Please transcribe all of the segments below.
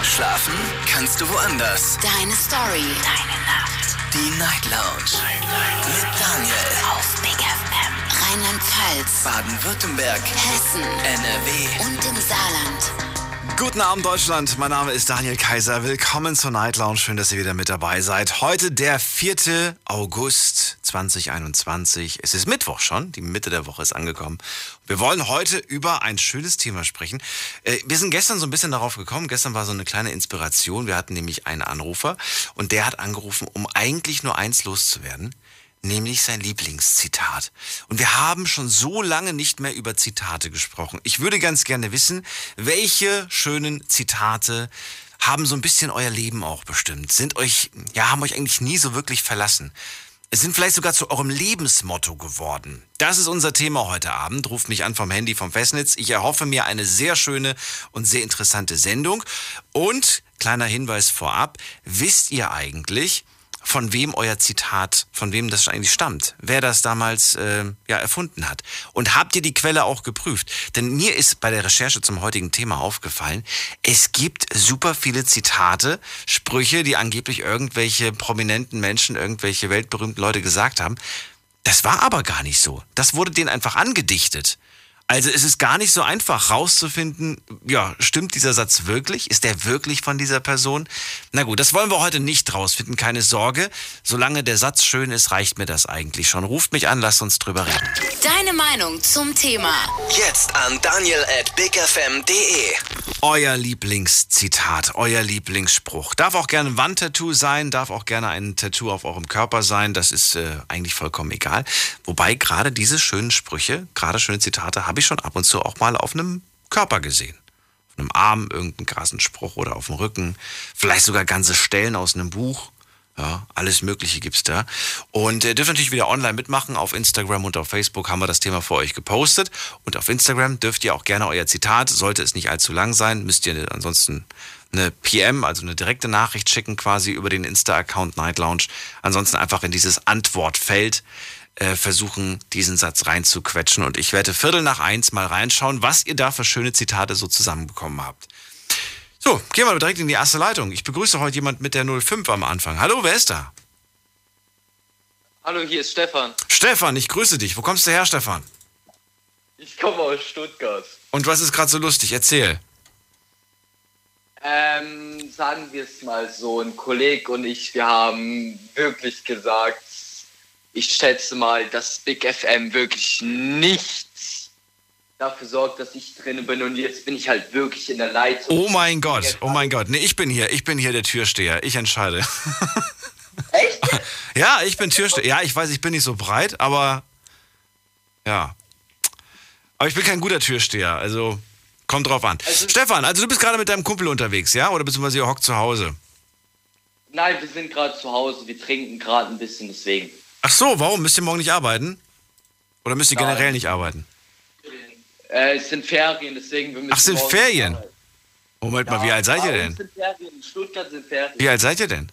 Schlafen kannst du woanders. Deine Story. Deine Nacht. Die Night Lounge. Mit Daniel. Auf Big FM. Rheinland-Pfalz. Baden-Württemberg. Hessen. NRW. Und im Saarland. Guten Abend, Deutschland. Mein Name ist Daniel Kaiser. Willkommen zur Night Lounge. Schön, dass ihr wieder mit dabei seid. Heute der 4. August 2021. Es ist Mittwoch schon. Die Mitte der Woche ist angekommen. Wir wollen heute über ein schönes Thema sprechen. Wir sind gestern so ein bisschen darauf gekommen. Gestern war so eine kleine Inspiration. Wir hatten nämlich einen Anrufer und der hat angerufen, um eigentlich nur eins loszuwerden. Nämlich sein Lieblingszitat. Und wir haben schon so lange nicht mehr über Zitate gesprochen. Ich würde ganz gerne wissen, welche schönen Zitate haben so ein bisschen euer Leben auch bestimmt? Haben euch eigentlich nie so wirklich verlassen? Es sind vielleicht sogar zu eurem Lebensmotto geworden. Das ist unser Thema heute Abend. Ruft mich an vom Handy, vom Festnetz. Ich erhoffe mir eine sehr schöne und sehr interessante Sendung. Und, kleiner Hinweis vorab, wisst ihr eigentlich, von wem das eigentlich stammt, wer das damals erfunden hat. Und habt ihr die Quelle auch geprüft? Denn mir ist bei der Recherche zum heutigen Thema aufgefallen, es gibt super viele Zitate, Sprüche, die angeblich irgendwelche prominenten Menschen, irgendwelche weltberühmten Leute gesagt haben. Das war aber gar nicht so. Das wurde denen einfach angedichtet. Also es ist gar nicht so einfach rauszufinden, stimmt dieser Satz wirklich? Ist der wirklich von dieser Person? Na gut, das wollen wir heute nicht rausfinden, keine Sorge. Solange der Satz schön ist, reicht mir das eigentlich schon. Ruft mich an, lasst uns drüber reden. Deine Meinung zum Thema. Jetzt an daniel@bigfm.de. Euer Lieblingszitat, euer Lieblingsspruch. Darf auch gerne ein Wandtattoo sein, darf auch gerne ein Tattoo auf eurem Körper sein. Das ist eigentlich vollkommen egal. Wobei gerade diese schönen Sprüche, gerade schöne Zitate, habe ich schon ab und zu auch mal auf einem Körper gesehen. Auf einem Arm irgendeinen krassen Spruch oder auf dem Rücken. Vielleicht sogar ganze Stellen aus einem Buch. Ja, alles Mögliche gibt's da. Und ihr dürft natürlich wieder online mitmachen. Auf Instagram und auf Facebook haben wir das Thema für euch gepostet. Und auf Instagram dürft ihr auch gerne euer Zitat, sollte es nicht allzu lang sein, müsst ihr ansonsten eine PM, also eine direkte Nachricht schicken quasi über den Insta-Account Night Lounge. Ansonsten einfach in dieses Antwortfeld versuchen, diesen Satz reinzuquetschen. Und ich werde 1:15 mal reinschauen, was ihr da für schöne Zitate so zusammenbekommen habt. So, gehen wir direkt in die erste Leitung. Ich begrüße heute jemand mit der 05 am Anfang. Hallo, wer ist da? Hallo, hier ist Stefan. Stefan, ich grüße dich. Wo kommst du her, Stefan? Ich komme aus Stuttgart. Und was ist gerade so lustig? Erzähl. Sagen wir es mal so, ein Kollege und ich, wir haben wirklich gesagt, ich schätze mal, dass Big FM wirklich nichts dafür sorgt, dass ich drin bin und jetzt bin ich halt wirklich in der Leitung. Oh mein Gott. Nee, ich bin hier der Türsteher. Ich entscheide. Echt? Ja, ich bin Türsteher. Ja, ich weiß, ich bin nicht so breit, aber ja. Aber ich bin kein guter Türsteher, also kommt drauf an. Stefan, also du bist gerade mit deinem Kumpel unterwegs, ja? Oder beziehungsweise ihr hockt zu Hause? Nein, wir sind gerade zu Hause, wir trinken gerade ein bisschen, deswegen. Ach so, warum? Müsst ihr morgen nicht arbeiten? Oder müsst ihr generell nicht arbeiten? Es sind Ferien, deswegen wir müssen. Ach, sind Ferien? Moment mal, wie alt seid ihr denn? Sind Ferien. In Stuttgart sind Ferien. Wie alt seid ihr denn?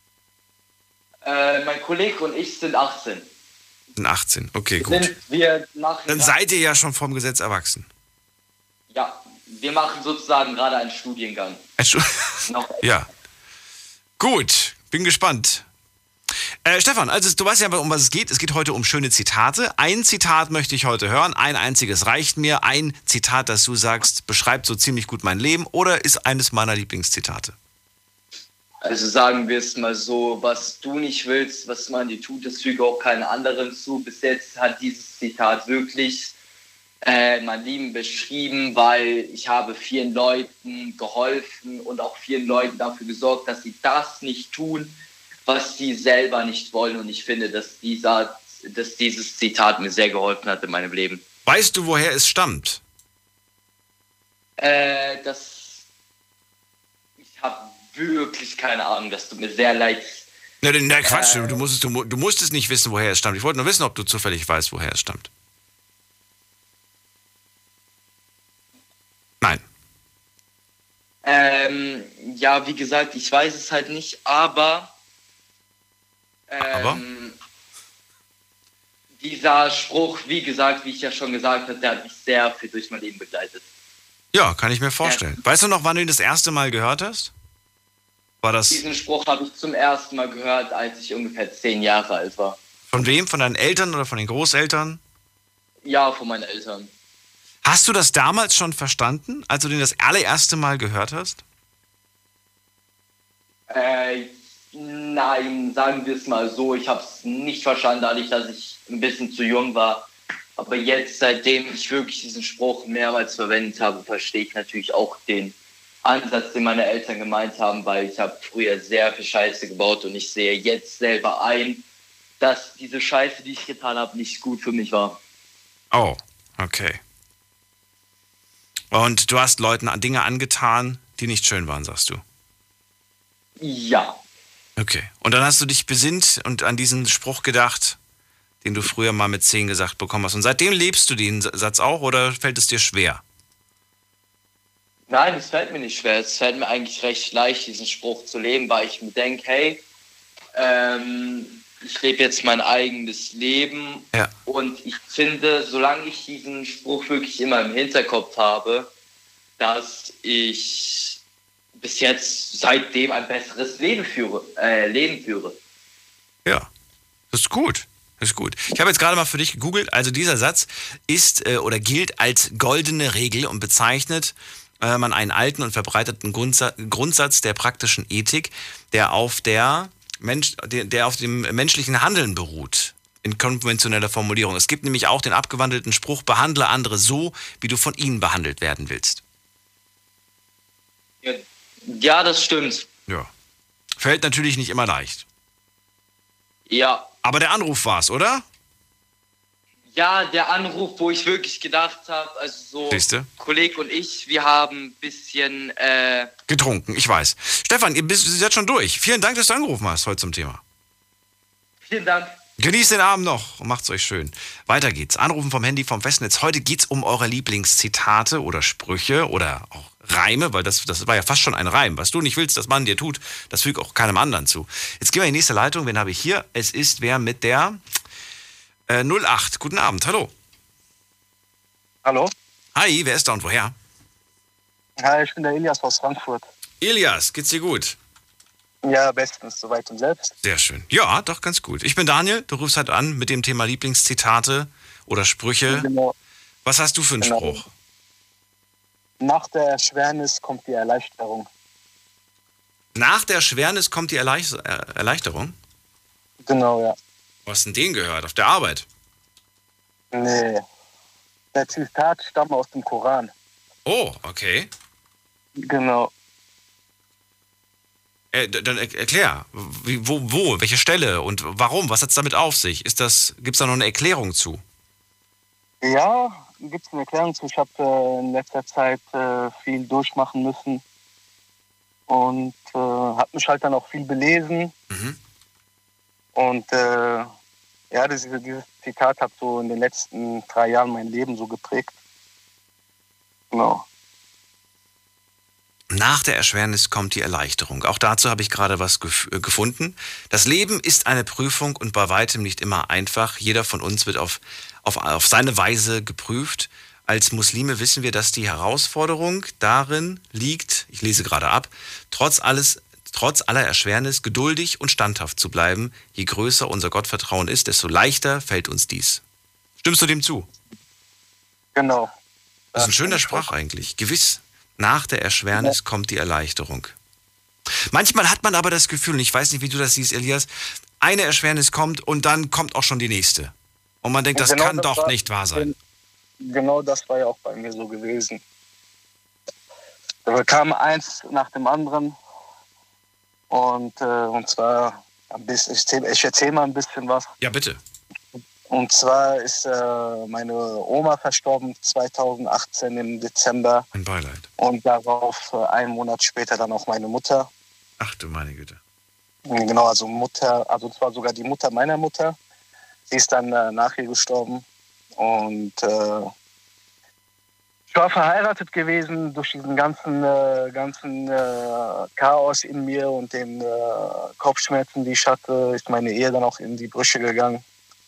Mein Kollege und ich sind 18. Sind 18, okay, gut. Dann seid ihr ja schon vom Gesetz erwachsen. Ja, wir machen sozusagen gerade einen Studiengang. Ja. Gut, bin gespannt. Stefan, also du weißt ja, um was es geht. Es geht heute um schöne Zitate. Ein Zitat möchte ich heute hören. Ein einziges reicht mir. Ein Zitat, das du sagst, beschreibt so ziemlich gut mein Leben oder ist eines meiner Lieblingszitate. Also sagen wir es mal so, was du nicht willst, was man dir tut, das füge auch keinen anderen zu. Bis jetzt hat dieses Zitat wirklich mein Leben beschrieben, weil ich habe vielen Leuten geholfen und auch vielen Leuten dafür gesorgt, dass sie das nicht tun, was sie selber nicht wollen. Und ich finde, dass dieses Zitat mir sehr geholfen hat in meinem Leben. Weißt du, woher es stammt? Ich habe wirklich keine Ahnung, das tut mir sehr leid. Na Quatsch, du musst es nicht wissen, woher es stammt. Ich wollte nur wissen, ob du zufällig weißt, woher es stammt. Nein. Ja, wie gesagt, ich weiß es halt nicht, aber dieser Spruch, wie gesagt, wie ich ja schon gesagt habe, der hat mich sehr viel durch mein Leben begleitet. Ja, kann ich mir vorstellen. Weißt du noch, wann du ihn das erste Mal gehört hast? War das Diesen Spruch habe ich zum ersten Mal gehört, als ich ungefähr 10 Jahre alt war. von wem? Von deinen Eltern oder von den Großeltern? Ja, von meinen Eltern. Hast du das damals schon verstanden, als du den das allererste Mal gehört hast? Nein, sagen wir es mal so. Ich habe es nicht verstanden, dadurch, dass ich ein bisschen zu jung war. Aber jetzt, seitdem ich wirklich diesen Spruch mehrmals verwendet habe, verstehe ich natürlich auch den Ansatz, den meine Eltern gemeint haben, weil ich habe früher sehr viel Scheiße gebaut und ich sehe jetzt selber ein, dass diese Scheiße, die ich getan habe, nicht gut für mich war. Oh, okay. Und du hast Leuten Dinge angetan, die nicht schön waren, sagst du? Ja. Okay. Und dann hast du dich besinnt und an diesen Spruch gedacht, den du früher mal mit 10 gesagt bekommen hast. Und seitdem lebst du den Satz auch oder fällt es dir schwer? Nein, es fällt mir nicht schwer. Es fällt mir eigentlich recht leicht, diesen Spruch zu leben, weil ich mir denke, hey, ich lebe jetzt mein eigenes Leben. Ja. Und ich finde, solange ich diesen Spruch wirklich immer im Hinterkopf habe, dass ich bis jetzt seitdem ein besseres Leben führe. Ja, das ist gut. Das ist gut. Ich habe jetzt gerade mal für dich gegoogelt. Also dieser Satz ist oder gilt als goldene Regel und bezeichnet man einen alten und verbreiteten Grundsatz der praktischen Ethik, der auf dem menschlichen Handeln beruht. In konventioneller Formulierung. Es gibt nämlich auch den abgewandelten Spruch, behandle andere so, wie du von ihnen behandelt werden willst. Ja, das stimmt. Ja. Fällt natürlich nicht immer leicht. Ja. Aber der Anruf war's, oder? Ja, der Anruf, wo ich wirklich gedacht habe, also so, Siehste? Kollege und ich, wir haben ein bisschen, Getrunken, ich weiß. Stefan, ihr seid schon durch. Vielen Dank, dass du angerufen hast heute zum Thema. Vielen Dank. Genießt den Abend noch und macht's euch schön. Weiter geht's. Anrufen vom Handy vom Festnetz. Heute geht's um eure Lieblingszitate oder Sprüche oder auch Reime, weil das war ja fast schon ein Reim. Was du nicht willst, dass man dir tut, das fügt auch keinem anderen zu. Jetzt gehen wir in die nächste Leitung. Wen habe ich hier? Es ist wer mit der 08. Guten Abend, hallo. Hallo? Hi, wer ist da und woher? Hi, ich bin der Elias aus Frankfurt. Elias, geht's dir gut? Ja, bestens, soweit und selbst. Sehr schön. Ja, doch, ganz gut. Ich bin Daniel, du rufst halt an mit dem Thema Lieblingszitate oder Sprüche. Genau. Was hast du für einen Spruch? Nach der Erschwernis kommt die Erleichterung. Nach der Schwernis kommt die Erleichterung? Genau, ja. Wo hast du denn den gehört? Auf der Arbeit? Nee. Der Zitat stammt aus dem Koran. Oh, okay. Genau. Dann erklär. Wo? Welche Stelle? Und warum? Was hat es damit auf sich? Gibt es da noch eine Erklärung zu? Ja, gibt es eine Erklärung zu. Ich habe in letzter Zeit viel durchmachen müssen und habe mich halt dann auch viel belesen. Mhm. Und ja, dieses Zitat hat so in den letzten 3 Jahren mein Leben so geprägt. Genau. Nach der Erschwernis kommt die Erleichterung. Auch dazu habe ich gerade was gefunden. Das Leben ist eine Prüfung und bei weitem nicht immer einfach. Jeder von uns wird auf seine Weise geprüft. Als Muslime wissen wir, dass die Herausforderung darin liegt, ich lese gerade ab, trotz aller Erschwernis geduldig und standhaft zu bleiben. Je größer unser Gottvertrauen ist, desto leichter fällt uns dies. Stimmst du dem zu? Genau. Das ist ein schöner Sprach eigentlich. Gewiss, nach der Erschwernis kommt die Erleichterung. Manchmal hat man aber das Gefühl, und ich weiß nicht, wie du das siehst, Elias, eine Erschwernis kommt und dann kommt auch schon die nächste. Und man denkt, das Genau kann das doch war- nicht wahr sein. Genau das war ja auch bei mir so gewesen. Da kam eins nach dem anderen. Und zwar, ich erzähle mal ein bisschen was. Ja, bitte. Und zwar ist meine Oma verstorben 2018 im Dezember. Ein Beileid. Und darauf einen Monat später dann auch meine Mutter. Ach du meine Güte. Genau, also zwar sogar die Mutter meiner Mutter. Sie ist dann nach ihr gestorben. Und ich war verheiratet gewesen. Durch diesen ganzen Chaos in mir und den Kopfschmerzen, die ich hatte, ist meine Ehe dann auch in die Brüche gegangen.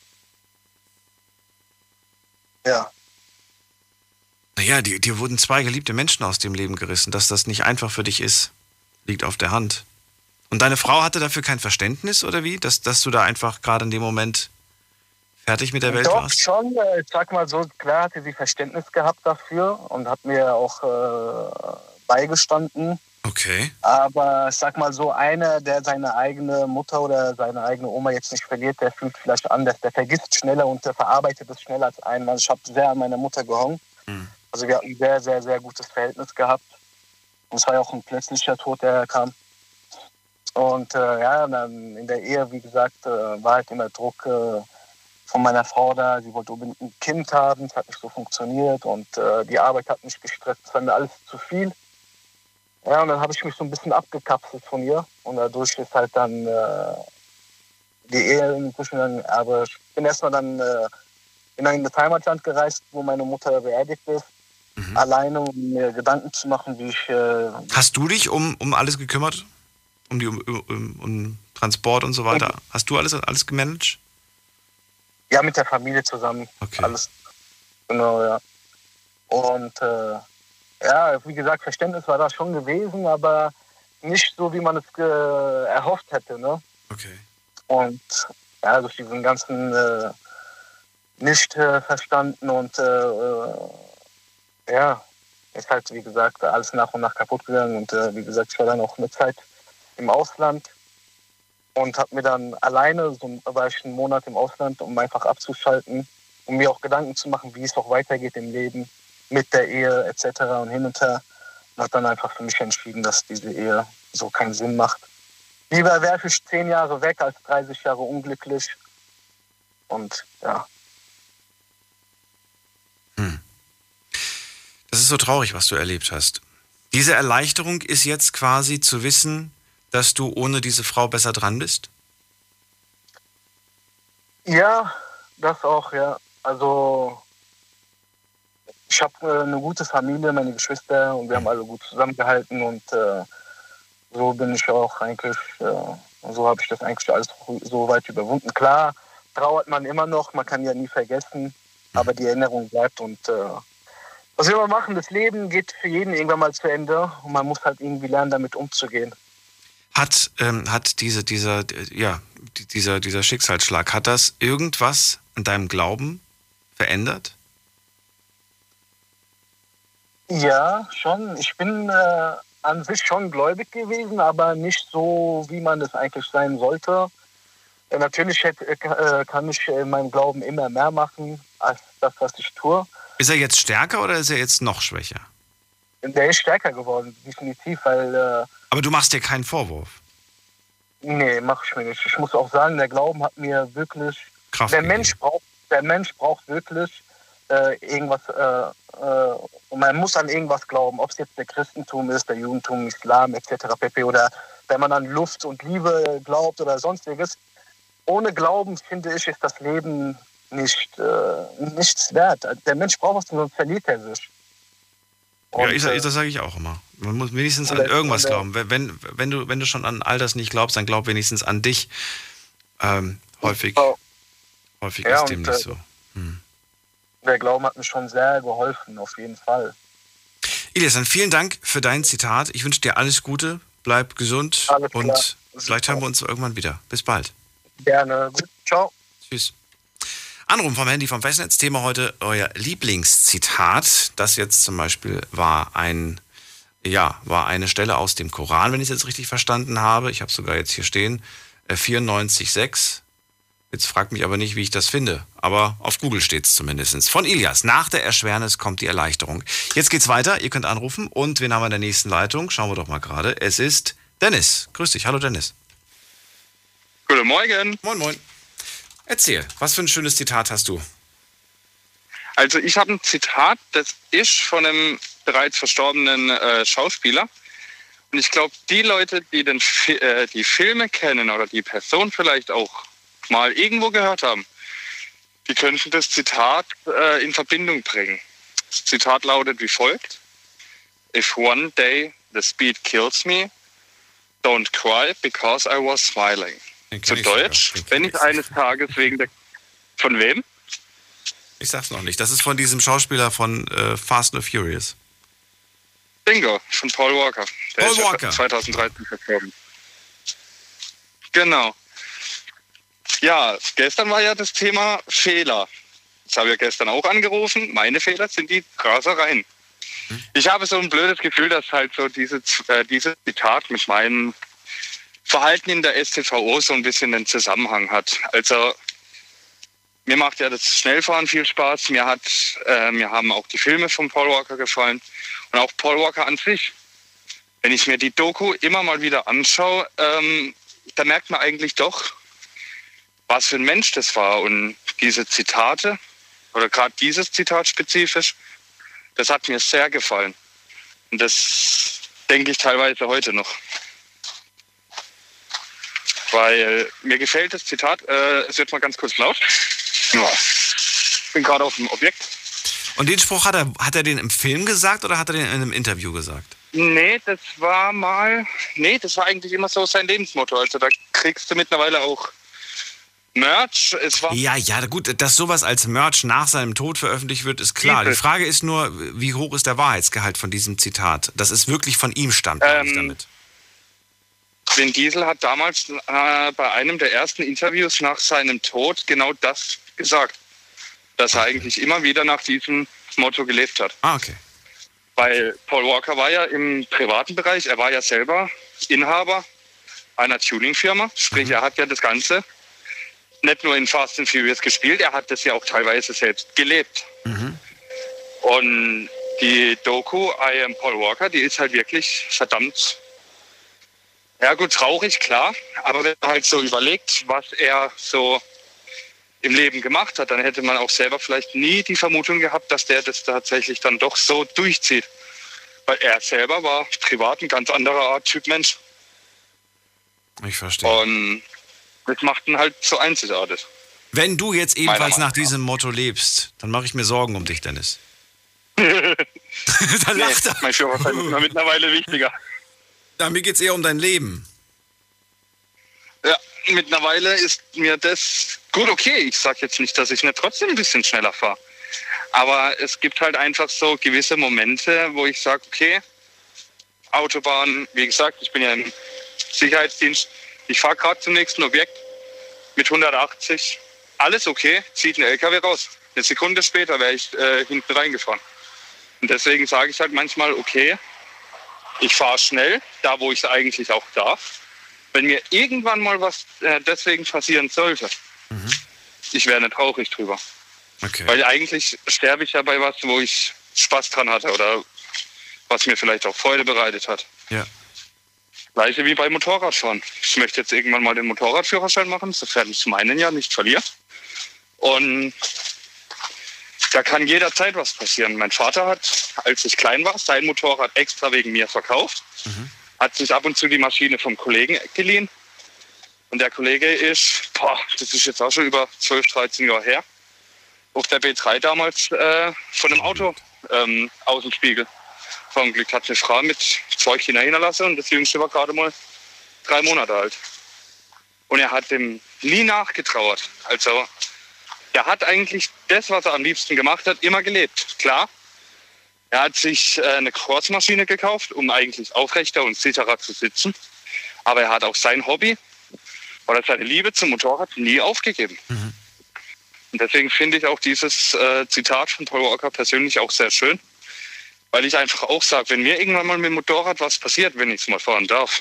Ja. Naja, dir wurden 2 geliebte Menschen aus dem Leben gerissen. Dass das nicht einfach für dich ist, liegt auf der Hand. Und deine Frau hatte dafür kein Verständnis oder wie? Dass du da einfach gerade in dem Moment fertig mit der Welt Doch, warst? schon. Ich sag mal so, klar hatte sie Verständnis gehabt dafür und hat mir auch beigestanden. Okay. Aber ich sag mal so, einer, der seine eigene Mutter oder seine eigene Oma jetzt nicht verliert, der fühlt vielleicht anders. Der vergisst schneller und der verarbeitet es schneller als ein. Also ich habe sehr an meiner Mutter gehangen. Also wir hatten ein sehr, sehr, sehr gutes Verhältnis gehabt. Und es war ja auch ein plötzlicher Tod, der kam. Und dann in der Ehe, wie gesagt, war halt immer Druck von meiner Frau da. Sie wollte unbedingt ein Kind haben, es hat nicht so funktioniert. Und die Arbeit hat mich gestresst, es war mir alles zu viel. Ja, und dann habe ich mich so ein bisschen abgekapselt von ihr. Und dadurch ist halt dann die Ehe inzwischen gegangen. Aber ich bin erstmal dann in das Heimatland gereist, wo meine Mutter beerdigt ist. Alleine, um mir Gedanken zu machen, wie ich... Hast du dich um alles gekümmert? Um Transport und so weiter? Hast du alles gemanagt? Ja, mit der Familie zusammen. Okay. Alles. Genau, ja. Und wie gesagt, Verständnis war da schon gewesen, aber nicht so, wie man es erhofft hätte, ne? Okay. Und ja, durch diesen ganzen nicht verstanden und ist halt, wie gesagt, alles nach und nach kaputt gegangen. Und wie gesagt, ich war dann auch eine Zeit im Ausland und habe mir dann alleine, so war ich einen Monat im Ausland, um einfach abzuschalten, um mir auch Gedanken zu machen, wie es auch weitergeht im Leben, mit der Ehe etc. und hin und her. Und habe dann einfach für mich entschieden, dass diese Ehe so keinen Sinn macht. Lieber wäre ich 10 Jahre weg als 30 Jahre unglücklich. Und ja. Das ist so traurig, was du erlebt hast. Diese Erleichterung ist jetzt quasi zu wissen, dass du ohne diese Frau besser dran bist? Ja, das auch, ja. Also ich habe eine gute Familie, meine Geschwister, und wir haben alle gut zusammengehalten und so bin ich auch eigentlich, so habe ich das eigentlich alles so weit überwunden. Klar, trauert man immer noch, man kann ja nie vergessen, aber die Erinnerung bleibt und was wir immer machen, das Leben geht für jeden irgendwann mal zu Ende und man muss halt irgendwie lernen, damit umzugehen. Hat dieser Schicksalsschlag, hat das irgendwas an deinem Glauben verändert? Ja, schon. Ich bin an sich schon gläubig gewesen, aber nicht so, wie man es eigentlich sein sollte. Natürlich kann ich in meinem Glauben immer mehr machen, als das, was ich tue. Ist er jetzt stärker oder ist er jetzt noch schwächer? Der ist stärker geworden, definitiv, weil... Aber du machst dir keinen Vorwurf? Nee, mache ich mir nicht. Ich muss auch sagen, der Glauben hat mir wirklich... Kraft der gegeben. Mensch braucht wirklich irgendwas... und man muss an irgendwas glauben, ob es jetzt der Christentum ist, der Judentum, Islam etc. pp. Oder wenn man an Luft und Liebe glaubt oder sonstiges. Ohne Glauben, finde ich, ist das Leben nichts wert. Der Mensch braucht was, sonst verliert er sich. Und, das sage ich auch immer. Man muss wenigstens an irgendwas glauben. Wenn du schon an all das nicht glaubst, dann glaub wenigstens an dich. Häufig ist dem nicht so. Der Glauben hat mir schon sehr geholfen, auf jeden Fall. Ilias, dann vielen Dank für dein Zitat. Ich wünsche dir alles Gute, bleib gesund und vielleicht hören wir uns irgendwann wieder. Bis bald. Gerne. Gut. Ciao. Tschüss. Anruf vom Handy vom Festnetz. Thema heute euer Lieblingszitat. Das jetzt zum Beispiel war eine Stelle aus dem Koran, wenn ich es jetzt richtig verstanden habe. Ich habe es sogar jetzt hier stehen. 94,6. Jetzt fragt mich aber nicht, wie ich das finde. Aber auf Google steht es zumindest. Von Ilias. Nach der Erschwernis kommt die Erleichterung. Jetzt geht's weiter. Ihr könnt anrufen. Und wen haben wir in der nächsten Leitung? Schauen wir doch mal gerade. Es ist Dennis. Grüß dich. Hallo Dennis. Guten Morgen. Moin, moin. Erzähl, was für ein schönes Zitat hast du? Also ich habe ein Zitat, das ist von einem bereits verstorbenen Schauspieler. Und ich glaube, die Leute, die die Filme kennen oder die Person vielleicht auch mal irgendwo gehört haben, die könnten das Zitat in Verbindung bringen. Das Zitat lautet wie folgt: If one day the speed kills me, don't cry because I was smiling. Zu Deutsch, wenn ich eines Tages wegen der... Von wem? Ich sag's noch nicht. Das ist von diesem Schauspieler von Fast and Furious. Bingo, von Paul Walker. Der Paul ist Walker. Ja 2013 verstorben. Genau. Ja, gestern war ja das Thema Fehler. Ich habe ja gestern auch angerufen. Meine Fehler sind die Rasereien. Ich habe so ein blödes Gefühl, dass halt so dieses Zitat mit meinem Verhalten in der STVO so ein bisschen den Zusammenhang hat. Also mir macht ja das Schnellfahren viel Spaß. Mir haben auch die Filme von Paul Walker gefallen und auch Paul Walker an sich. Wenn ich mir die Doku immer mal wieder anschaue, da merkt man eigentlich doch, was für ein Mensch das war. Und diese Zitate, oder gerade dieses Zitat spezifisch, das hat mir sehr gefallen. Und das denke ich teilweise heute noch. Weil mir gefällt das Zitat, es wird mal ganz kurz laut. Ja. Ich bin gerade auf dem Objekt. Und den Spruch hat er den im Film gesagt oder hat er den in einem Interview gesagt? Nee, das war eigentlich immer so sein Lebensmotto. Also da kriegst du mittlerweile auch Merch. Ja, gut, dass sowas als Merch nach seinem Tod veröffentlicht wird, ist klar. Die Frage ist nur, wie hoch ist der Wahrheitsgehalt von diesem Zitat? Dass es wirklich von ihm stammt, glaube ich, damit. Vin Diesel hat damals bei einem der ersten Interviews nach seinem Tod genau das gesagt. Dass er eigentlich immer wieder nach diesem Motto gelebt hat. Ah, okay. Weil Paul Walker war ja im privaten Bereich, er war ja selber Inhaber einer Tuning-Firma. Sprich, er hat ja das Ganze nicht nur in Fast and Furious gespielt, er hat das ja auch teilweise selbst gelebt. Mhm. Und die Doku I Am Paul Walker, die ist halt wirklich verdammt, ja gut, traurig, klar, aber wenn man halt so überlegt, was er so im Leben gemacht hat, dann hätte man auch selber vielleicht nie die Vermutung gehabt, dass der das tatsächlich dann doch so durchzieht. Weil er selber war privat ein ganz anderer Art Typ Mensch. Ich verstehe. Und das macht ihn halt so einzigartig. Wenn du jetzt ebenfalls nach diesem Motto lebst, dann mache ich mir Sorgen um dich, Dennis. Dann lacht er. Mein Führerschein ist mir mittlerweile wichtiger. Ja, mir geht es eher um dein Leben. Ja, mittlerweile ist mir das gut okay. Ich sage jetzt nicht, dass ich nicht trotzdem ein bisschen schneller fahre. Aber es gibt halt einfach so gewisse Momente, wo ich sage, okay, Autobahn, wie gesagt, ich bin ja im Sicherheitsdienst. Ich fahre gerade zum nächsten Objekt mit 180. Alles okay, zieht ein LKW raus. Eine Sekunde später wäre ich hinten reingefahren. Und deswegen sage ich halt manchmal, okay, ich fahre schnell, da wo ich es eigentlich auch darf. Wenn mir irgendwann mal was deswegen passieren sollte, ich wäre nicht traurig drüber. Okay. Weil eigentlich sterbe ich ja bei was, wo ich Spaß dran hatte oder was mir vielleicht auch Freude bereitet hat. Ja. Gleiche wie bei Motorradfahren. Ich möchte jetzt irgendwann mal den Motorradführerschein machen, sofern ich meinen ja nicht verliere. Und da kann jederzeit was passieren. Mein Vater hat, als ich klein war, sein Motorrad extra wegen mir verkauft. Hat sich ab und zu die Maschine vom Kollegen geliehen. Und der Kollege ist, das ist jetzt auch schon über 12, 13 Jahre her, auf der B3 damals von einem Auto Außenspiegel verunglückt. Hat eine Frau mit 2 Kindern hinterlassen und das Jüngste war gerade mal 3 Monate alt. Und er hat dem nie nachgetrauert. Also er hat eigentlich das, was er am liebsten gemacht hat, immer gelebt. Klar, er hat sich eine Kurzmaschine gekauft, um eigentlich aufrechter und sicherer zu sitzen. Aber er hat auch sein Hobby oder seine Liebe zum Motorrad nie aufgegeben. Und deswegen finde ich auch dieses Zitat von Paul Walker persönlich auch sehr schön. Weil ich einfach auch sage, wenn mir irgendwann mal mit dem Motorrad was passiert, wenn ich es mal fahren darf,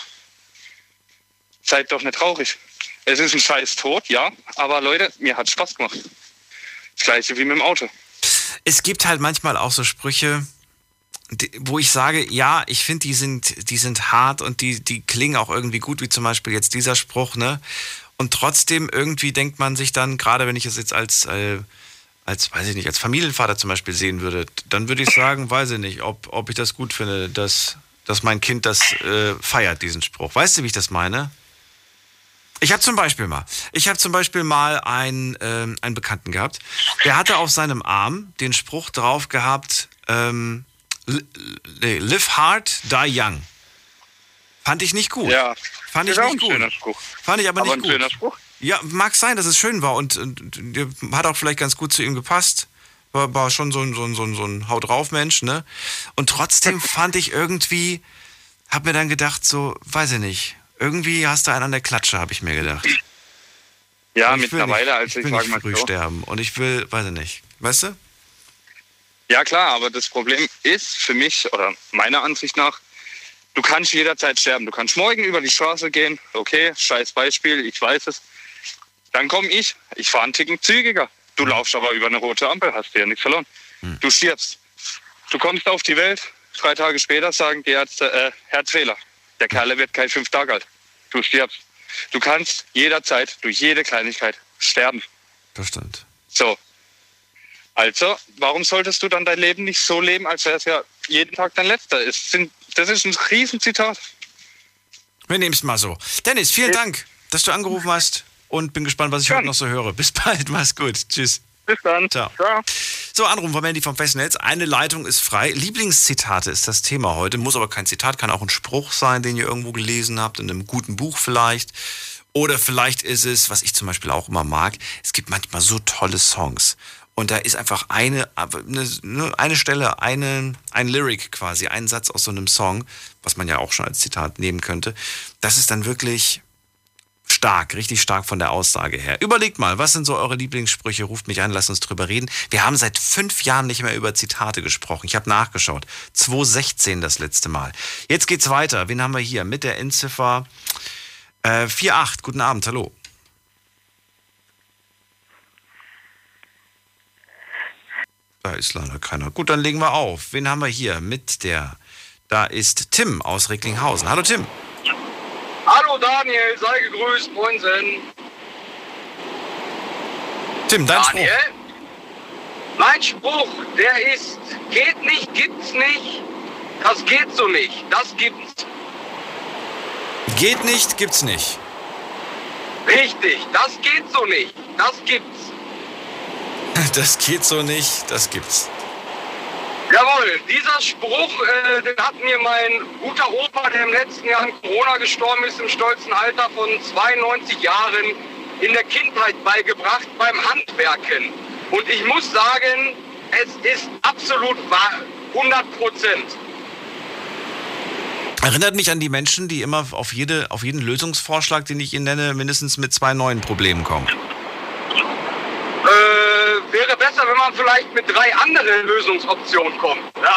seid doch nicht traurig. Es ist ein scheiß Tod, ja, aber Leute, mir hat Spaß gemacht. Das Gleiche wie mit dem Auto. Es gibt halt manchmal auch so Sprüche, wo ich sage, ja, ich finde, die sind hart und die klingen auch irgendwie gut, wie zum Beispiel jetzt dieser Spruch, ne? Und trotzdem irgendwie denkt man sich dann, gerade wenn ich es jetzt als weiß ich nicht, als Familienvater zum Beispiel sehen würde, dann würde ich sagen, weiß ich nicht, ob ich das gut finde, dass mein Kind das feiert, diesen Spruch. Weißt du, wie ich das meine? Ich habe zum Beispiel mal einen Bekannten gehabt, der hatte auf seinem Arm den Spruch drauf gehabt, live hard, die young. Fand ich nicht gut. Ja, fand ich ist auch nicht ein gut. schöner Spruch. Fand ich aber nicht ein gut. schöner Spruch. Ja, mag sein, dass es schön war und hat auch vielleicht ganz gut zu ihm gepasst. War schon so ein Haut drauf Mensch, ne? Und trotzdem fand ich irgendwie, hab mir dann gedacht, so, weiß ich nicht, Irgendwie hast du einen an der Klatsche, habe ich mir gedacht. Ja, Ich will mittlerweile, nicht, also ich ich will sage nicht mal früh so. sterben und ich will, weiß ich nicht, weißt du? Ja klar, aber das Problem ist für mich oder meiner Ansicht nach, du kannst jederzeit sterben. Du kannst morgen über die Straße gehen, okay, scheiß Beispiel, ich weiß es. Dann komme ich fahre einen Ticken zügiger. Du laufst aber über eine rote Ampel, hast dir ja nichts verloren. Du stirbst. Du kommst auf die Welt, 3 Tage später sagen die Ärzte, Herzfehler. Der Kerl wird kein 5 Tage alt. Du stirbst. Du kannst jederzeit durch jede Kleinigkeit sterben. Das stimmt. So. Also, warum solltest du dann dein Leben nicht so leben, als wäre es ja jeden Tag dein letzter? Das ist ein Riesenzitat. Wir nehmen es mal so. Dennis, vielen Dank, dass du angerufen hast und bin gespannt, was ich heute noch so höre. Bis bald, mach's gut. Tschüss. Bis dann. Ciao. Ciao. So, Anruf von Mandy vom Festnetz. Eine Leitung ist frei. Lieblingszitate ist das Thema heute. Muss aber kein Zitat, kann auch ein Spruch sein, den ihr irgendwo gelesen habt, in einem guten Buch vielleicht. Oder vielleicht ist es, was ich zum Beispiel auch immer mag, es gibt manchmal so tolle Songs. Und da ist einfach eine Stelle, ein Lyric quasi, ein Satz aus so einem Song, was man ja auch schon als Zitat nehmen könnte. Das ist dann wirklich stark, richtig stark von der Aussage her. Überlegt mal, was sind so eure Lieblingssprüche? Ruft mich an, lasst uns drüber reden. Wir haben seit 5 Jahren nicht mehr über Zitate gesprochen. Ich habe nachgeschaut. 2016 das letzte Mal. Jetzt geht's weiter. Wen haben wir hier? Mit der Endziffer 48. Guten Abend, hallo. Da ist leider keiner. Gut, dann legen wir auf. Wen haben wir hier? Da ist Tim aus Recklinghausen. Hallo Tim. Hallo Daniel, sei gegrüßt, moinsen. Tim, dein Daniel? Spruch. Mein Spruch, der ist, geht nicht, gibt's nicht, das geht so nicht, das gibt's. Geht nicht, gibt's nicht. Richtig, das geht so nicht, das gibt's. Das geht so nicht, das gibt's. Jawohl, dieser Spruch, den hat mir mein guter Opa, der im letzten Jahr an Corona gestorben ist, im stolzen Alter von 92 Jahren, in der Kindheit beigebracht beim Handwerken. Und ich muss sagen, es ist absolut wahr, 100%. Erinnert mich an die Menschen, die immer auf jeden Lösungsvorschlag, den ich ihnen nenne, mindestens mit 2 neuen Problemen kommen. Wäre besser, wenn man vielleicht mit 3 anderen Lösungsoptionen kommt.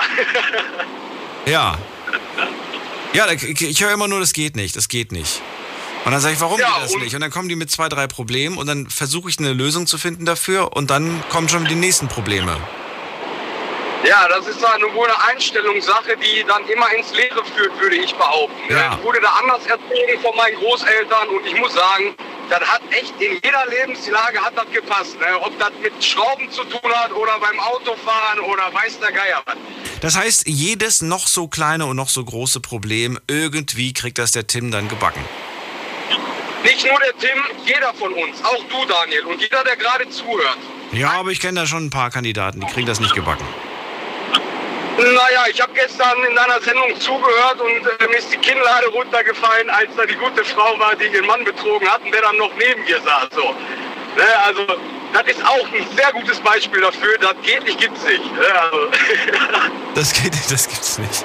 Ja. Ja, ich höre immer nur, das geht nicht. Und dann sage ich, warum geht das nicht? Und dann kommen die mit 2, 3 Problemen und dann versuche ich eine Lösung zu finden dafür und dann kommen schon die nächsten Probleme. Ja, das ist eine wohl eine Einstellungssache, die dann immer ins Leere führt, würde ich behaupten. Ja. Wurde da anders erzogen von meinen Großeltern und ich muss sagen, das hat echt in jeder Lebenslage hat das gepasst. Ne? Ob das mit Schrauben zu tun hat oder beim Autofahren oder weiß der Geier was. Das heißt, jedes noch so kleine und noch so große Problem, irgendwie kriegt das der Tim dann gebacken. Nicht nur der Tim, jeder von uns, auch du Daniel und jeder, der gerade zuhört. Ja, aber ich kenne da schon ein paar Kandidaten, die kriegen das nicht gebacken. Naja, ich habe gestern in deiner Sendung zugehört und mir ist die Kinnlade runtergefallen, als da die gute Frau war, die ihren Mann betrogen hat und der dann noch neben ihr saß. So. Ne, also, das ist auch ein sehr gutes Beispiel dafür. Das geht nicht, gibt's nicht. Ne, also. Das gibt's nicht.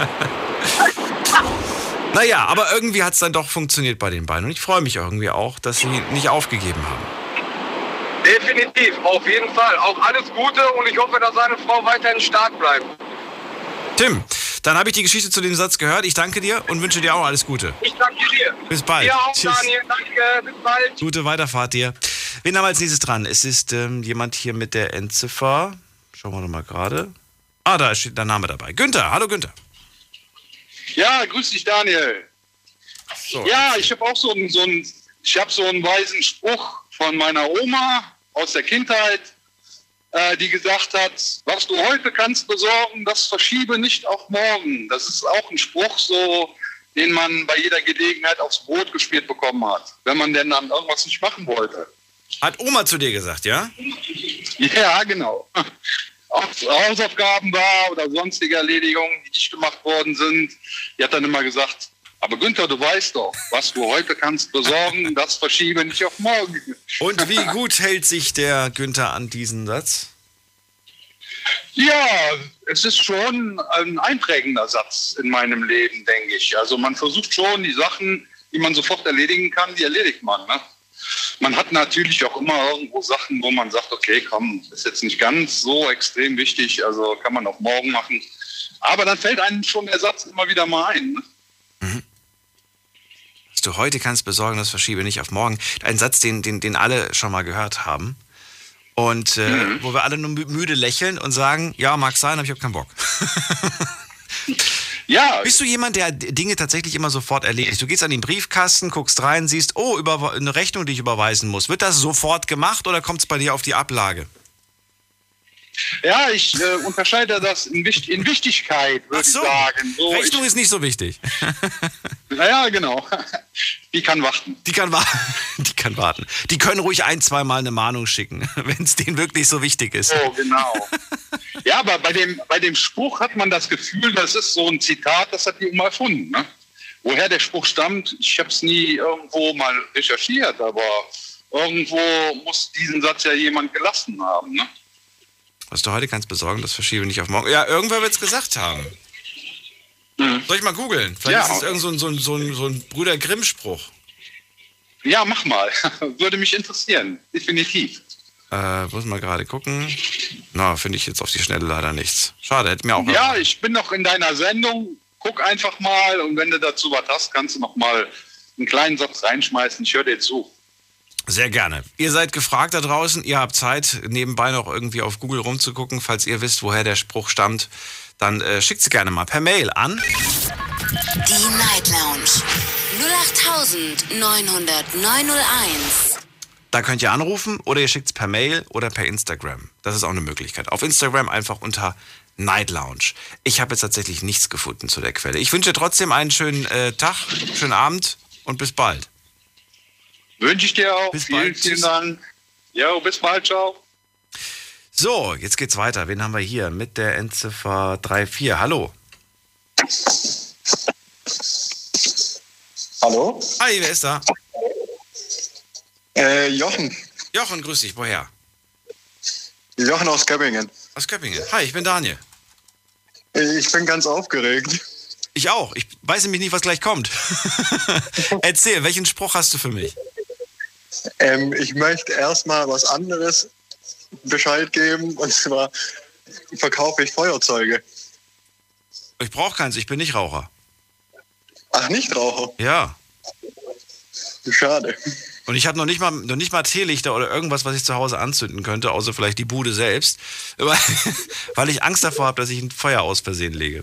Naja, aber irgendwie hat es dann doch funktioniert bei den beiden. Und ich freue mich irgendwie auch, dass sie nicht aufgegeben haben. Definitiv, auf jeden Fall. Auch alles Gute und ich hoffe, dass seine Frau weiterhin stark bleibt. Tim, dann habe ich die Geschichte zu dem Satz gehört. Ich danke dir und wünsche dir auch alles Gute. Ich danke dir. Bis bald. Ja, auch Tschüss. Daniel, danke. Bis bald. Gute Weiterfahrt dir. Wen haben wir als nächstes dran? Es ist jemand hier mit der Endziffer. Schauen wir doch mal gerade. Da steht der Name dabei. Günther. Hallo Günther. Ja, grüß dich Daniel. So, Ja, ich habe auch so einen weisen Spruch von meiner Oma aus der Kindheit, die gesagt hat, was du heute kannst besorgen, das verschiebe nicht auf morgen. Das ist auch ein Spruch, so, den man bei jeder Gelegenheit aufs Brot gespielt bekommen hat, wenn man denn dann irgendwas nicht machen wollte. Hat Oma zu dir gesagt, ja? Ja, genau. Ob es Hausaufgaben war oder sonstige Erledigungen, die nicht gemacht worden sind, die hat dann immer gesagt, aber Günther, du weißt doch, was du heute kannst besorgen, das verschiebe nicht auf morgen. Und wie gut hält sich der Günther an diesen Satz? Ja, es ist schon ein einprägender Satz in meinem Leben, denke ich. Also man versucht schon, die Sachen die man sofort erledigen kann, die erledigt man. Ne? Man hat natürlich auch immer irgendwo Sachen, wo man sagt, okay, komm, ist jetzt nicht ganz so extrem wichtig, also kann man auch morgen machen. Aber dann fällt einem schon der Satz immer wieder mal ein. Ne? Was du heute kannst besorgen, das verschiebe nicht auf morgen. Ein Satz, den alle schon mal gehört haben. Und wo wir alle nur müde lächeln und sagen, ja, mag sein, aber ich habe keinen Bock. Ja. Bist du jemand, der Dinge tatsächlich immer sofort erledigt? Du gehst an den Briefkasten, guckst rein, siehst, oh, eine Rechnung, die ich überweisen muss. Wird das sofort gemacht oder kommt es bei dir auf die Ablage? Ja, ich unterscheide das in Wichtigkeit, würde ich sagen. So, Rechnung ist nicht so wichtig. Naja, genau. Die kann warten. Die kann warten. Die können ruhig 1-2 Mal eine Mahnung schicken, wenn es denen wirklich so wichtig ist. Oh, genau. Ja, aber bei dem Spruch hat man das Gefühl, das ist so ein Zitat, das hat die Oma erfunden. Ne? Woher der Spruch stammt, ich habe es nie irgendwo mal recherchiert, aber irgendwo muss diesen Satz ja jemand gelassen haben. Ne? Was du heute kannst besorgen, das verschiebe nicht auf morgen. Ja, irgendwer wird es gesagt haben. Soll ich mal googeln? Vielleicht ist es irgend so ein Brüder Grimm-Spruch. Ja, mach mal. Würde mich interessieren. Definitiv. Muss mal gerade gucken. Na, finde ich jetzt auf die Schnelle leider nichts. Schade, hätte mir auch... Ja, ich bin noch in deiner Sendung. Guck einfach mal und wenn du dazu was hast, kannst du noch mal einen kleinen Satz reinschmeißen. Ich höre dir zu. Sehr gerne. Ihr seid gefragt da draußen. Ihr habt Zeit, nebenbei noch irgendwie auf Google rumzugucken. Falls ihr wisst, woher der Spruch stammt, dann schickt sie gerne mal per Mail an. Die Night Lounge 08900901. Da könnt ihr anrufen oder ihr schickt es per Mail oder per Instagram. Das ist auch eine Möglichkeit. Auf Instagram einfach unter Night Lounge. Ich habe jetzt tatsächlich nichts gefunden zu der Quelle. Ich wünsche dir trotzdem einen schönen Tag, schönen Abend und bis bald. Wünsche ich dir auch. Bis bald. Vielen Dank. Jo, bis bald. Ciao. So, jetzt geht's weiter. Wen haben wir hier mit der Endziffer 34? Hallo. Hallo? Hi, wer ist da? Jochen. Jochen, grüß dich. Woher? Jochen aus Göppingen. Aus Göppingen. Hi, ich bin Daniel. Ich bin ganz aufgeregt. Ich auch. Ich weiß nämlich nicht, was gleich kommt. Erzähl, welchen Spruch hast du für mich? Ich möchte erstmal was anderes Bescheid geben. Und zwar verkaufe ich Feuerzeuge. Ich brauche keins, ich bin nicht Raucher. Ach, nicht Raucher? Ja. Schade. Und ich habe noch nicht mal Teelichter oder irgendwas, was ich zu Hause anzünden könnte, außer vielleicht die Bude selbst, weil ich Angst davor habe, dass ich ein Feuer aus Versehen lege.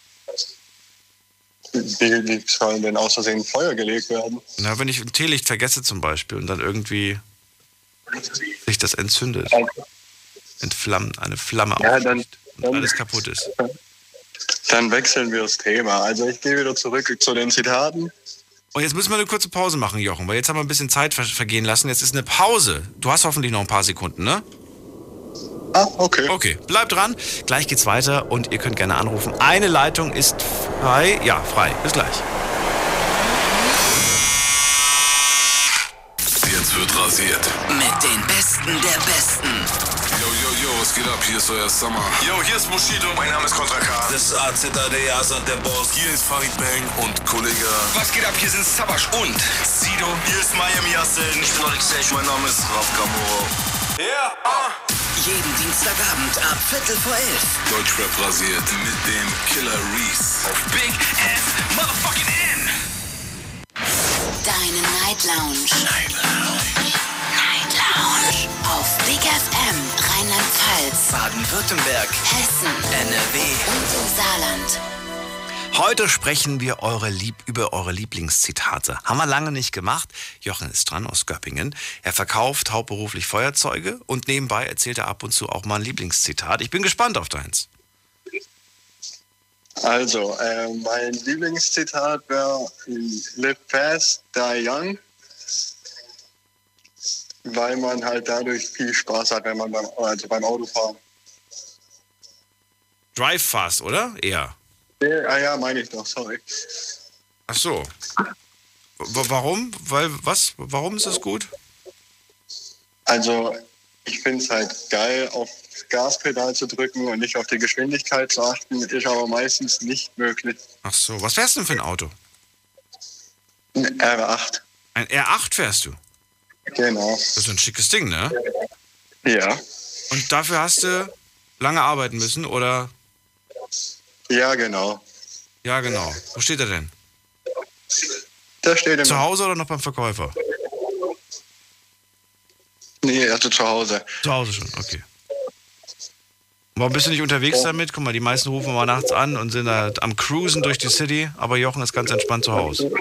Wie sollen denn aus Versehen Feuer gelegt werden? Na, wenn ich ein Teelicht vergesse zum Beispiel und dann irgendwie sich das entzündet. Entflammen, eine Flamme aufsticht und alles kaputt ist. Dann wechseln wir das Thema. Also ich gehe wieder zurück zu den Zitaten. Und jetzt müssen wir eine kurze Pause machen, Jochen, weil jetzt haben wir ein bisschen Zeit vergehen lassen. Jetzt ist eine Pause. Du hast hoffentlich noch ein paar Sekunden, ne? Ah, okay. Okay, bleibt dran. Gleich geht's weiter und ihr könnt gerne anrufen. Eine Leitung ist frei. Ja, frei. Bis gleich. Jetzt wird rasiert. Mit den Besten der Besten. Yo, was geht ab? Hier ist euer Summer. Yo, hier ist Bushido. Mein Name ist Contra K. Das ist AZAD, Asad, der Boss. Hier ist Farid Bang und Kollege. Was geht ab? Hier sind Sabash und Sido. Hier ist Miami Yassin. Ich bin Alexej. Mein Name ist Raf Kamoro. Yeah, Jeden Dienstagabend ab 11:15. Deutschrap rasiert mit dem Killer Reese. Auf Big F Motherfucking N. Deine Night Lounge. Night Lounge. Auf Big FM Rheinland-Pfalz, Baden-Württemberg, Hessen, NRW und im Saarland. Heute sprechen wir über eure Lieblingszitate. Haben wir lange nicht gemacht. Jochen ist dran aus Göppingen. Er verkauft hauptberuflich Feuerzeuge und nebenbei erzählt er ab und zu auch mal ein Lieblingszitat. Ich bin gespannt auf deins. Also, mein Lieblingszitat wäre Live fast, die young. Weil man halt dadurch viel Spaß hat, wenn man beim Autofahren. Drive fast, oder? Eher. Ja, meine ich doch, sorry. Ach so. Warum? Warum ist das gut? Also, ich finde es halt geil, auf das Gaspedal zu drücken und nicht auf die Geschwindigkeit zu achten, ist aber meistens nicht möglich. Ach so. Was wär's denn für ein Auto? Ein R8. Ein R8 fährst du? Genau. Das ist ein schickes Ding, ne? Ja. Und dafür hast du lange arbeiten müssen, oder? Ja, genau. Ja, genau. Wo steht er denn? Da steht er zu Hause oder noch beim Verkäufer? Nee, er ist zu Hause. Zu Hause schon, okay. Warum bist du nicht unterwegs damit? Guck mal, die meisten rufen mal nachts an und sind da am Cruisen durch die City, aber Jochen ist ganz entspannt zu Hause.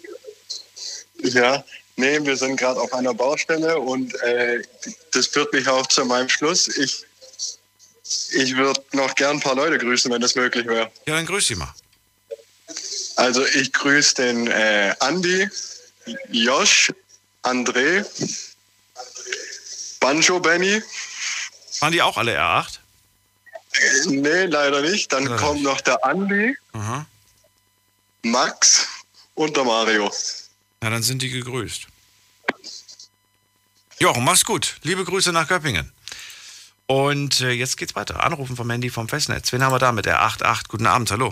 Ja, nee, wir sind gerade auf einer Baustelle und das führt mich auch zu meinem Schluss. Ich würde noch gern ein paar Leute grüßen, wenn das möglich wäre. Ja, dann grüß die mal. Also ich grüße den Andi, Josh, André, Banjo Benny. Waren die auch alle R8? Nee, leider nicht. Dann kommt noch der Andi, Max und der Mario. Ja, dann sind die gegrüßt. Jochen, mach's gut. Liebe Grüße nach Göppingen. Und jetzt geht's weiter. Anrufen vom Handy vom Festnetz. Wen haben wir da mit der 88? Guten Abend, hallo.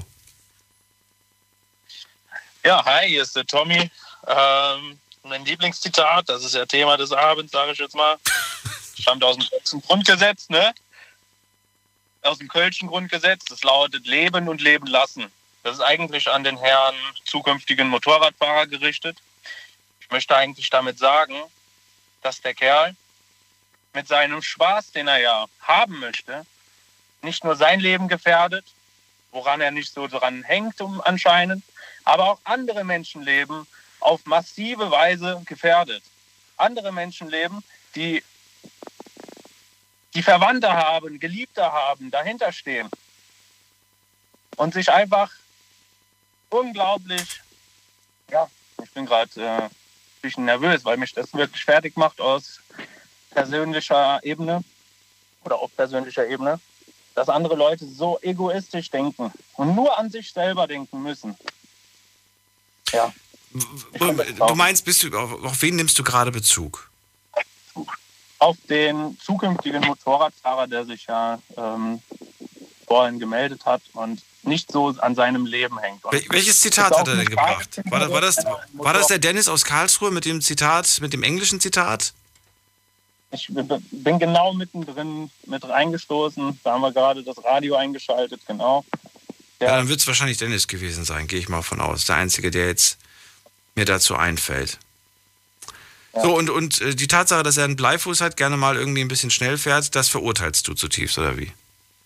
Ja, hi, hier ist der Tommy. Mein Lieblingszitat, das ist ja Thema des Abends, sage ich jetzt mal. Stammt aus dem Grundgesetz, ne? Aus dem Kölschen Grundgesetz. Das lautet Leben und Leben lassen. Das ist eigentlich an den Herrn zukünftigen Motorradfahrer gerichtet. Ich möchte eigentlich damit sagen, dass der Kerl mit seinem Spaß, den er ja haben möchte, nicht nur sein Leben gefährdet, woran er nicht so dran hängt anscheinend, aber auch andere Menschenleben auf massive Weise gefährdet. Andere Menschenleben, die Verwandte haben, Geliebte haben, dahinter stehen und sich einfach unglaublich, ja, ich bin gerade ein bisschen nervös, weil mich das wirklich fertig macht aus persönlicher Ebene oder auf persönlicher Ebene, dass andere Leute so egoistisch denken und nur an sich selber denken müssen. Ja. Du meinst, auf wen nimmst du gerade Bezug? Auf den zukünftigen Motorradfahrer, der sich ja vorhin gemeldet hat und nicht so an seinem Leben hängt. Welches Zitat hat er denn gebracht? War das der Dennis aus Karlsruhe mit dem Zitat, mit dem englischen Zitat? Ich bin genau mittendrin mit reingestoßen. Da haben wir gerade das Radio eingeschaltet, genau. Ja, dann wird es wahrscheinlich Dennis gewesen sein, gehe ich mal von aus. Der Einzige, der jetzt mir dazu einfällt. Ja. So, und die Tatsache, dass er einen Bleifuß hat, gerne mal irgendwie ein bisschen schnell fährt, das verurteilst du zutiefst, oder wie?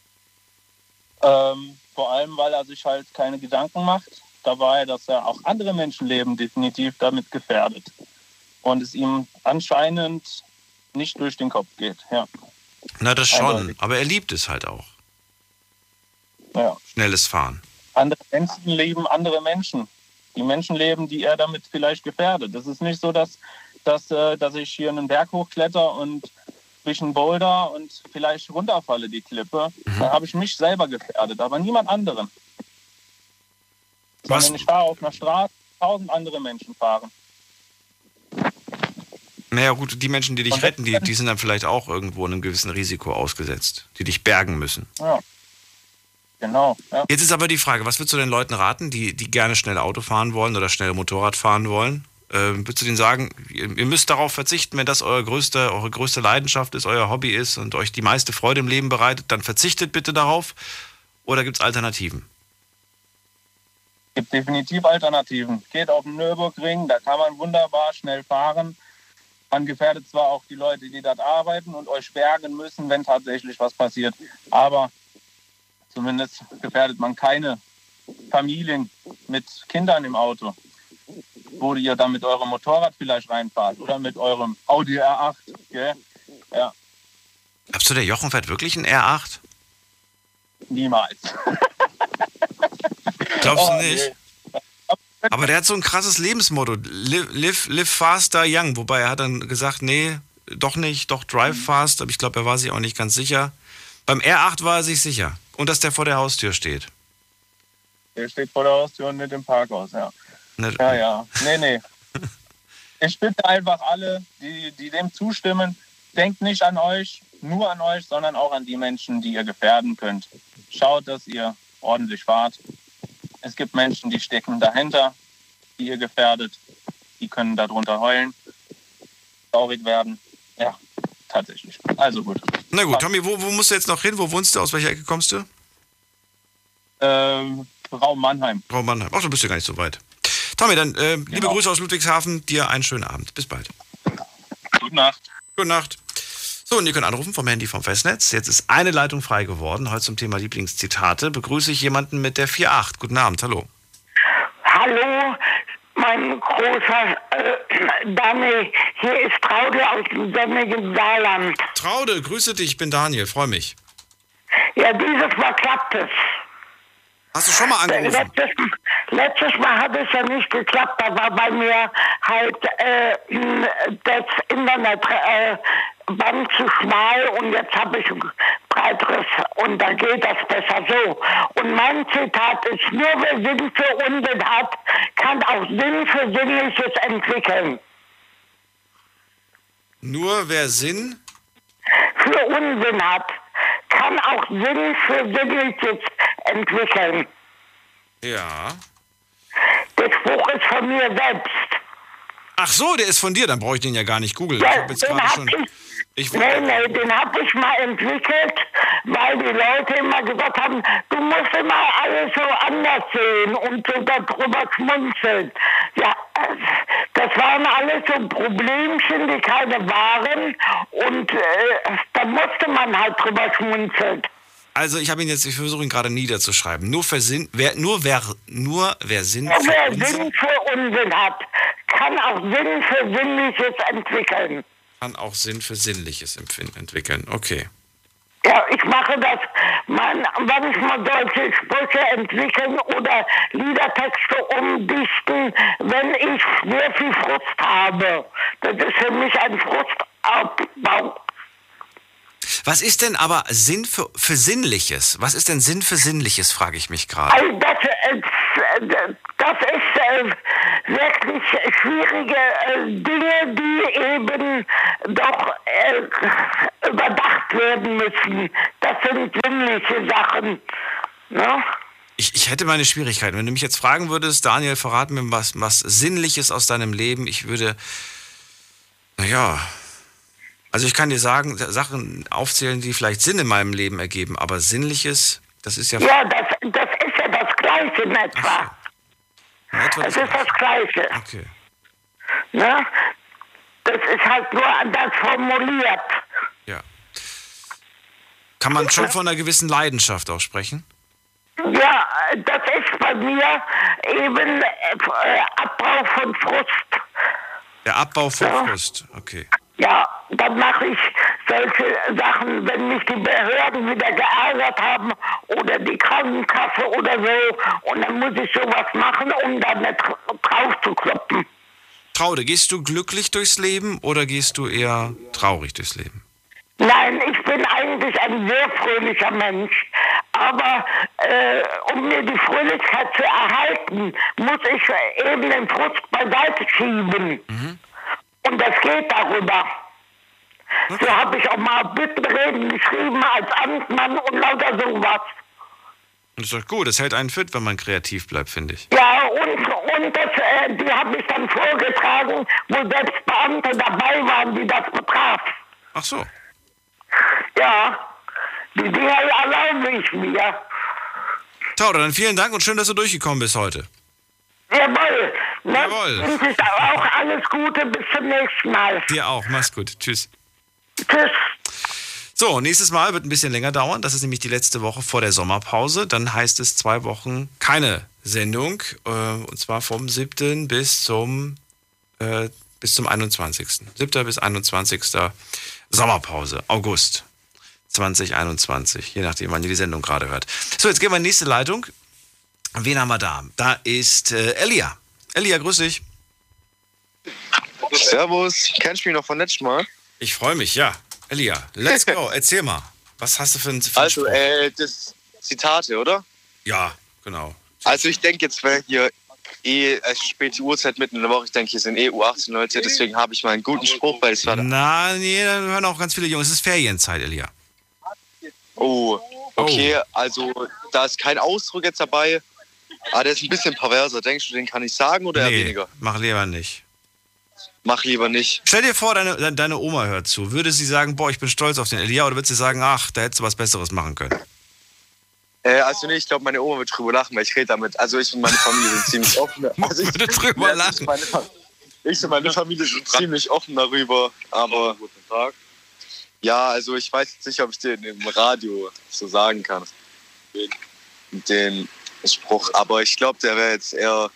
Vor allem, weil er sich halt keine Gedanken macht dabei, dass er auch andere Menschenleben definitiv damit gefährdet. Und es ihm anscheinend nicht durch den Kopf geht, ja. Na, das schon, eindeutig. Aber er liebt es halt auch. Ja. Schnelles Fahren. Andere Menschen leben andere Menschen. Die Menschen leben, die er damit vielleicht gefährdet. Das ist nicht so, dass ich hier einen Berg hochkletter und zwischen Boulder und vielleicht runterfalle die Klippe. Dann habe ich mich selber gefährdet, aber niemand anderen. Sondern ich fahre auf einer Straße, 1000 andere Menschen fahren. Naja gut, die Menschen, die dich retten, die sind dann vielleicht auch irgendwo einem gewissen Risiko ausgesetzt, die dich bergen müssen. Ja. Genau. Ja. Jetzt ist aber die Frage, was würdest du den Leuten raten, die gerne schnell Auto fahren wollen oder schnell Motorrad fahren wollen? Würdest du denen sagen, ihr müsst darauf verzichten, wenn das eure größte Leidenschaft ist, euer Hobby ist und euch die meiste Freude im Leben bereitet, dann verzichtet bitte darauf? Oder gibt es Alternativen? Es gibt definitiv Alternativen. Geht auf den Nürburgring, da kann man wunderbar schnell fahren. Man gefährdet zwar auch die Leute, die dort arbeiten und euch bergen müssen, wenn tatsächlich was passiert, aber zumindest gefährdet man keine Familien mit Kindern im Auto, wo ihr dann mit eurem Motorrad vielleicht reinfahrt oder mit eurem Audi R8. Gell? Ja. Glaubst du, der Jochen fährt wirklich ein R8? Niemals. Glaubst du nicht? Nee. Aber der hat so ein krasses Lebensmotto. Live faster young. Wobei er hat dann gesagt, nee, doch nicht, doch drive fast. Aber ich glaube, er war sich auch nicht ganz sicher. Beim R8 war er sich sicher. Und dass der vor der Haustür steht. Der steht vor der Haustür und nicht im Parkhaus, ja. Ja. Nee. Ich bitte einfach alle, die dem zustimmen, denkt nicht an euch, nur an euch, sondern auch an die Menschen, die ihr gefährden könnt. Schaut, dass ihr ordentlich fahrt. Es gibt Menschen, die stecken dahinter, die ihr gefährdet. die können darunter heulen, traurig werden. Ja, tatsächlich. Also gut. Na gut, Tommy, wo musst du jetzt noch hin? Wo wohnst du? Aus welcher Ecke kommst du? Raum Mannheim. Raum Mannheim. Ach, du bist ja gar nicht so weit. Tommy, dann liebe Grüße aus Ludwigshafen. Dir einen schönen Abend. Bis bald. Gute Nacht. Gute Nacht. So, und ihr könnt anrufen vom Handy vom Festnetz. Jetzt ist eine Leitung frei geworden. Heute zum Thema Lieblingszitate. Begrüße ich jemanden mit der 48. Guten Abend, hallo. Hallo, mein großer Daniel. Hier ist Traude aus dem sonnigen Saarland. Traude, grüße dich. Ich bin Daniel. Freue mich. Ja, dieses Mal klappt es. Hast du schon mal angerufen? Letztes Mal hat es ja nicht geklappt. Da war bei mir halt das Internetband zu schmal und jetzt habe ich ein breiteres und da geht das besser so. Und mein Zitat ist, nur wer Sinn für Unsinn hat, kann auch Sinn für Sinnliches entwickeln. Nur wer Sinn für Unsinn hat, kann auch Sinn für Sinnliches entwickeln. Ja. Der Spruch ist von mir selbst. Ach so, der ist von dir, dann brauche ich den ja gar nicht googeln. Ja, ich habe jetzt gerade schon. den habe ich mal entwickelt, weil die Leute immer gesagt haben, du musst immer alles so anders sehen und so darüber schmunzeln. Ja, das waren alles so Problemchen, die keine waren und da musste man halt drüber schmunzeln. Also ich versuche ihn gerade niederzuschreiben. Nur wer Sinn für Sinn für Unsinn hat, kann auch Sinn für Sinnliches entwickeln. Kann auch Sinn für Sinnliches entwickeln. Okay. Ja, ich mache das manchmal solche Sprüche entwickeln oder Liedertexte umdichten, wenn ich sehr viel Frust habe. Das ist für mich ein Frustabbau. Was ist denn aber Sinn für Sinnliches? Was ist denn Sinn für Sinnliches, frage ich mich gerade. Also das ist wirklich schwierige Dinge, die eben doch überdacht werden müssen. Das sind sinnliche Sachen. Ne? Ich hätte meine Schwierigkeiten. Wenn du mich jetzt fragen würdest, Daniel, verrat mir was Sinnliches aus deinem Leben, ich würde, also ich kann dir sagen, Sachen aufzählen, die vielleicht Sinn in meinem Leben ergeben, aber Sinnliches, das ist ja... Ja, das ist ja das Gleiche in etwa. Es ist das Gleiche. Okay. Ne? Das ist halt nur anders formuliert. Ja. Kann man schon von einer gewissen Leidenschaft auch sprechen? Ja, das ist bei mir eben Abbau von Frust. Der Abbau von Frust, okay. Ja, dann mache ich solche Sachen, wenn mich die Behörden wieder geärgert haben oder die Krankenkasse oder so. Und dann muss ich sowas machen, um dann nicht drauf zu kloppen. Traude, gehst du glücklich durchs Leben oder gehst du eher traurig durchs Leben? Nein, ich bin eigentlich ein sehr fröhlicher Mensch. Aber um mir die Fröhlichkeit zu erhalten, muss ich eben den Frust beiseite schieben. Mhm. Und das geht darüber. Okay. So habe ich auch mal Bittenreden geschrieben als Amtmann und lauter sowas. Das ist doch gut, das hält einen fit, wenn man kreativ bleibt, finde ich. Ja, und die habe ich dann vorgetragen, wo selbst Beamte dabei waren, die das betraf. Ach so. Ja, die erlaube ich mir. Traude, dann vielen Dank und schön, dass du durchgekommen bist heute. Jawohl. Ne? Jawohl. Und ich auch alles Gute, bis zum nächsten Mal. Dir auch, mach's gut. Tschüss. Tschüss. So, nächstes Mal wird ein bisschen länger dauern. Das ist nämlich die letzte Woche vor der Sommerpause. Dann heißt es 2 Wochen keine Sendung. Und zwar vom 7. bis zum 21. 7. bis 21. Sommerpause, August 2021. Je nachdem, wann ihr die Sendung gerade hört. So, jetzt gehen wir in die nächste Leitung. Wen haben wir da? Da ist Elia. Elia, grüß dich. Servus, kennst du mich noch von letztem Mal? Ich freue mich, ja. Elia, let's go. Erzähl mal. Was hast du für ein Also, das Zitate, oder? Ja, genau. Also ich denke, jetzt wäre hier späte Uhrzeit mitten in der Woche. Ich denke, hier sind U18 Leute, deswegen habe ich mal einen guten Spruch, weil es war... Nee, da hören auch ganz viele Jungs. Es ist Ferienzeit, Elia. Oh, okay. Also da ist kein Ausdruck jetzt dabei. Aber der ist ein bisschen perverser. Denkst du, den kann ich sagen oder eher weniger? Mach lieber nicht. mach lieber nicht. Stell dir vor, deine Oma hört zu. Würde sie sagen, boah, ich bin stolz auf den Elia, oder würde sie sagen, ach, da hättest du was Besseres machen können? Also nee, ich glaube, meine Oma wird drüber lachen, weil ich rede damit. Also ich und meine Familie sind ziemlich offen. Also würde drüber lachen. Ich und meine Familie sind ziemlich offen darüber, aber guten Tag. Ja, also ich weiß jetzt nicht, ob ich den im Radio so sagen kann. Den Spruch, aber ich glaube, der wäre jetzt eher...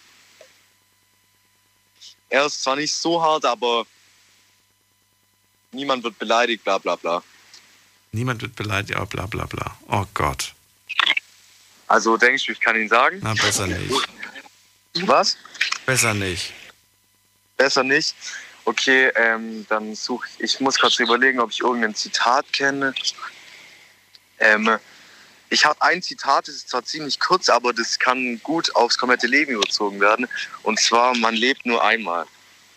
Er ist zwar nicht so hart, aber niemand wird beleidigt, bla bla bla. Niemand wird beleidigt, ja, bla bla bla. Oh Gott. Also denkst du, ich kann ihn sagen? Na, besser nicht. Was? Besser nicht. Besser nicht? Okay, dann suche ich muss gerade überlegen, ob ich irgendein Zitat kenne. Ich habe ein Zitat, das ist zwar ziemlich kurz, aber das kann gut aufs komplette Leben überzogen werden. Und zwar, man lebt nur einmal.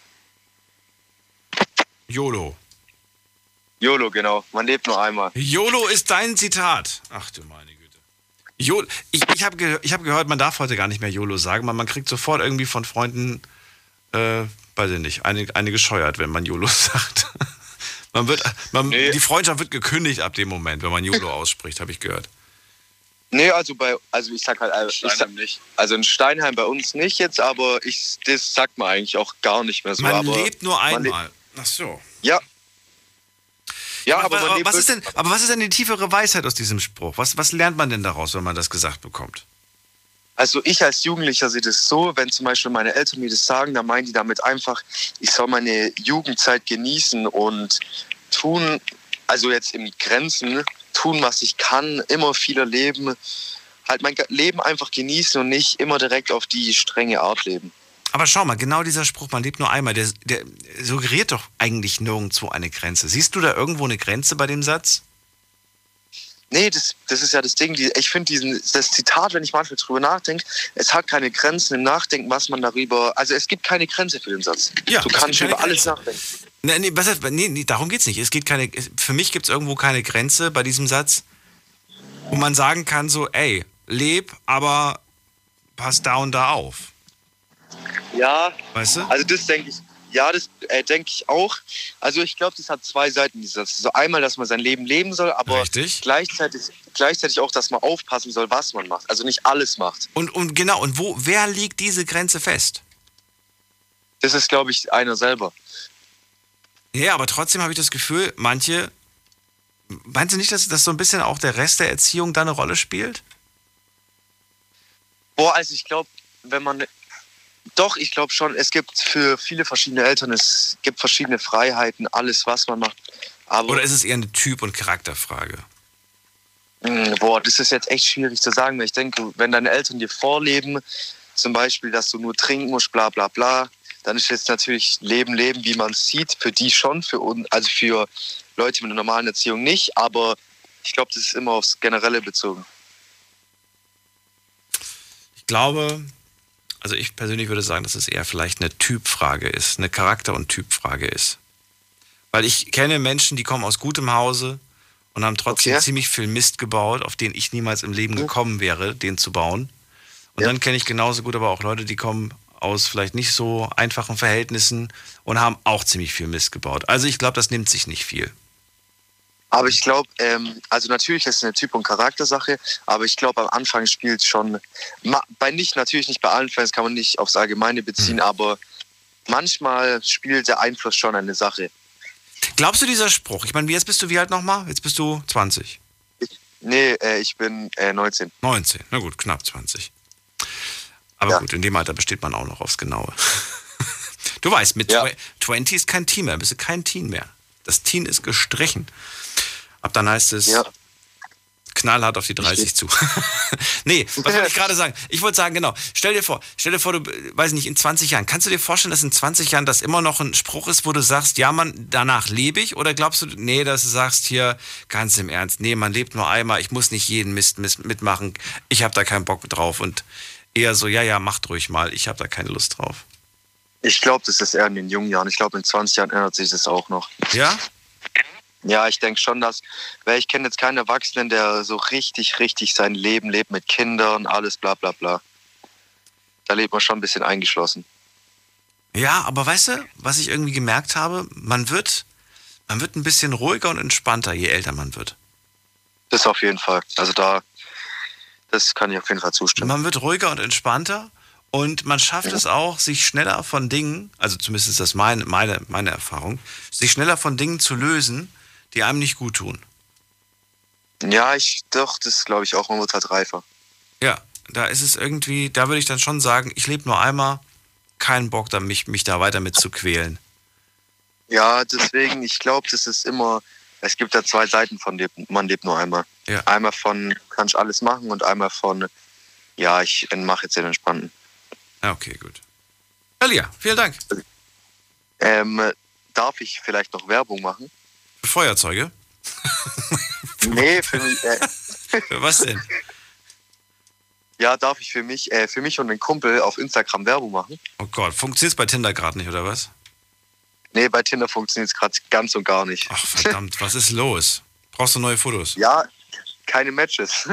YOLO. YOLO, genau. Man lebt nur einmal. YOLO ist dein Zitat. Ach du meine Güte. YOLO. Ich hab gehört, man darf heute gar nicht mehr YOLO sagen. Man kriegt sofort irgendwie von Freunden, weiß ich nicht, eine gescheuert, wenn man YOLO sagt. Die Freundschaft wird gekündigt ab dem Moment, wenn man YOLO ausspricht, habe ich gehört. Nee, also ich sag halt, nicht. Also in Steinheim bei uns nicht jetzt, aber das sagt man eigentlich auch gar nicht mehr so. Man lebt nur einmal. Ach so. Ja. Ja, aber was ist denn die tiefere Weisheit aus diesem Spruch? Was lernt man denn daraus, wenn man das gesagt bekommt? Also ich als Jugendlicher sehe das so, wenn zum Beispiel meine Eltern mir das sagen, dann meinen die damit einfach, ich soll meine Jugendzeit genießen und tun, also jetzt im Grenzen, tun, was ich kann, immer viel erleben, halt mein Leben einfach genießen und nicht immer direkt auf die strenge Art leben. Aber schau mal, genau dieser Spruch, man lebt nur einmal, der suggeriert doch eigentlich nirgendwo eine Grenze. Siehst du da irgendwo eine Grenze bei dem Satz? Nee, das ist ja das Ding. Ich finde das Zitat, wenn ich manchmal drüber nachdenke, es hat keine Grenzen im Nachdenken, was man darüber... Also es gibt keine Grenze für den Satz. Ja, du kannst über alles nachdenken. Nee, darum geht's nicht. Für mich gibt es irgendwo keine Grenze bei diesem Satz, wo man sagen kann so, ey, leb, aber pass da und da auf. Ja, weißt du? Also das denke ich, ja, das denke ich auch. Also ich glaube, das hat zwei Seiten, dieser Satz. Also einmal, dass man sein Leben leben soll, aber gleichzeitig auch, dass man aufpassen soll, was man macht. Also nicht alles macht. Und genau, und wer legt diese Grenze fest? Das ist, glaube ich, einer selber. Ja, aber trotzdem habe ich das Gefühl, meinst du nicht, dass so ein bisschen auch der Rest der Erziehung da eine Rolle spielt? Boah, also ich glaube, ich glaube schon, es gibt für viele verschiedene Eltern, es gibt verschiedene Freiheiten, alles, was man macht. Aber oder ist es eher eine Typ- und Charakterfrage? Boah, das ist jetzt echt schwierig zu sagen, weil ich denke, wenn deine Eltern dir vorleben, zum Beispiel, dass du nur trinken musst, bla bla bla, dann ist jetzt natürlich Leben, wie man es sieht, für die schon, für Leute mit einer normalen Erziehung nicht, aber ich glaube, das ist immer aufs Generelle bezogen. Ich glaube, also ich persönlich würde sagen, dass es eher vielleicht eine Typfrage ist, eine Charakter- und Typfrage ist. Weil ich kenne Menschen, die kommen aus gutem Hause und haben trotzdem ziemlich viel Mist gebaut, auf den ich niemals im Leben gekommen wäre, den zu bauen. Und dann kenne ich genauso gut aber auch Leute, die kommen aus vielleicht nicht so einfachen Verhältnissen und haben auch ziemlich viel Mist gebaut. Also ich glaube, das nimmt sich nicht viel. Aber ich glaube, also natürlich ist es eine Typ- und Charaktersache, aber ich glaube, am Anfang spielt schon, natürlich nicht bei allen Fans, kann man nicht aufs Allgemeine beziehen, aber manchmal spielt der Einfluss schon eine Sache. Glaubst du, dieser Spruch, ich meine, jetzt bist du wie alt nochmal? Jetzt bist du 20? Ich bin 19. 19, na gut, knapp 20. Aber gut, in dem Alter besteht man auch noch aufs Genaue. Du weißt, mit 20 ist kein Teen mehr, bist du kein Teen mehr. Das Teen ist gestrichen. Ab dann heißt es knallhart auf die 30 zu. Nee, was wollte ich gerade sagen? Ich wollte sagen, genau, stell dir vor, du, weiß nicht, in 20 Jahren, kannst du dir vorstellen, dass in 20 Jahren das immer noch ein Spruch ist, wo du sagst, ja, Mann, danach lebe ich? Oder glaubst du, nee, dass du sagst hier, ganz im Ernst, nee, man lebt nur einmal, ich muss nicht jeden Mist mitmachen, ich habe da keinen Bock drauf und eher so, ja, macht ruhig mal, ich habe da keine Lust drauf. Ich glaube, das ist eher in den jungen Jahren. Ich glaube, in 20 Jahren ändert sich das auch noch. Ja? Ja, ich denke schon, weil ich kenne jetzt keinen Erwachsenen, der so richtig sein Leben lebt mit Kindern, alles bla bla bla. Da lebt man schon ein bisschen eingeschlossen. Ja, aber weißt du, was ich irgendwie gemerkt habe, man wird ein bisschen ruhiger und entspannter, je älter man wird. Das auf jeden Fall. Also das kann ich auf jeden Fall zustimmen. Man wird ruhiger und entspannter und man schafft es auch, sich schneller von Dingen, also zumindest ist das meine Erfahrung, sich schneller von Dingen zu lösen, die einem nicht gut tun. Ja, das glaube ich auch, man wird halt reifer. Ja, da ist es irgendwie, da würde ich dann schon sagen, ich lebe nur einmal, keinen Bock, mich da weiter mit zu quälen. Ja, deswegen, ich glaube, das ist immer, es gibt ja zwei Seiten von man lebt nur einmal. Ja. Einmal von, kann ich alles machen und einmal von, ja, ich mache jetzt den Entspannten. Okay, gut. Elia, vielen Dank. Darf ich vielleicht noch Werbung machen? Für Feuerzeuge? Nee, für mich. Für was denn? Ja, darf ich für mich und den Kumpel auf Instagram Werbung machen? Oh Gott, funktioniert es bei Tinder gerade nicht, oder was? Nee, bei Tinder funktioniert es gerade ganz und gar nicht. Ach verdammt, was ist los? Brauchst du neue Fotos? Ja, keine Matches.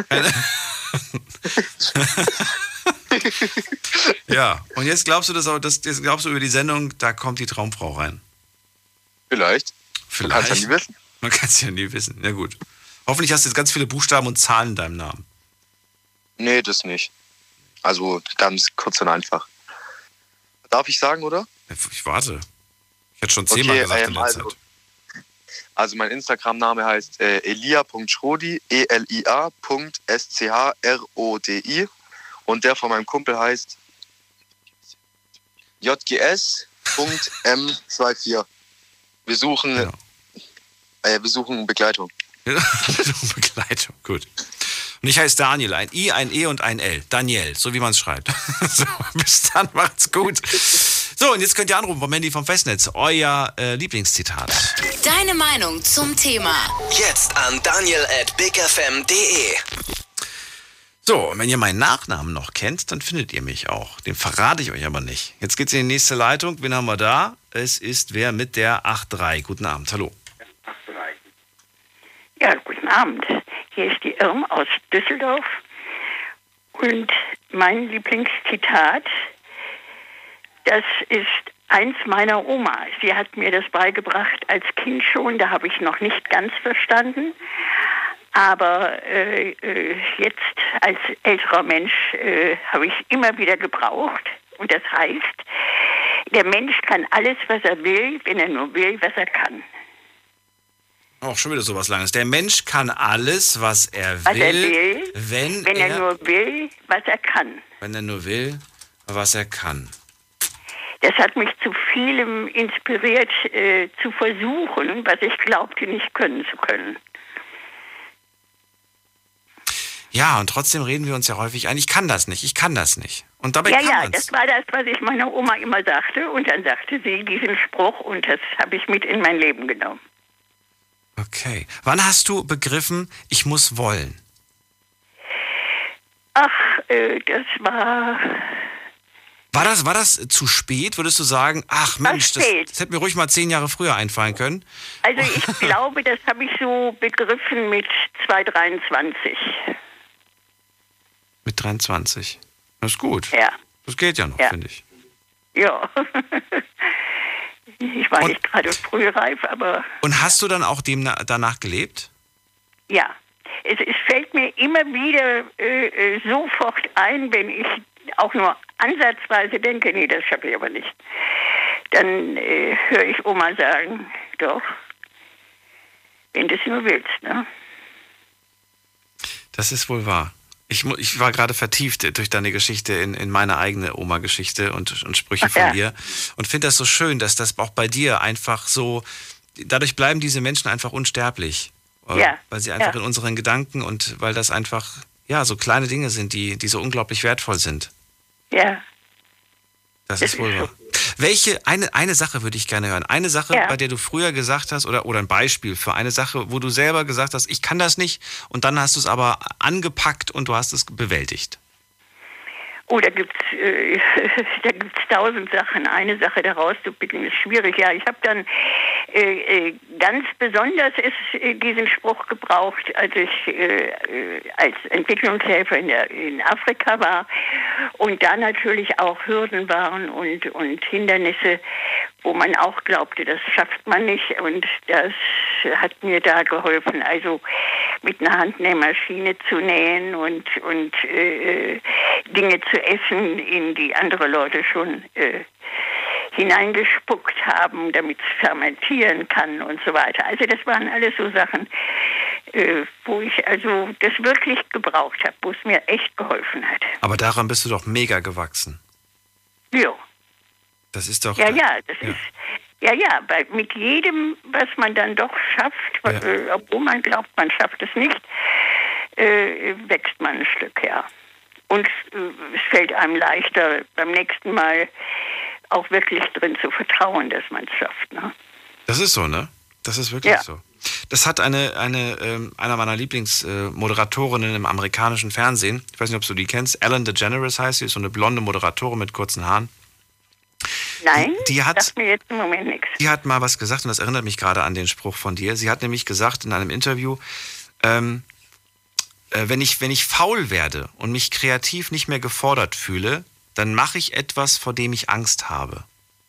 Ja, und jetzt glaubst du jetzt glaubst du über die Sendung, da kommt die Traumfrau rein? Vielleicht. Man kann es ja nie wissen. Man kann es ja nie wissen, na gut. Hoffentlich hast du jetzt ganz viele Buchstaben und Zahlen in deinem Namen. Nee, das nicht. Also ganz kurz und einfach. Darf ich sagen, oder? Ich warte. Ich hätte schon 10-mal gesagt in der Zeit. Also mein Instagram-Name heißt elia.schrodi, elia.schrodi und der von meinem Kumpel heißt jgs.m24. Wir suchen Begleitung. Begleitung, gut. Und ich heiße Daniel, ein I, ein E und ein L. Daniel, so wie man es schreibt. So, bis dann, macht's gut. So, und jetzt könnt ihr anrufen vom Handy vom Festnetz. Euer Lieblingszitat. Deine Meinung zum Thema. Jetzt an daniel@bigfm.de. So, und wenn ihr meinen Nachnamen noch kennt, dann findet ihr mich auch. Den verrate ich euch aber nicht. Jetzt geht's in die nächste Leitung. Wen haben wir da? Es ist wer mit der 8.3. Guten Abend, hallo. Ja, guten Abend. Hier ist die Irm aus Düsseldorf. Und mein Lieblingszitat, das ist eins meiner Oma. Sie hat mir das beigebracht als Kind schon, da habe ich noch nicht ganz verstanden. Aber jetzt als älterer Mensch habe ich es immer wieder gebraucht. Und das heißt, der Mensch kann alles, was er will, wenn er nur will, was er kann. Auch schon wieder sowas Langes. Der Mensch kann alles, was er will, wenn er nur will, was er kann. Wenn er nur will, was er kann. Das hat mich zu vielem inspiriert, zu versuchen, was ich glaubte, nicht können zu können. Ja, und trotzdem reden wir uns ja häufig ein, ich kann das nicht. Und dabei kann man's. Das war das, was ich meiner Oma immer sagte. Und dann sagte sie diesen Spruch und das habe ich mit in mein Leben genommen. Okay. Wann hast du begriffen, ich muss wollen? Ach, das war... War das zu spät? Würdest du sagen, ach Mensch, das hätte mir ruhig mal 10 Jahre früher einfallen können? Also ich glaube, das habe ich so begriffen mit 23. Mit 23. Das ist gut. Ja. Das geht ja noch, finde ich. Ja. Ich war nicht gerade frühreif, aber... Und hast du dann auch danach gelebt? Ja. Es fällt mir immer wieder sofort ein, wenn ich auch nur ansatzweise denke, nee, das schaffe ich aber nicht. Dann höre ich Oma sagen, doch, wenn du es nur willst, ne? Das ist wohl wahr. Ich war gerade vertieft durch deine Geschichte in meine eigene Oma-Geschichte und Sprüche von ihr und finde das so schön, dass das auch bei dir einfach so, dadurch bleiben diese Menschen einfach unsterblich, weil sie einfach in unseren Gedanken und weil das einfach, so kleine Dinge sind, die so unglaublich wertvoll sind. Ja. Das ist wohl wahr. Eine Sache würde ich gerne hören. Eine Sache, bei der du früher gesagt hast, oder ein Beispiel für eine Sache, wo du selber gesagt hast, ich kann das nicht, und dann hast du es aber angepackt und du hast es bewältigt. Oh, da gibt's 1000 Sachen. Eine Sache da rauszupicken ist schwierig. Ja, ich habe dann ganz besonders diesen Spruch gebraucht, als ich als Entwicklungshelfer in Afrika war und da natürlich auch Hürden waren und Hindernisse, wo man auch glaubte, das schafft man nicht, und das hat mir da geholfen. Also mit einer Handnähmaschine zu nähen und Dinge zu essen, in die andere Leute schon hineingespuckt haben, damit es fermentieren kann und so weiter. Also das waren alles so Sachen, wo ich also das wirklich gebraucht habe, wo es mir echt geholfen hat. Aber daran bist du doch mega gewachsen. Ja. Das ist doch... Ja, das ist... Ja, weil mit jedem, was man dann doch schafft, obwohl man glaubt, man schafft es nicht, wächst man ein Stück, ja. Und es fällt einem leichter, beim nächsten Mal auch wirklich drin zu vertrauen, dass man es schafft. Ne? Das ist so, ne? Das ist wirklich so. Das hat einer meiner Lieblingsmoderatorinnen im amerikanischen Fernsehen, ich weiß nicht, ob du die kennst, Ellen DeGeneres heißt sie, ist so eine blonde Moderatorin mit kurzen Haaren. Nein, die sagt mir jetzt im Moment nichts. Die hat mal was gesagt, und das erinnert mich gerade an den Spruch von dir. Sie hat nämlich gesagt in einem Interview, wenn ich faul werde und mich kreativ nicht mehr gefordert fühle, dann mache ich etwas, vor dem ich Angst habe.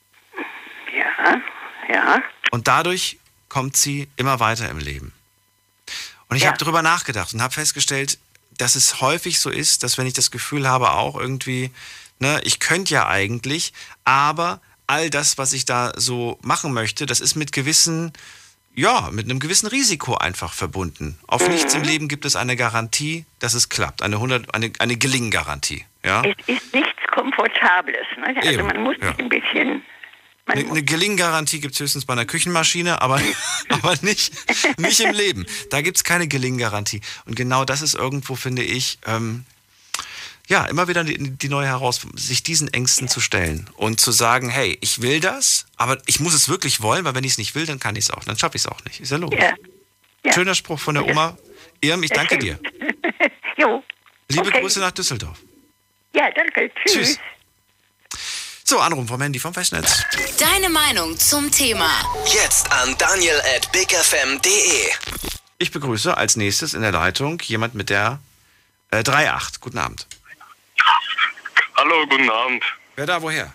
Ja. Und dadurch kommt sie immer weiter im Leben. Und ich habe darüber nachgedacht und habe festgestellt, dass es häufig so ist, dass wenn ich das Gefühl habe, auch irgendwie, ne, ich könnte ja eigentlich, aber all das, was ich da so machen möchte, das ist mit einem gewissen Risiko einfach verbunden. Auf nichts im Leben gibt es eine Garantie, dass es klappt, eine Gelingen-Garantie. Ja? Es ist nichts Komfortables. Ne? Also man muss sich ein bisschen... Eine Gelingen-Garantie gibt es höchstens bei einer Küchenmaschine, aber nicht im Leben. Da gibt es keine Gelingen-Garantie. Und genau das ist irgendwo, finde ich, immer wieder die neue Herausforderung, sich diesen Ängsten zu stellen und zu sagen, hey, ich will das, aber ich muss es wirklich wollen, weil wenn ich es nicht will, dann kann ich es auch, dann schaffe ich es auch nicht. Ist ja logisch. Ja. Schöner Spruch von der Oma. Irm, ich danke dir. Jo. Liebe Grüße nach Düsseldorf. Ja, danke. Tschüss. So, Anruf vom Handy vom Festnetz. Deine Meinung zum Thema. Jetzt an daniel@bigfm.de. Ich begrüße als nächstes in der Leitung jemand mit der 38. Guten Abend. Hallo, guten Abend. Wer da, woher?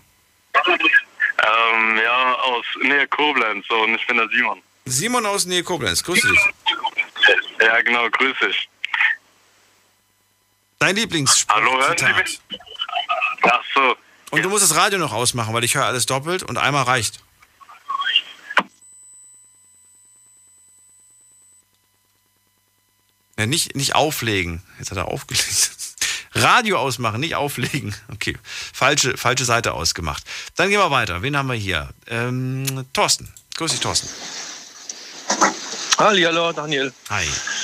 Aus Nähe Koblenz, und ich bin der Simon. Simon aus Nähe Koblenz, grüß dich. Ja, genau, grüß dich. Dein Lieblingsspruch. Hallo, hören Sie mich? Ach so. Und du musst das Radio noch ausmachen, weil ich höre alles doppelt und einmal reicht. Ja, nicht auflegen. Jetzt hat er aufgelegt. Radio ausmachen, nicht auflegen. Okay, falsche Seite ausgemacht. Dann gehen wir weiter. Wen haben wir hier? Thorsten. Grüß dich, Thorsten. Hallo, Daniel. Hi.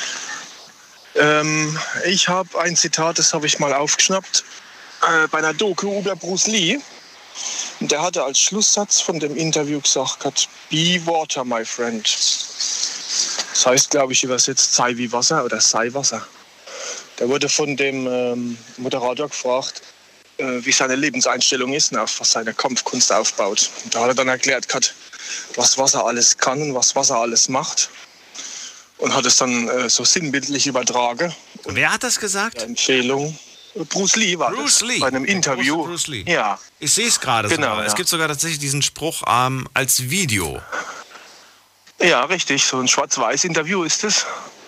Ich habe ein Zitat, das habe ich mal aufgeschnappt, bei einer Doku über Bruce Lee. Und der hatte als Schlusssatz von dem Interview gesagt, be water, my friend. Das heißt, glaube ich, übersetzt, sei wie Wasser oder sei Wasser. Der wurde von dem Moderator gefragt, wie seine Lebenseinstellung ist und auf was seine Kampfkunst aufbaut. Und da hat er dann erklärt, was Wasser alles kann und was Wasser alles macht. Und hat es dann so sinnbildlich übertragen. Wer hat das gesagt? Empfehlung. Bruce Lee war Bruce das. Lee. Bei einem Interview. Bruce Lee. Ja. Ich sehe es gerade genau, sogar. ja. Es gibt sogar tatsächlich diesen Spruch als Video. Ja, richtig. So ein Schwarz-Weiß-Interview ist es.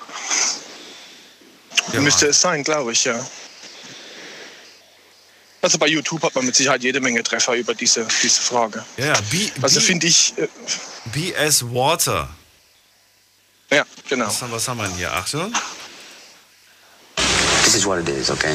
Ja, müsste es sein, glaube ich, ja. Also bei YouTube hat man mit Sicherheit jede Menge Treffer über diese Frage. Ja, also finde ich... Be as water. Ja, genau. Was haben wir denn hier? Achtung. This is what it is, okay?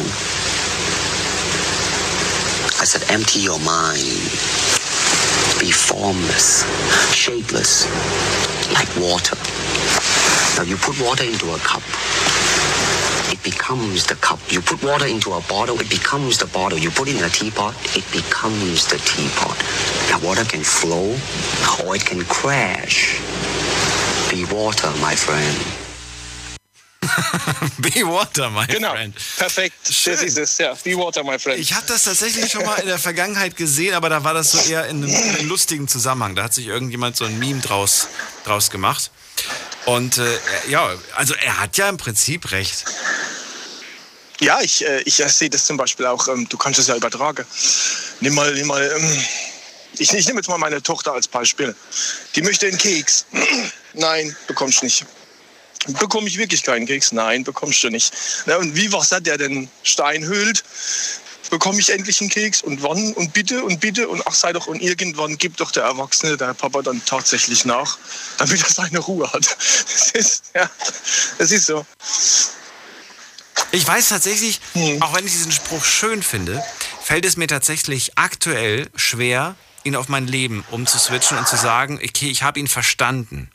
I said, empty your mind. Be formless, shapeless, like water. Now you put water into a cup. It becomes the cup. You put water into a bottle, it becomes the bottle. You put it in a teapot, it becomes the teapot. Now water can flow or it can crash. Be water, my friend. Be water, my genau. friend. Perfekt. Schön. Das ist es, ja. Be water, my friend. Ich habe das tatsächlich schon mal in der Vergangenheit gesehen, aber da war das so eher in einem lustigen Zusammenhang. Da hat sich irgendjemand so ein Meme draus gemacht. Und ja, also er hat ja im Prinzip recht. Ja, ich sehe das zum Beispiel auch, du kannst es ja übertragen. Nimm mal, ich nehme jetzt mal meine Tochter als Beispiel. Die möchte einen Keks. Nein, bekommst du nicht. Bekomme ich wirklich keinen Keks? Nein, bekommst du nicht. Na, und wie Wasser, der den Stein höhlt, bekomme ich endlich einen Keks? Und wann? Und bitte und ach sei doch, und irgendwann gibt doch der Erwachsene, der Papa dann tatsächlich nach, damit er seine Ruhe hat. Das ist so. Ich weiß tatsächlich, auch wenn ich diesen Spruch schön finde, fällt es mir tatsächlich aktuell schwer, ihn auf mein Leben umzuswitchen und zu sagen, okay, ich habe ihn verstanden.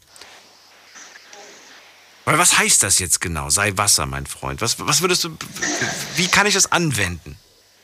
Weil was heißt das jetzt genau? Sei Wasser, mein Freund. Was würdest du, wie kann ich das anwenden?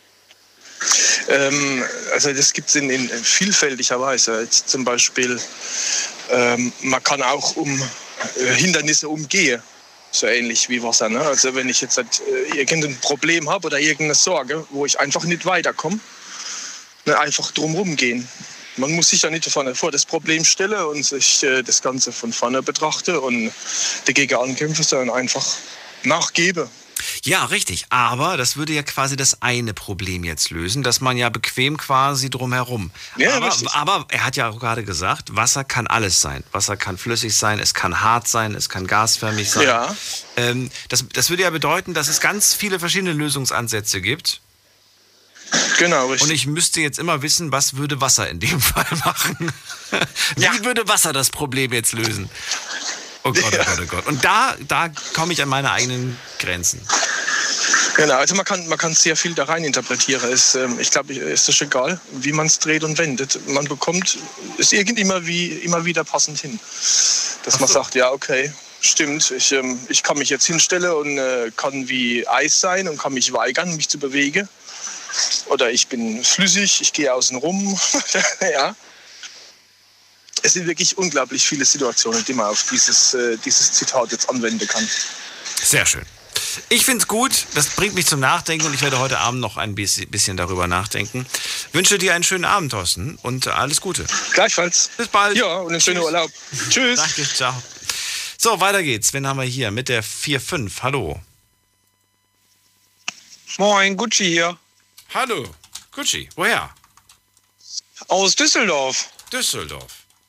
Also das gibt es in vielfältiger Weise. Jetzt zum Beispiel, man kann auch Hindernisse umgehen. So ähnlich wie Wasser. Ne? Also wenn ich jetzt irgendein Problem habe oder irgendeine Sorge, wo ich einfach nicht weiterkomme, ne, einfach drumherum gehen. Man muss sich ja nicht vor das Problem stellen und sich das Ganze von vorne betrachten und dagegen ankämpfen, sondern einfach nachgeben. Ja, richtig. Aber das würde ja quasi das eine Problem jetzt lösen, dass man ja bequem quasi drumherum. Ja, aber er hat ja auch gerade gesagt, Wasser kann alles sein. Wasser kann flüssig sein, es kann hart sein, es kann gasförmig sein. Ja. Das würde ja bedeuten, dass es ganz viele verschiedene Lösungsansätze gibt. Genau, richtig. Und ich müsste jetzt immer wissen, was würde Wasser in dem Fall machen? Wie würde Wasser das Problem jetzt lösen? Oh Gott, oh Gott, oh Gott. Und da komme ich an meine eigenen Grenzen. Genau, also man kann sehr viel da rein interpretieren. Ich glaube, es ist egal, wie man es dreht und wendet. Man bekommt es immer wieder passend hin. Dass man sagt, ja, okay, stimmt, ich kann mich jetzt hinstellen und kann wie Eis sein und kann mich weigern, mich zu bewegen. Oder ich bin flüssig, ich gehe außen rum. Ja. Es sind wirklich unglaublich viele Situationen, die man auf dieses Zitat jetzt anwenden kann. Sehr schön. Ich finde es gut, das bringt mich zum Nachdenken und ich werde heute Abend noch ein bisschen darüber nachdenken. Wünsche dir einen schönen Abend, Thorsten, und alles Gute. Gleichfalls. Bis bald. Ja, und einen schönen Urlaub. Tschüss. Danke, ciao. So, weiter geht's. Wen haben wir hier mit der 4-5? Hallo. Moin, Gucci hier. Hallo, Gucci. Woher? Aus Düsseldorf. Düsseldorf.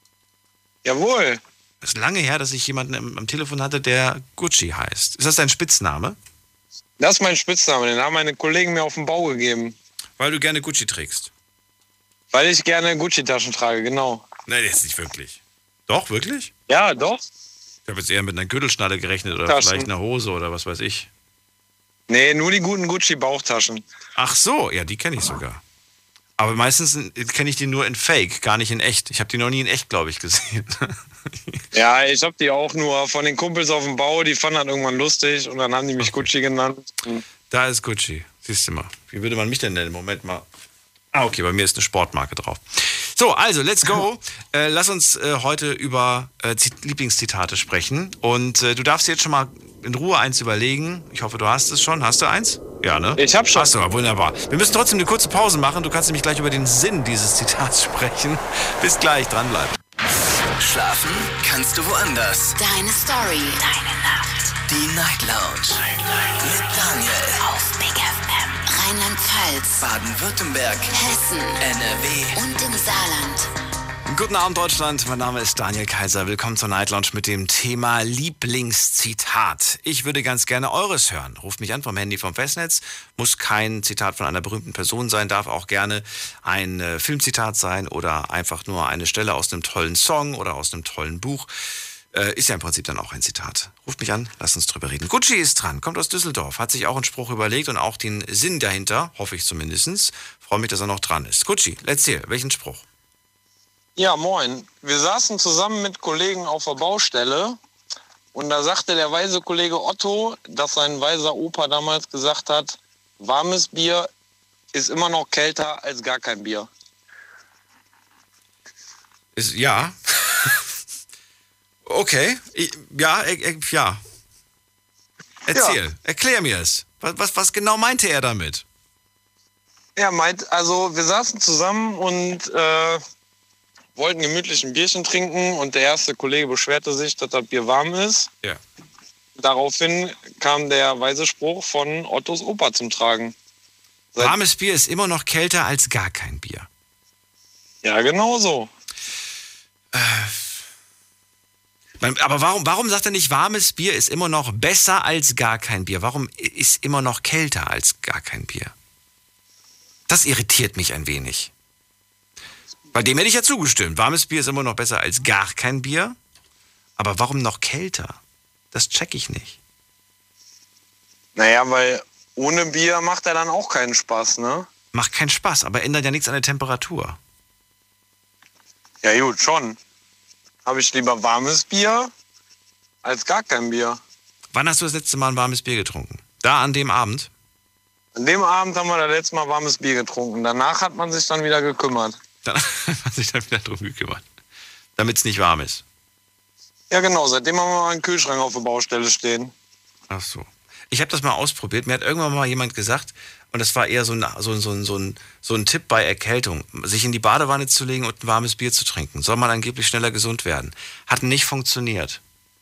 Jawohl. Es ist lange her, dass ich jemanden am Telefon hatte, der Gucci heißt. Ist das dein Spitzname? Das ist mein Spitzname, den haben meine Kollegen mir auf den Bau gegeben. Weil du gerne Gucci trägst? Weil ich gerne Gucci-Taschen trage, genau. Nein, jetzt nicht wirklich. Doch, wirklich? Ja, doch. Ich habe jetzt eher mit einer Gürtelschnalle gerechnet oder Taschen. Vielleicht einer Hose oder was weiß ich. Nee, nur die guten Gucci-Bauchtaschen. Ach so, ja, die kenne ich sogar. Aber meistens kenne ich die nur in Fake, gar nicht in echt. Ich habe die noch nie in echt, glaube ich, gesehen. Ja, ich habe die auch nur von den Kumpels auf dem Bau, die fanden das irgendwann lustig und dann haben die mich Gucci genannt. Da ist Gucci, siehst du mal. Wie würde man mich denn nennen? Moment mal. Ah, okay, bei mir ist eine Sportmarke drauf. So, also, let's go. Lass uns heute über Lieblingszitate sprechen. Und du darfst dir jetzt schon mal in Ruhe eins überlegen. Ich hoffe, du hast es schon. Hast du eins? Ja, ne? Ich hab schon. Hast du, wunderbar. Wir müssen trotzdem eine kurze Pause machen. Du kannst nämlich gleich über den Sinn dieses Zitats sprechen. Bis gleich, dranbleiben. Schlafen kannst du woanders. Deine Story. Deine Nacht. Die Night Lounge. Mit Daniel. Auf Big FM. Rheinland-Pfalz. Baden-Württemberg. Hessen. NRW. Und im Saarland. Guten Abend, Deutschland. Mein Name ist Daniel Kaiser. Willkommen zur Night Lounge mit dem Thema Lieblingszitat. Ich würde ganz gerne eures hören. Ruft mich an vom Handy vom Festnetz. Muss kein Zitat von einer berühmten Person sein, darf auch gerne ein Filmzitat sein oder einfach nur eine Stelle aus einem tollen Song oder aus einem tollen Buch. Ist ja im Prinzip dann auch ein Zitat. Ruft mich an, lasst uns drüber reden. Gucci ist dran, kommt aus Düsseldorf, hat sich auch einen Spruch überlegt und auch den Sinn dahinter, hoffe ich zumindest. Freue mich, dass er noch dran ist. Gucci, erzähl, welchen Spruch? Ja, moin. Wir saßen zusammen mit Kollegen auf der Baustelle und da sagte der weise Kollege Otto, dass sein weiser Opa damals gesagt hat, warmes Bier ist immer noch kälter als gar kein Bier. Ja. Okay. Ja. Erzähl, erklär mir es. Was genau meinte er damit? Er meint, also wir saßen zusammen und wollten gemütlich ein Bierchen trinken und der erste Kollege beschwerte sich, dass das Bier warm ist. Ja. Daraufhin kam der weise Spruch von Ottos Opa zum Tragen. Warmes Bier ist immer noch kälter als gar kein Bier. Ja, genau so. Aber warum sagt er nicht, warmes Bier ist immer noch besser als gar kein Bier? Warum ist immer noch kälter als gar kein Bier? Das irritiert mich ein wenig. Bei dem hätte ich ja zugestimmt. Warmes Bier ist immer noch besser als gar kein Bier. Aber warum noch kälter? Das check ich nicht. Naja, weil ohne Bier macht er dann auch keinen Spaß, ne? Macht keinen Spaß, aber ändert ja nichts an der Temperatur. Ja gut, schon. Habe ich lieber warmes Bier als gar kein Bier. Wann hast du das letzte Mal ein warmes Bier getrunken? Da an dem Abend? An dem Abend haben wir das letzte Mal warmes Bier getrunken. Danach hat man sich dann wieder gekümmert. Dann hat man sich dann wieder drum gekümmert. Damit es nicht warm ist. Ja genau, seitdem haben wir mal einen Kühlschrank auf der Baustelle stehen. Ach so. Ich habe das mal ausprobiert. Mir hat irgendwann mal jemand gesagt, und das war eher so ein Tipp bei Erkältung, sich in die Badewanne zu legen und ein warmes Bier zu trinken. Soll man angeblich schneller gesund werden. Hat nicht funktioniert.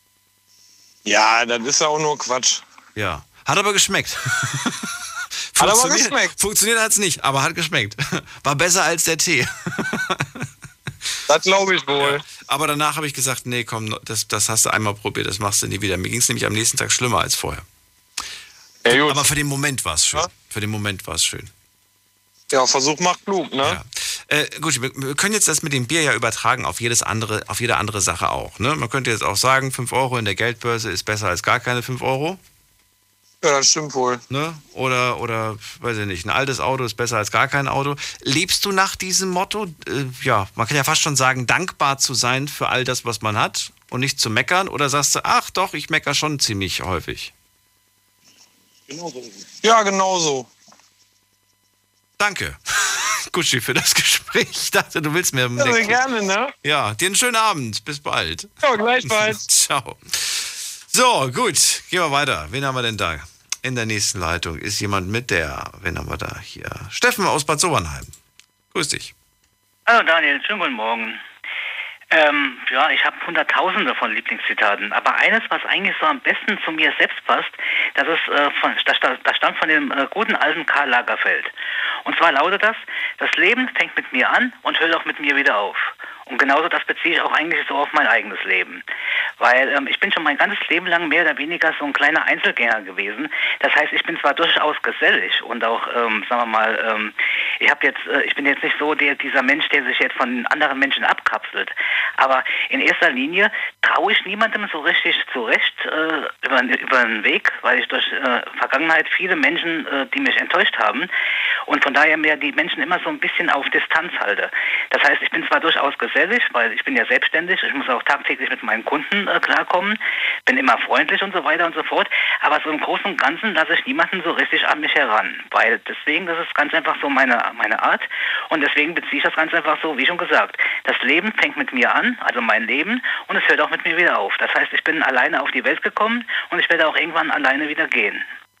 Ja, das ist ja auch nur Quatsch. Ja, hat aber geschmeckt. Hat aber geschmeckt. Funktioniert hat es nicht, aber hat geschmeckt. War besser als der Tee. Das glaube ich wohl. Ja. Aber danach habe ich gesagt, nee, komm, das hast du einmal probiert, das machst du nie wieder. Mir ging es nämlich am nächsten Tag schlimmer als vorher. Ja, gut. Aber für den Moment war es schön. Ja? Für den Moment war es schön. Ja, Versuch macht klug, ne? Ja. Gut, wir können jetzt das mit dem Bier ja übertragen auf jede andere Sache auch. Ne? Man könnte jetzt auch sagen, 5 Euro in der Geldbörse ist besser als gar keine 5 Euro. Ja, das stimmt wohl. Ne? Oder, weiß ich nicht, ein altes Auto ist besser als gar kein Auto. Lebst du nach diesem Motto? Ja, man kann ja fast schon sagen, dankbar zu sein für all das, was man hat und nicht zu meckern? Oder sagst du, ach doch, ich meckere schon ziemlich häufig? Genauso. Ja, genau so. Danke, Gucci, für das Gespräch. Ich dachte, du willst mir... Ja, sehr gerne, ne? Ja, dir einen schönen Abend. Bis bald. Ja, gleichfalls. Ciao. So, gut, gehen wir weiter. Wen haben wir denn da? In der nächsten Leitung ist jemand wen haben wir da hier? Steffen aus Bad Sobernheim. Grüß dich. Hallo Daniel, schönen guten Morgen. Ja, ich habe Hunderttausende von Lieblingszitaten, aber eines, was eigentlich so am besten zu mir selbst passt, das stammt von dem guten alten Karl Lagerfeld. Und zwar lautet das Leben fängt mit mir an und hört auch mit mir wieder auf. Und genauso das beziehe ich auch eigentlich so auf mein eigenes Leben. Weil ich bin schon mein ganzes Leben lang mehr oder weniger so ein kleiner Einzelgänger gewesen. Das heißt, ich bin zwar durchaus gesellig und auch, sagen wir mal, ich bin jetzt nicht so dieser Mensch, der sich jetzt von anderen Menschen abkapselt. Aber in erster Linie traue ich niemandem so richtig zurecht über den Weg, weil ich durch Vergangenheit viele Menschen, die mich enttäuscht haben und von daher mir die Menschen immer so ein bisschen auf Distanz halte. Das heißt, ich bin zwar durchaus gesellig, weil ich bin ja selbstständig, ich muss auch tagtäglich mit meinen Kunden klarkommen, bin immer freundlich und so weiter und so fort, aber so im Großen und Ganzen lasse ich niemanden so richtig an mich heran, weil deswegen, das ist ganz einfach so meine Art und deswegen beziehe ich das ganz einfach so, wie schon gesagt, das Leben fängt mit mir an, also mein Leben, und es hört auch mit mir wieder auf. Das heißt, ich bin alleine auf die Welt gekommen und ich werde auch irgendwann alleine wieder gehen.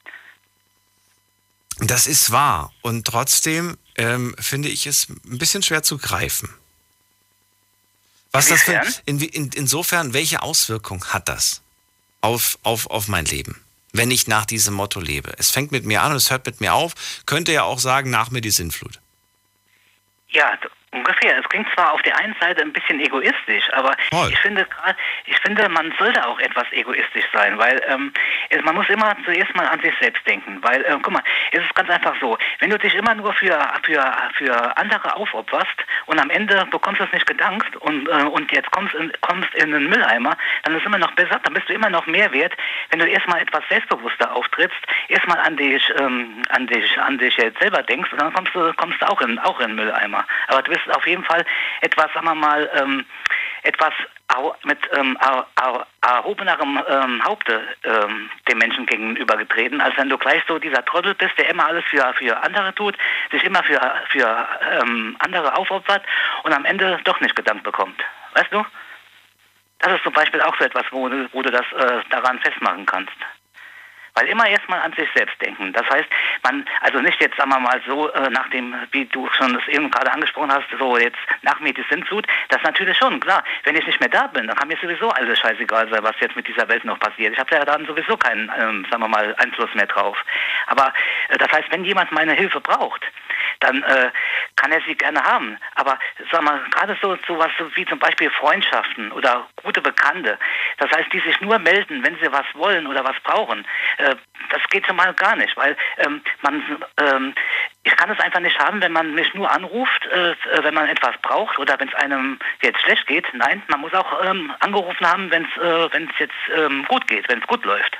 Das ist wahr und trotzdem finde ich es ein bisschen schwer zu greifen. Was das insofern, welche Auswirkung hat das auf mein Leben, wenn ich nach diesem Motto lebe? Es fängt mit mir an und es hört mit mir auf. Könnte ja auch sagen, nach mir die Sinnflut. Ja, ungefähr. Es klingt zwar auf der einen Seite ein bisschen egoistisch, aber ich finde, man sollte auch etwas egoistisch sein, weil man muss immer zuerst mal an sich selbst denken. Weil, guck mal, es ist ganz einfach so, wenn du dich immer nur für andere aufopferst und am Ende bekommst du es nicht gedankt und jetzt kommst in den Mülleimer, dann ist immer noch besser, dann bist du immer noch mehr wert, wenn du erstmal etwas selbstbewusster auftrittst, erstmal an dich jetzt selber denkst und dann kommst du auch in den Mülleimer. Aber du bist auf jeden Fall etwas, sagen wir mal, etwas mit erhobenerem Haupte dem Menschen gegenübergetreten, als wenn du gleich so dieser Trottel bist, der immer alles für andere tut, sich immer für andere aufopfert und am Ende doch nicht gedankt bekommt. Weißt du? Das ist zum Beispiel auch so etwas, wo du das daran festmachen kannst. Weil immer erstmal an sich selbst denken. Das heißt, also nicht jetzt, sagen wir mal so, nach dem, wie du schon das eben gerade angesprochen hast, so jetzt nach mir die Sintflut, das ist natürlich schon, klar. Wenn ich nicht mehr da bin, dann kann mir sowieso alles scheißegal sein, was jetzt mit dieser Welt noch passiert. Ich habe ja dann sowieso keinen, sagen wir mal, Einfluss mehr drauf. Aber das heißt, wenn jemand meine Hilfe braucht, dann kann er sie gerne haben. Aber sag mal, gerade so was wie zum Beispiel Freundschaften oder gute Bekannte, das heißt, die sich nur melden, wenn sie was wollen oder was brauchen, das geht schon mal gar nicht, weil ich kann es einfach nicht haben, wenn man mich nur anruft, wenn man etwas braucht oder wenn es einem jetzt schlecht geht. Nein, man muss auch angerufen haben, wenn es jetzt gut geht, wenn es gut läuft.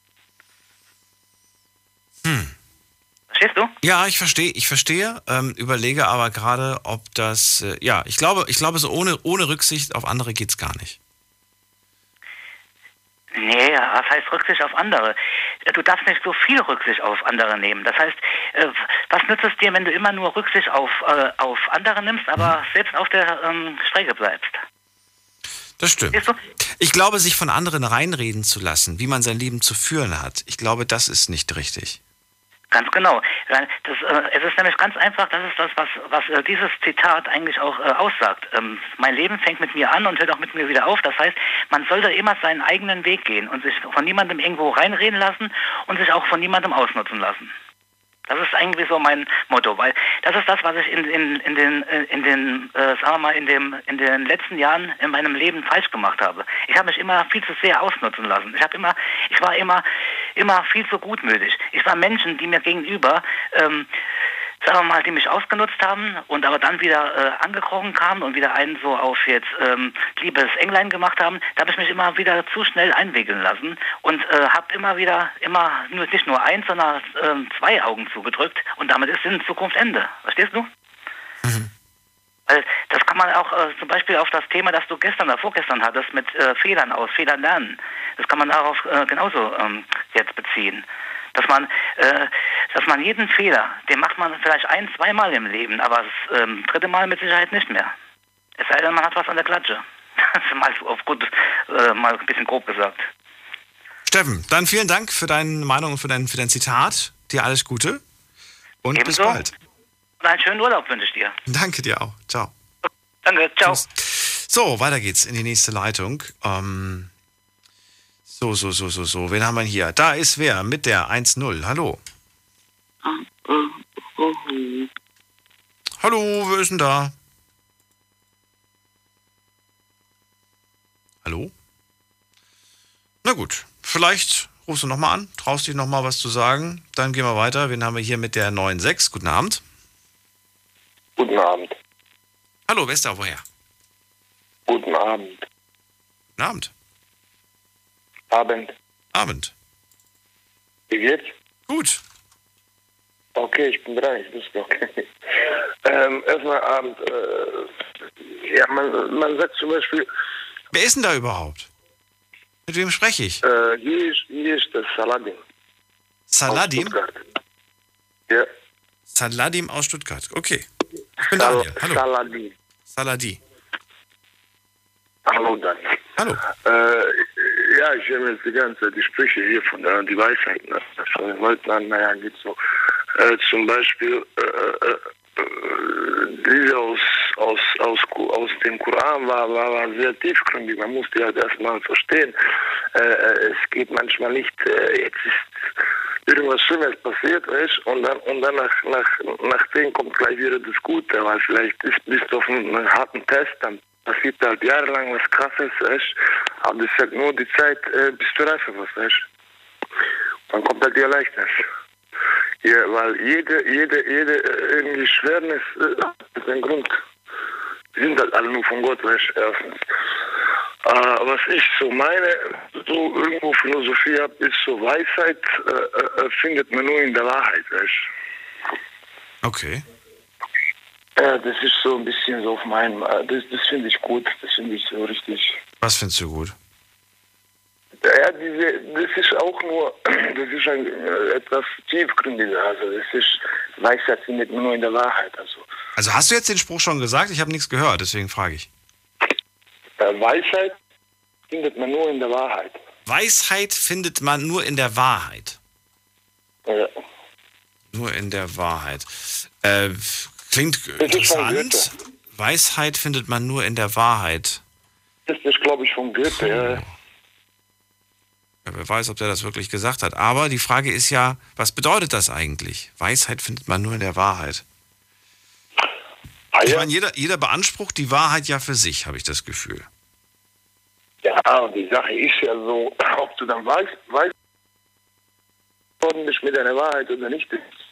Verstehst du? Ja, ich verstehe. Überlege aber gerade, ob das, ich glaube, so ohne Rücksicht auf andere geht's gar nicht. Nee, was heißt Rücksicht auf andere? Du darfst nicht so viel Rücksicht auf andere nehmen. Das heißt, was nützt es dir, wenn du immer nur Rücksicht auf andere nimmst, aber selbst auf der Strecke bleibst? Das stimmt. Ich glaube, sich von anderen reinreden zu lassen, wie man sein Leben zu führen hat, ich glaube, das ist nicht richtig. Ganz genau. Es ist nämlich ganz einfach, das ist das, was dieses Zitat eigentlich auch aussagt. Mein Leben fängt mit mir an und hört auch mit mir wieder auf. Das heißt, man sollte immer seinen eigenen Weg gehen und sich von niemandem irgendwo reinreden lassen und sich auch von niemandem ausnutzen lassen. Das ist eigentlich so mein Motto, weil das ist das, was ich in den letzten Jahren in meinem Leben falsch gemacht habe. Ich habe mich immer viel zu sehr ausnutzen lassen. Ich war immer viel zu gutmütig. Ich war Menschen, die mir gegenüber, sagen wir mal, die mich ausgenutzt haben und aber dann wieder angekrochen kamen und wieder einen so auf jetzt liebes Englein gemacht haben, da habe ich mich immer wieder zu schnell einwickeln lassen und habe nicht nur eins, sondern 2 Augen zugedrückt und damit ist in Zukunft Ende. Verstehst du? Das kann man auch zum Beispiel auf das Thema, das du gestern oder vorgestern hattest, mit Fehlern lernen. Das kann man darauf genauso jetzt beziehen. Dass man jeden Fehler, den macht man vielleicht 1-2 Mal im Leben, aber das 3. Mal mit Sicherheit nicht mehr. Es sei denn, man hat was an der Klatsche. Mal ein bisschen grob gesagt. Steffen, dann vielen Dank für deine Meinung und für dein Zitat. Dir alles Gute und ebenso. Bis bald. Und einen schönen Urlaub wünsche ich dir. Danke dir auch. Ciao. Danke, ciao. Tschüss. So, weiter geht's in die nächste Leitung. So. Wen haben wir hier? Da ist wer mit der 1-0. Hallo. Hallo, wer ist denn da? Hallo? Na gut, vielleicht rufst du nochmal an, traust dich nochmal was zu sagen. Dann gehen wir weiter. Wen haben wir hier mit der 9-6? Guten Abend. Guten Abend. Hallo, wer ist da? Woher? Guten Abend. Guten Abend. Abend. Wie geht's? Gut. Okay, ich bin bereit. Das ist okay. Erstmal Abend. Man sagt zum Beispiel... Wer ist denn da überhaupt? Mit wem spreche ich? Hier ist das Saladim. Saladim? Ja. Saladim aus Stuttgart. Okay. Ich bin Daniel. Hallo. Saladi. Hallo Daniel. Hallo. Ja, ich höre mir jetzt die ganze Zeit die Sprüche hier von die Weisheit, ne? Von den Leuten an, naja, geht so. Zum Beispiel diese aus dem Koran war sehr tiefgründig. Man musste ja erstmal verstehen. Es geht manchmal nicht, jetzt ist irgendwas Schlimmes passiert, weißt, und dann nachdem kommt gleich wieder das Gute, weil vielleicht bist du auf einem harten Test, dann passiert halt jahrelang was Krasses, weißt, aber das ist halt nur die Zeit, bis du reif wirst, weißt. Dann kommt halt die Erleichternis. Ja, weil jede irgendwie Schwernis hat einen Grund. Die sind halt alle nur von Gott, weißt, erstens. Was ich so meine, so irgendwo Philosophie habe, ist so Weisheit findet man nur in der Wahrheit, weißt. Okay. Ja, das ist so ein bisschen so auf meinem, das finde ich gut, das finde ich so richtig. Was findest du gut? Ja, das ist auch nur, das ist etwas tiefgründiger, also das ist, Weisheit findet man nur in der Wahrheit, also. Also hast du jetzt den Spruch schon gesagt? Ich habe nichts gehört, deswegen frage ich. Weisheit findet man nur in der Wahrheit. Weisheit findet man nur in der Wahrheit? Ja. Nur in der Wahrheit. Klingt Das ist von interessant. Weisheit findet man nur in der Wahrheit. Das ist, glaube ich, von Goethe. Ja. Ja, wer weiß, ob der das wirklich gesagt hat. Aber die Frage ist ja, was bedeutet das eigentlich? Weisheit findet man nur in der Wahrheit. Ich meine, jeder beansprucht die Wahrheit ja für sich, habe ich das Gefühl. Ja, und die Sache ist ja so, ob du dann weißt nicht mit deiner Wahrheit oder nicht.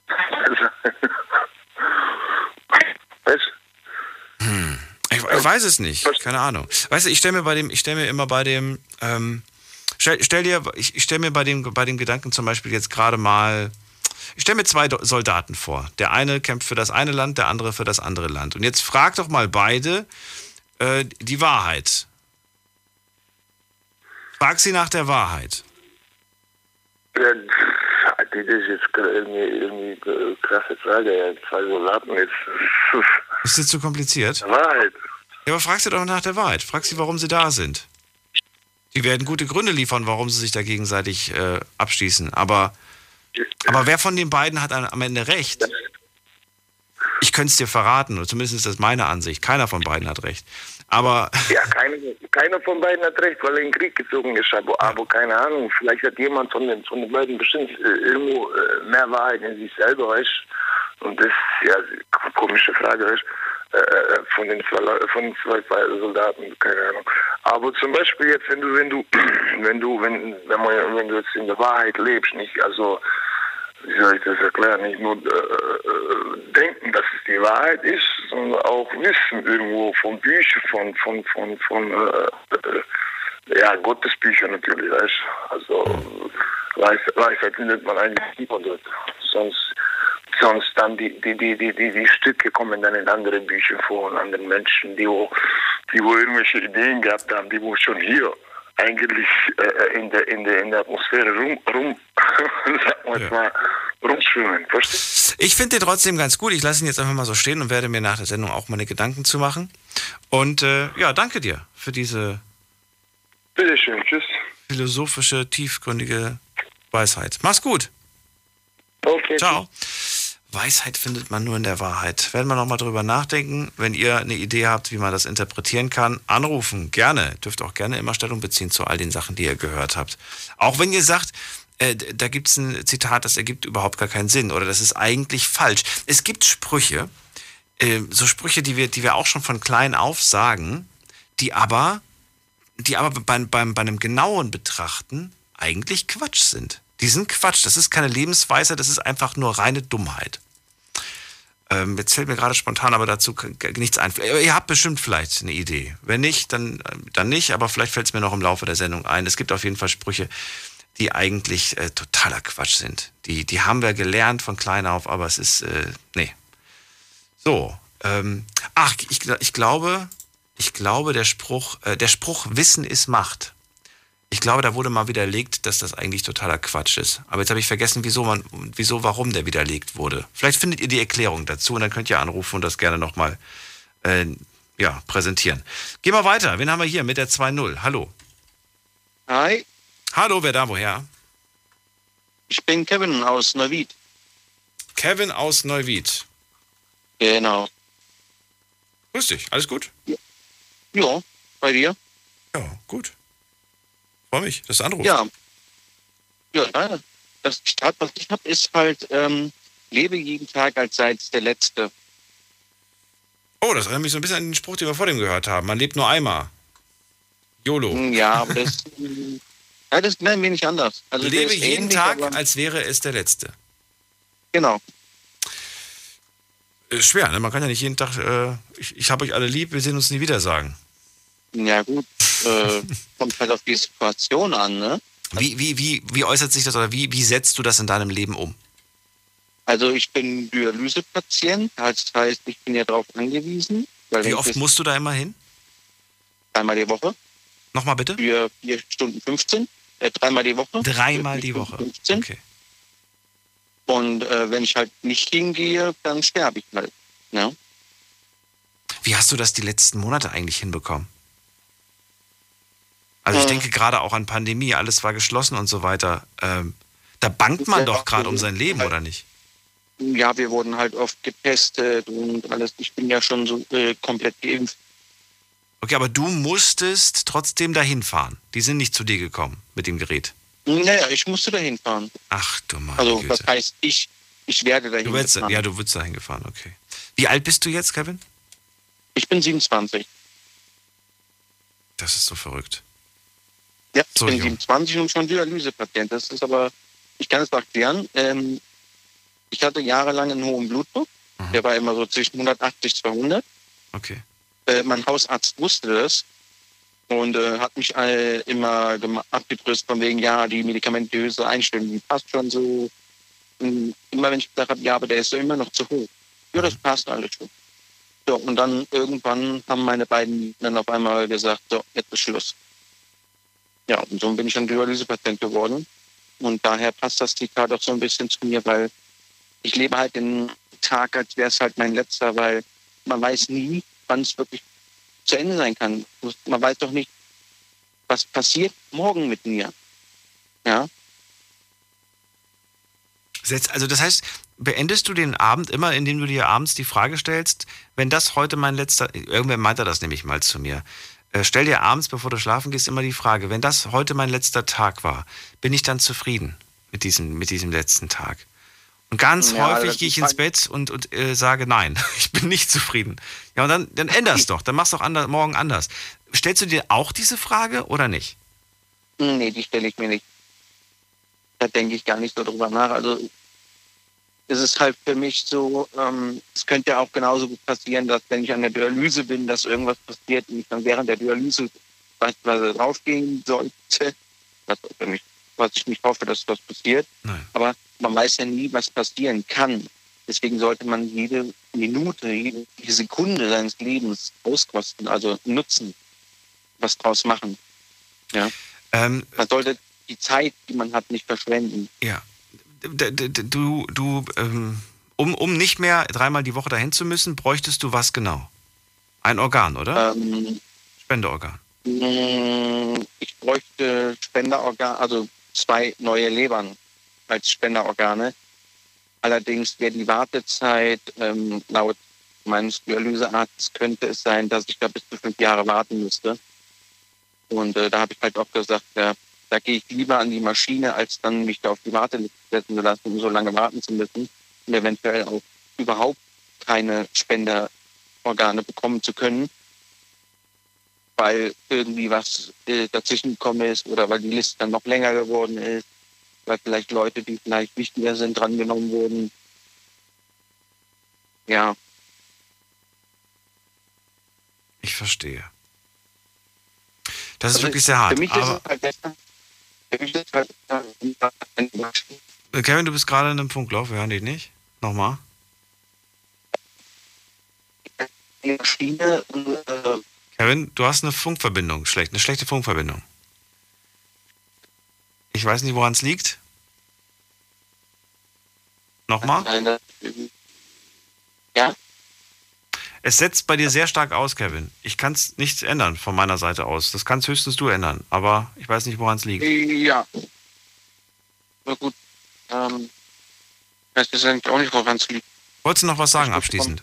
Ich weiß es nicht, keine Ahnung. Weißt du, ich stelle mir immer bei dem Gedanken zum Beispiel jetzt gerade mal, ich stelle mir zwei Soldaten vor. Der eine kämpft für das eine Land, der andere für das andere Land. Und jetzt frag doch mal beide die Wahrheit. Frag sie nach der Wahrheit. Ja, das ist jetzt irgendwie krasse Frage. Zwei Soldaten jetzt. Ist das zu kompliziert? Wahrheit. Ja, aber frag sie doch nach der Wahrheit. Frag sie, warum sie da sind. Die werden gute Gründe liefern, warum sie sich da gegenseitig abschießen. Aber wer von den beiden hat am Ende recht? Ich könnte es dir verraten, oder zumindest ist das meine Ansicht. Keiner von beiden hat recht. Aber ja, keiner von beiden hat recht, weil er in den Krieg gezogen ist. Aber keine Ahnung, vielleicht hat jemand von den beiden bestimmt irgendwo mehr Wahrheit in sich selber, weißt. Und das ist ja eine komische Frage, weißt. Von den zwei Soldaten, keine Ahnung. Aber zum Beispiel jetzt, wenn du jetzt in der Wahrheit lebst, nicht, also wie soll ich das erklären, nicht nur denken, dass es die Wahrheit ist, sondern auch wissen irgendwo von Büchern, von Gottesbüchern natürlich, weißt. Also Weisheit findet man eigentlich nicht dort. Sonst dann die Stücke kommen dann in anderen Büchern vor und anderen Menschen, die wo irgendwelche Ideen gehabt haben, die wo schon hier eigentlich in der Atmosphäre rumschwimmen. Verstehst? Ich finde den trotzdem ganz gut. Ich lasse ihn jetzt einfach mal so stehen und werde mir nach der Sendung auch meine Gedanken zu machen. Und ja, danke dir für diese Bitteschön, tschüss. Philosophische, tiefgründige Weisheit. Mach's gut. Okay. Ciao. Weisheit findet man nur in der Wahrheit. Werden wir nochmal drüber nachdenken. Wenn ihr eine Idee habt, wie man das interpretieren kann, anrufen. Gerne. Dürft auch gerne immer Stellung beziehen zu all den Sachen, die ihr gehört habt. Auch wenn ihr sagt, da gibt es ein Zitat, das ergibt überhaupt gar keinen Sinn oder das ist eigentlich falsch. Es gibt Sprüche, so Sprüche, die wir auch schon von klein auf sagen, die aber bei einem genauen Betrachten eigentlich Quatsch sind. Die sind Quatsch, das ist keine Lebensweisheit, das ist einfach nur reine Dummheit. Jetzt fällt mir gerade spontan aber dazu nichts ein. Ihr habt bestimmt vielleicht eine Idee. Wenn nicht, dann nicht, aber vielleicht fällt es mir noch im Laufe der Sendung ein. Es gibt auf jeden Fall Sprüche, die eigentlich totaler Quatsch sind. Die haben wir gelernt von klein auf, aber es ist, nee. So, ich glaube, der Spruch Wissen ist Macht. Ich glaube, da wurde mal widerlegt, dass das eigentlich totaler Quatsch ist. Aber jetzt habe ich vergessen, warum der widerlegt wurde. Vielleicht findet ihr die Erklärung dazu und dann könnt ihr anrufen und das gerne nochmal präsentieren. Gehen wir weiter. Wen haben wir hier mit der 2.0? Hallo. Hi. Hallo, wer da, woher? Ich bin Kevin aus Neuwied. Kevin aus Neuwied. Genau. Grüß dich, alles gut? Ja, bei dir? Ja, gut. Freue mich, dass du anrufst. Ja, das Zitat, was ich habe, ist halt, lebe jeden Tag, als sei es der letzte. Oh, das erinnert mich so ein bisschen an den Spruch, den wir vor dem gehört haben. Man lebt nur einmal. YOLO. Ja, aber das ist ein wenig anders. Also lebe jeden Tag, als wäre es der letzte. Genau. Ist schwer, ne? Man kann ja nicht jeden Tag, ich habe euch alle lieb, wir sehen uns nie wieder sagen. Ja gut, kommt halt auf die Situation an, ne? Wie äußert sich das oder wie setzt du das in deinem Leben um? Also ich bin Dialysepatient, das heißt, ich bin ja darauf angewiesen. Wie oft musst du da immer hin? Dreimal die Woche. Nochmal bitte? Für 4 Stunden 15. Dreimal die Woche. Dreimal die Woche. 15. Okay. Und wenn ich halt nicht hingehe, dann sterbe ich halt. Ja. Wie hast du das die letzten Monate eigentlich hinbekommen? Also ich denke gerade auch an Pandemie, alles war geschlossen und so weiter. Da Da bangt man doch gerade um sein Leben, oder nicht? Ja, wir wurden halt oft getestet und alles. Ich bin ja schon so komplett geimpft. Okay, aber du musstest trotzdem dahin fahren. Die sind nicht zu dir gekommen mit dem Gerät. Naja, ich musste dahin fahren. Ach du meine Also, Güte. das heißt, ich werde dahin gefahren. Ja, du wirst dahin gefahren, okay. Wie alt bist du jetzt, Kevin? Ich bin 27. Das ist so verrückt. Ja, ich So bin jung. 27 und schon Dialysepatient. Das ist aber, ich kann es erklären, ich hatte jahrelang einen hohen Blutdruck. Der war immer so zwischen 180 200. Okay. Mein Hausarzt wusste das und hat mich immer abgetröstet von wegen, ja, die medikamentöse Einstellung, die passt schon so. Und immer wenn ich gesagt habe, ja, aber der ist so immer noch zu hoch. Ja, das passt alles schon. So, und dann irgendwann haben meine beiden dann auf einmal gesagt, so, jetzt ist Schluss. Ja, und so bin ich dann Dialysepatient geworden. Und daher passt das Zitat auch so ein bisschen zu mir, weil ich lebe halt den Tag, als wäre es halt mein letzter, weil man weiß nie, wann es wirklich zu Ende sein kann. Man weiß doch nicht, was passiert morgen mit mir. Ja. Also das heißt, beendest du den Abend immer, indem du dir abends die Frage stellst, wenn das heute mein letzter, irgendwer meinte das nämlich mal zu mir, stell dir abends, bevor du schlafen gehst, immer die Frage, wenn das heute mein letzter Tag war, bin ich dann zufrieden mit diesem letzten Tag? Und ganz häufig gehe ich ins Bett und sage, nein, ich bin nicht zufrieden. Ja, und dann änder's doch, dann machst du doch morgen anders. Stellst du dir auch diese Frage oder nicht? Nee, die stelle ich mir nicht. Da denke ich gar nicht so drüber nach. Also es ist halt für mich so, es könnte ja auch genauso gut passieren, dass wenn ich an der Dialyse bin, dass irgendwas passiert und ich dann während der Dialyse beispielsweise draufgehen sollte, was ich nicht hoffe, dass das passiert. Nein. Aber man weiß ja nie, was passieren kann. Deswegen sollte man jede Minute, jede Sekunde seines Lebens auskosten, also nutzen, was draus machen. Ja. Man sollte die Zeit, die man hat, nicht verschwenden. Ja. Um nicht mehr dreimal die Woche dahin zu müssen, bräuchtest du was genau? Ein Organ, oder? Spenderorgan. Ich bräuchte Spenderorgan, also 2 neue Lebern als Spenderorgane. Allerdings wäre die Wartezeit laut meines Dialysearztes könnte es sein, dass ich da bis zu 5 Jahre warten müsste. Und da habe ich halt auch gesagt, ja, da gehe ich lieber an die Maschine, als dann mich da auf die Warteliste setzen zu lassen, um so lange warten zu müssen und eventuell auch überhaupt keine Spenderorgane bekommen zu können, weil irgendwie was dazwischen gekommen ist oder weil die Liste dann noch länger geworden ist, weil vielleicht Leute, die vielleicht wichtiger sind, drangenommen wurden. Ja. Ich verstehe. Das ist wirklich sehr hart. Für mich ist es halt besser. Kevin, du bist gerade in einem Funkloch, wir hören dich nicht. Nochmal. Kevin, du hast eine Funkverbindung, eine schlechte Funkverbindung. Ich weiß nicht, woran es liegt. Nochmal? Ja? Es setzt bei dir sehr stark aus, Kevin. Ich kann es nicht ändern von meiner Seite aus. Das kannst höchstens du ändern. Aber ich weiß nicht, woran es liegt. Ja. Na gut. Ich weiß jetzt eigentlich auch nicht, woran es liegt. Wolltest du noch was sagen abschließend?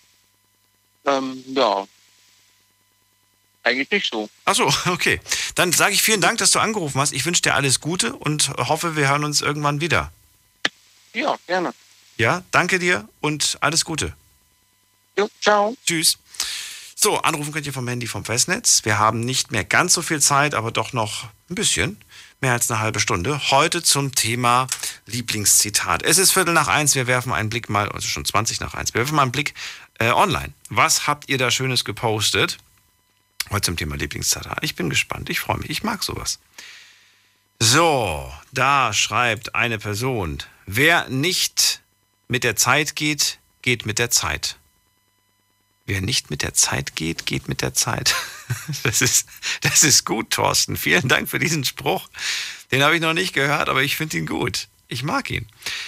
Ja. Eigentlich nicht so. Ach so, okay. Dann sage ich vielen Dank, dass du angerufen hast. Ich wünsche dir alles Gute und hoffe, wir hören uns irgendwann wieder. Ja, gerne. Ja, danke dir und alles Gute. Jo, ciao. Tschüss. So, anrufen könnt ihr vom Handy vom Festnetz. Wir haben nicht mehr ganz so viel Zeit, aber doch noch ein bisschen. Mehr als eine halbe Stunde. Heute zum Thema Lieblingszitat. Es ist 1:15. Wir werfen einen Blick mal, also schon 1:20. Wir werfen mal einen Blick online. Was habt ihr da Schönes gepostet? Heute zum Thema Lieblingszitat. Ich bin gespannt. Ich freue mich. Ich mag sowas. So, da schreibt eine Person. Wer nicht mit der Zeit geht, geht mit der Zeit. Wer nicht mit der Zeit geht, geht mit der Zeit. Das ist gut, Thorsten. Vielen Dank für diesen Spruch. Den habe ich noch nicht gehört, aber ich finde ihn gut. Ich mag ihn.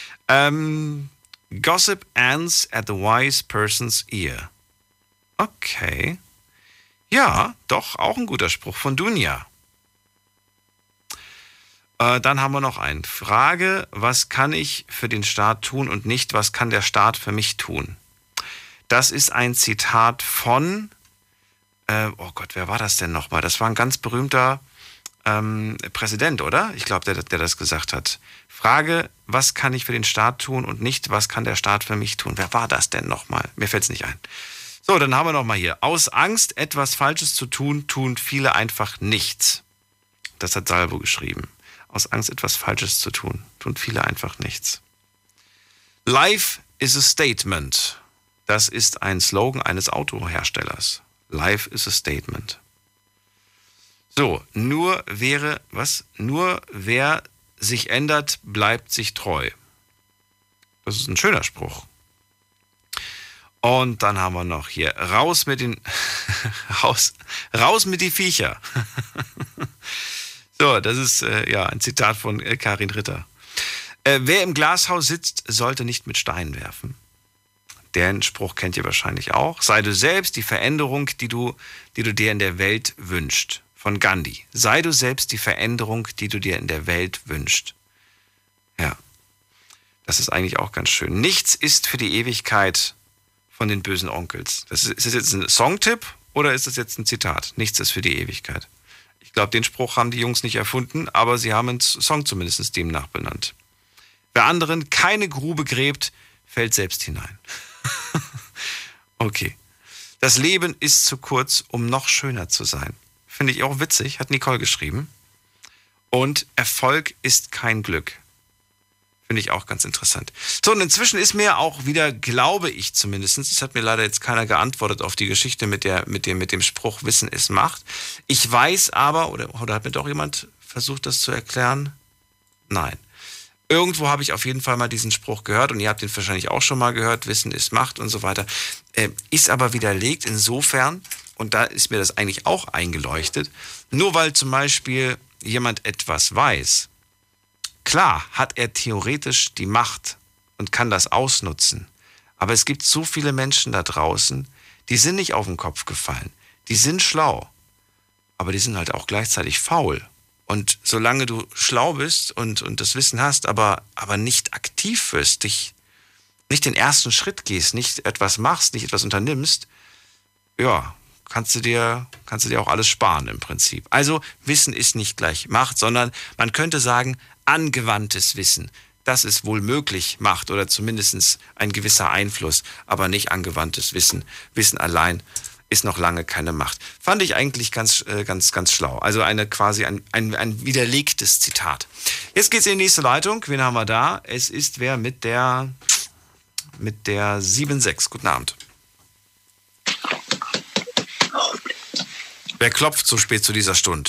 Gossip ends at the wise person's ear. Okay. Ja, doch, auch ein guter Spruch von Dunja. Dann haben wir noch eine Frage. Was kann ich für den Staat tun und nicht, was kann der Staat für mich tun? Das ist ein Zitat von, oh Gott, wer war das denn nochmal? Das war ein ganz berühmter Präsident, oder? Ich glaube, der das gesagt hat. Frage, was kann ich für den Staat tun und nicht, was kann der Staat für mich tun? Wer war das denn nochmal? Mir fällt es nicht ein. So, dann haben wir nochmal hier. Aus Angst, etwas Falsches zu tun, tun viele einfach nichts. Das hat Salvo geschrieben. Aus Angst, etwas Falsches zu tun, tun viele einfach nichts. Life is a statement. Das ist ein Slogan eines Autoherstellers. Life is a statement. So, nur wer sich ändert, bleibt sich treu. Das ist ein schöner Spruch. Und dann haben wir noch hier, raus mit den raus mit die Viecher. So, das ist ein Zitat von Karin Ritter. Wer im Glashaus sitzt, sollte nicht mit Steinen werfen. Den Spruch kennt ihr wahrscheinlich auch. Sei du selbst die Veränderung, die du dir in der Welt wünschst. Von Gandhi. Sei du selbst die Veränderung, die du dir in der Welt wünschst. Ja, das ist eigentlich auch ganz schön. Nichts ist für die Ewigkeit von den bösen Onkels. Ist das jetzt ein Songtipp oder ist das jetzt ein Zitat? Nichts ist für die Ewigkeit. Ich glaube, den Spruch haben die Jungs nicht erfunden, aber sie haben einen Song zumindest demnach benannt. Wer anderen keine Grube gräbt, fällt selbst hinein. Okay. Das Leben ist zu kurz, um noch schöner zu sein. Finde ich auch witzig, hat Nicole geschrieben. Und Erfolg ist kein Glück. Finde ich auch ganz interessant. So, und inzwischen ist mir auch wieder, glaube ich zumindest, es hat mir leider jetzt keiner geantwortet auf die Geschichte mit dem Spruch, Wissen ist Macht. Ich weiß aber, oder hat mir doch jemand versucht, das zu erklären? Nein. Irgendwo habe ich auf jeden Fall mal diesen Spruch gehört und ihr habt ihn wahrscheinlich auch schon mal gehört, Wissen ist Macht und so weiter. Ist aber widerlegt insofern, und da ist mir das eigentlich auch eingeleuchtet, nur weil zum Beispiel jemand etwas weiß, klar hat er theoretisch die Macht und kann das ausnutzen, aber es gibt so viele Menschen da draußen, die sind nicht auf den Kopf gefallen, die sind schlau, aber die sind halt auch gleichzeitig faul. Und solange du schlau bist und das Wissen hast, aber nicht aktiv wirst, nicht den ersten Schritt gehst, nicht etwas machst, nicht etwas unternimmst, ja, kannst du dir auch alles sparen im Prinzip. Also Wissen ist nicht gleich Macht, sondern man könnte sagen, angewandtes Wissen. Das ist wohl möglich Macht oder zumindest ein gewisser Einfluss, aber nicht angewandtes Wissen. Wissen allein ist noch lange keine Macht. Fand ich eigentlich ganz schlau. Also quasi ein widerlegtes Zitat. Jetzt geht's in die nächste Leitung. Wen haben wir da? Es ist wer mit der 7-6. Guten Abend. Wer klopft so spät zu dieser Stunde?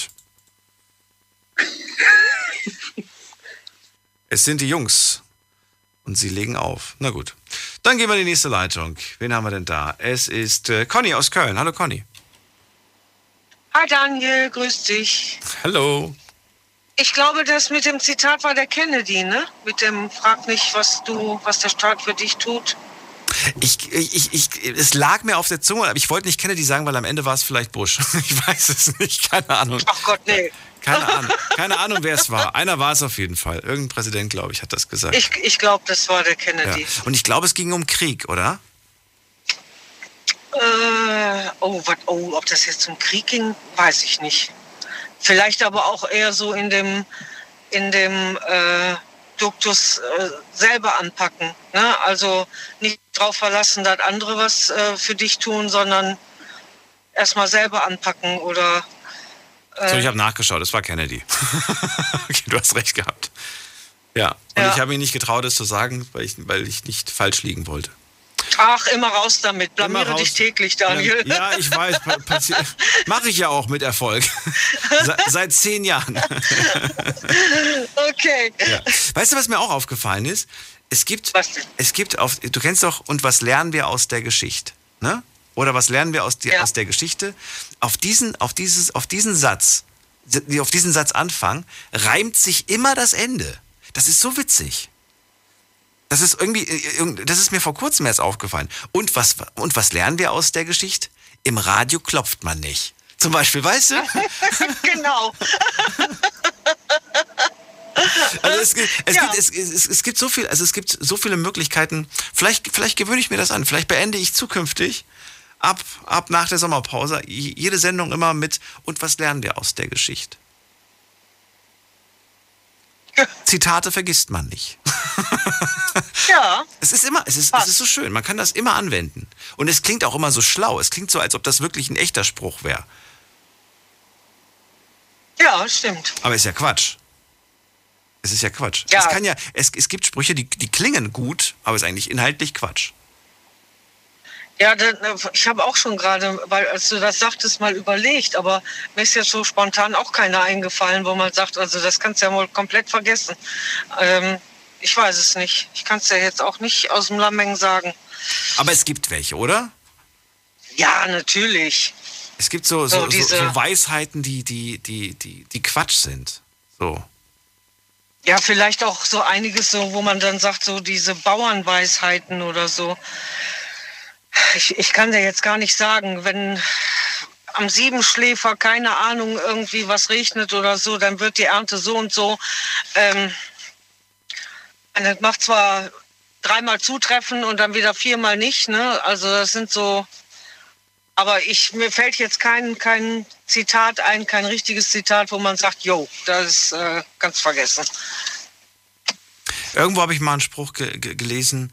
Es sind die Jungs. Und sie legen auf. Na gut. Dann gehen wir in die nächste Leitung. Wen haben wir denn da? Es ist Conny aus Köln. Hallo Conny. Hi Daniel, grüß dich. Hallo. Ich glaube, das mit dem Zitat war der Kennedy, ne? Mit dem frag nicht, was der Staat für dich tut. Es lag mir auf der Zunge, aber ich wollte nicht Kennedy sagen, weil am Ende war es vielleicht Bush. Ich weiß es nicht, keine Ahnung. Ach Gott, nee. Keine Ahnung, wer es war. Einer war es auf jeden Fall. Irgendein Präsident, glaube ich, hat das gesagt. Ich glaube, das war der Kennedy. Ja. Und ich glaube, es ging um Krieg, oder? Ob das jetzt um Krieg ging, weiß ich nicht. Vielleicht aber auch eher so in dem Duktus selber anpacken. Ne? Also nicht drauf verlassen, dass andere was für dich tun, sondern erstmal selber anpacken oder... So, ich habe nachgeschaut, es war Kennedy. Okay, du hast recht gehabt. Ja, und ich habe mich nicht getraut, es zu sagen, weil ich nicht falsch liegen wollte. Ach, immer raus damit. Blamiere dich täglich, Daniel. Ja, ich weiß. Mache ich ja auch mit Erfolg. Seit 10 Jahren. Okay. Ja. Weißt du, was mir auch aufgefallen ist? Du kennst doch, und was lernen wir aus der Geschichte? Ne? Oder was lernen wir aus der Geschichte? Auf diesen Satz anfangen, reimt sich immer das Ende. Das ist so witzig. Das ist mir vor kurzem erst aufgefallen. Und was lernen wir aus der Geschichte? Im Radio klopft man nicht. Zum Beispiel, weißt du? Genau. Also es gibt so viel, also es gibt so viele Möglichkeiten. Vielleicht gewöhne ich mir das an. Vielleicht beende ich zukünftig ab nach der Sommerpause jede Sendung immer mit und was lernen wir aus der Geschichte? Zitate vergisst man nicht. Ja. Es ist so schön. Man kann das immer anwenden. Und es klingt auch immer so schlau. Es klingt so, als ob das wirklich ein echter Spruch wäre. Ja, stimmt. Aber ist ja Quatsch. Es ist ja Quatsch. Ja. Es gibt Sprüche, die klingen gut, aber es ist eigentlich inhaltlich Quatsch. Ja, ich habe auch schon gerade, weil als du das sagtest, mal überlegt, aber mir ist jetzt so spontan auch keiner eingefallen, wo man sagt, also das kannst du ja wohl komplett vergessen. Ich weiß es nicht. Ich kann es ja jetzt auch nicht aus dem Lameng sagen. Aber es gibt welche, oder? Ja, natürlich. Es gibt so Weisheiten, die Quatsch sind. So. Ja, vielleicht auch so einiges, so, wo man dann sagt, so diese Bauernweisheiten oder so. Ich kann dir jetzt gar nicht sagen, wenn am Siebenschläfer, keine Ahnung, irgendwie was regnet oder so, dann wird die Ernte so und so. Das macht zwar 3-mal zutreffen und dann wieder 4-mal nicht, ne? Also das sind so, aber mir fällt jetzt kein Zitat ein, kein richtiges Zitat, wo man sagt, jo, das ist ganz vergessen. Irgendwo habe ich mal einen Spruch gelesen,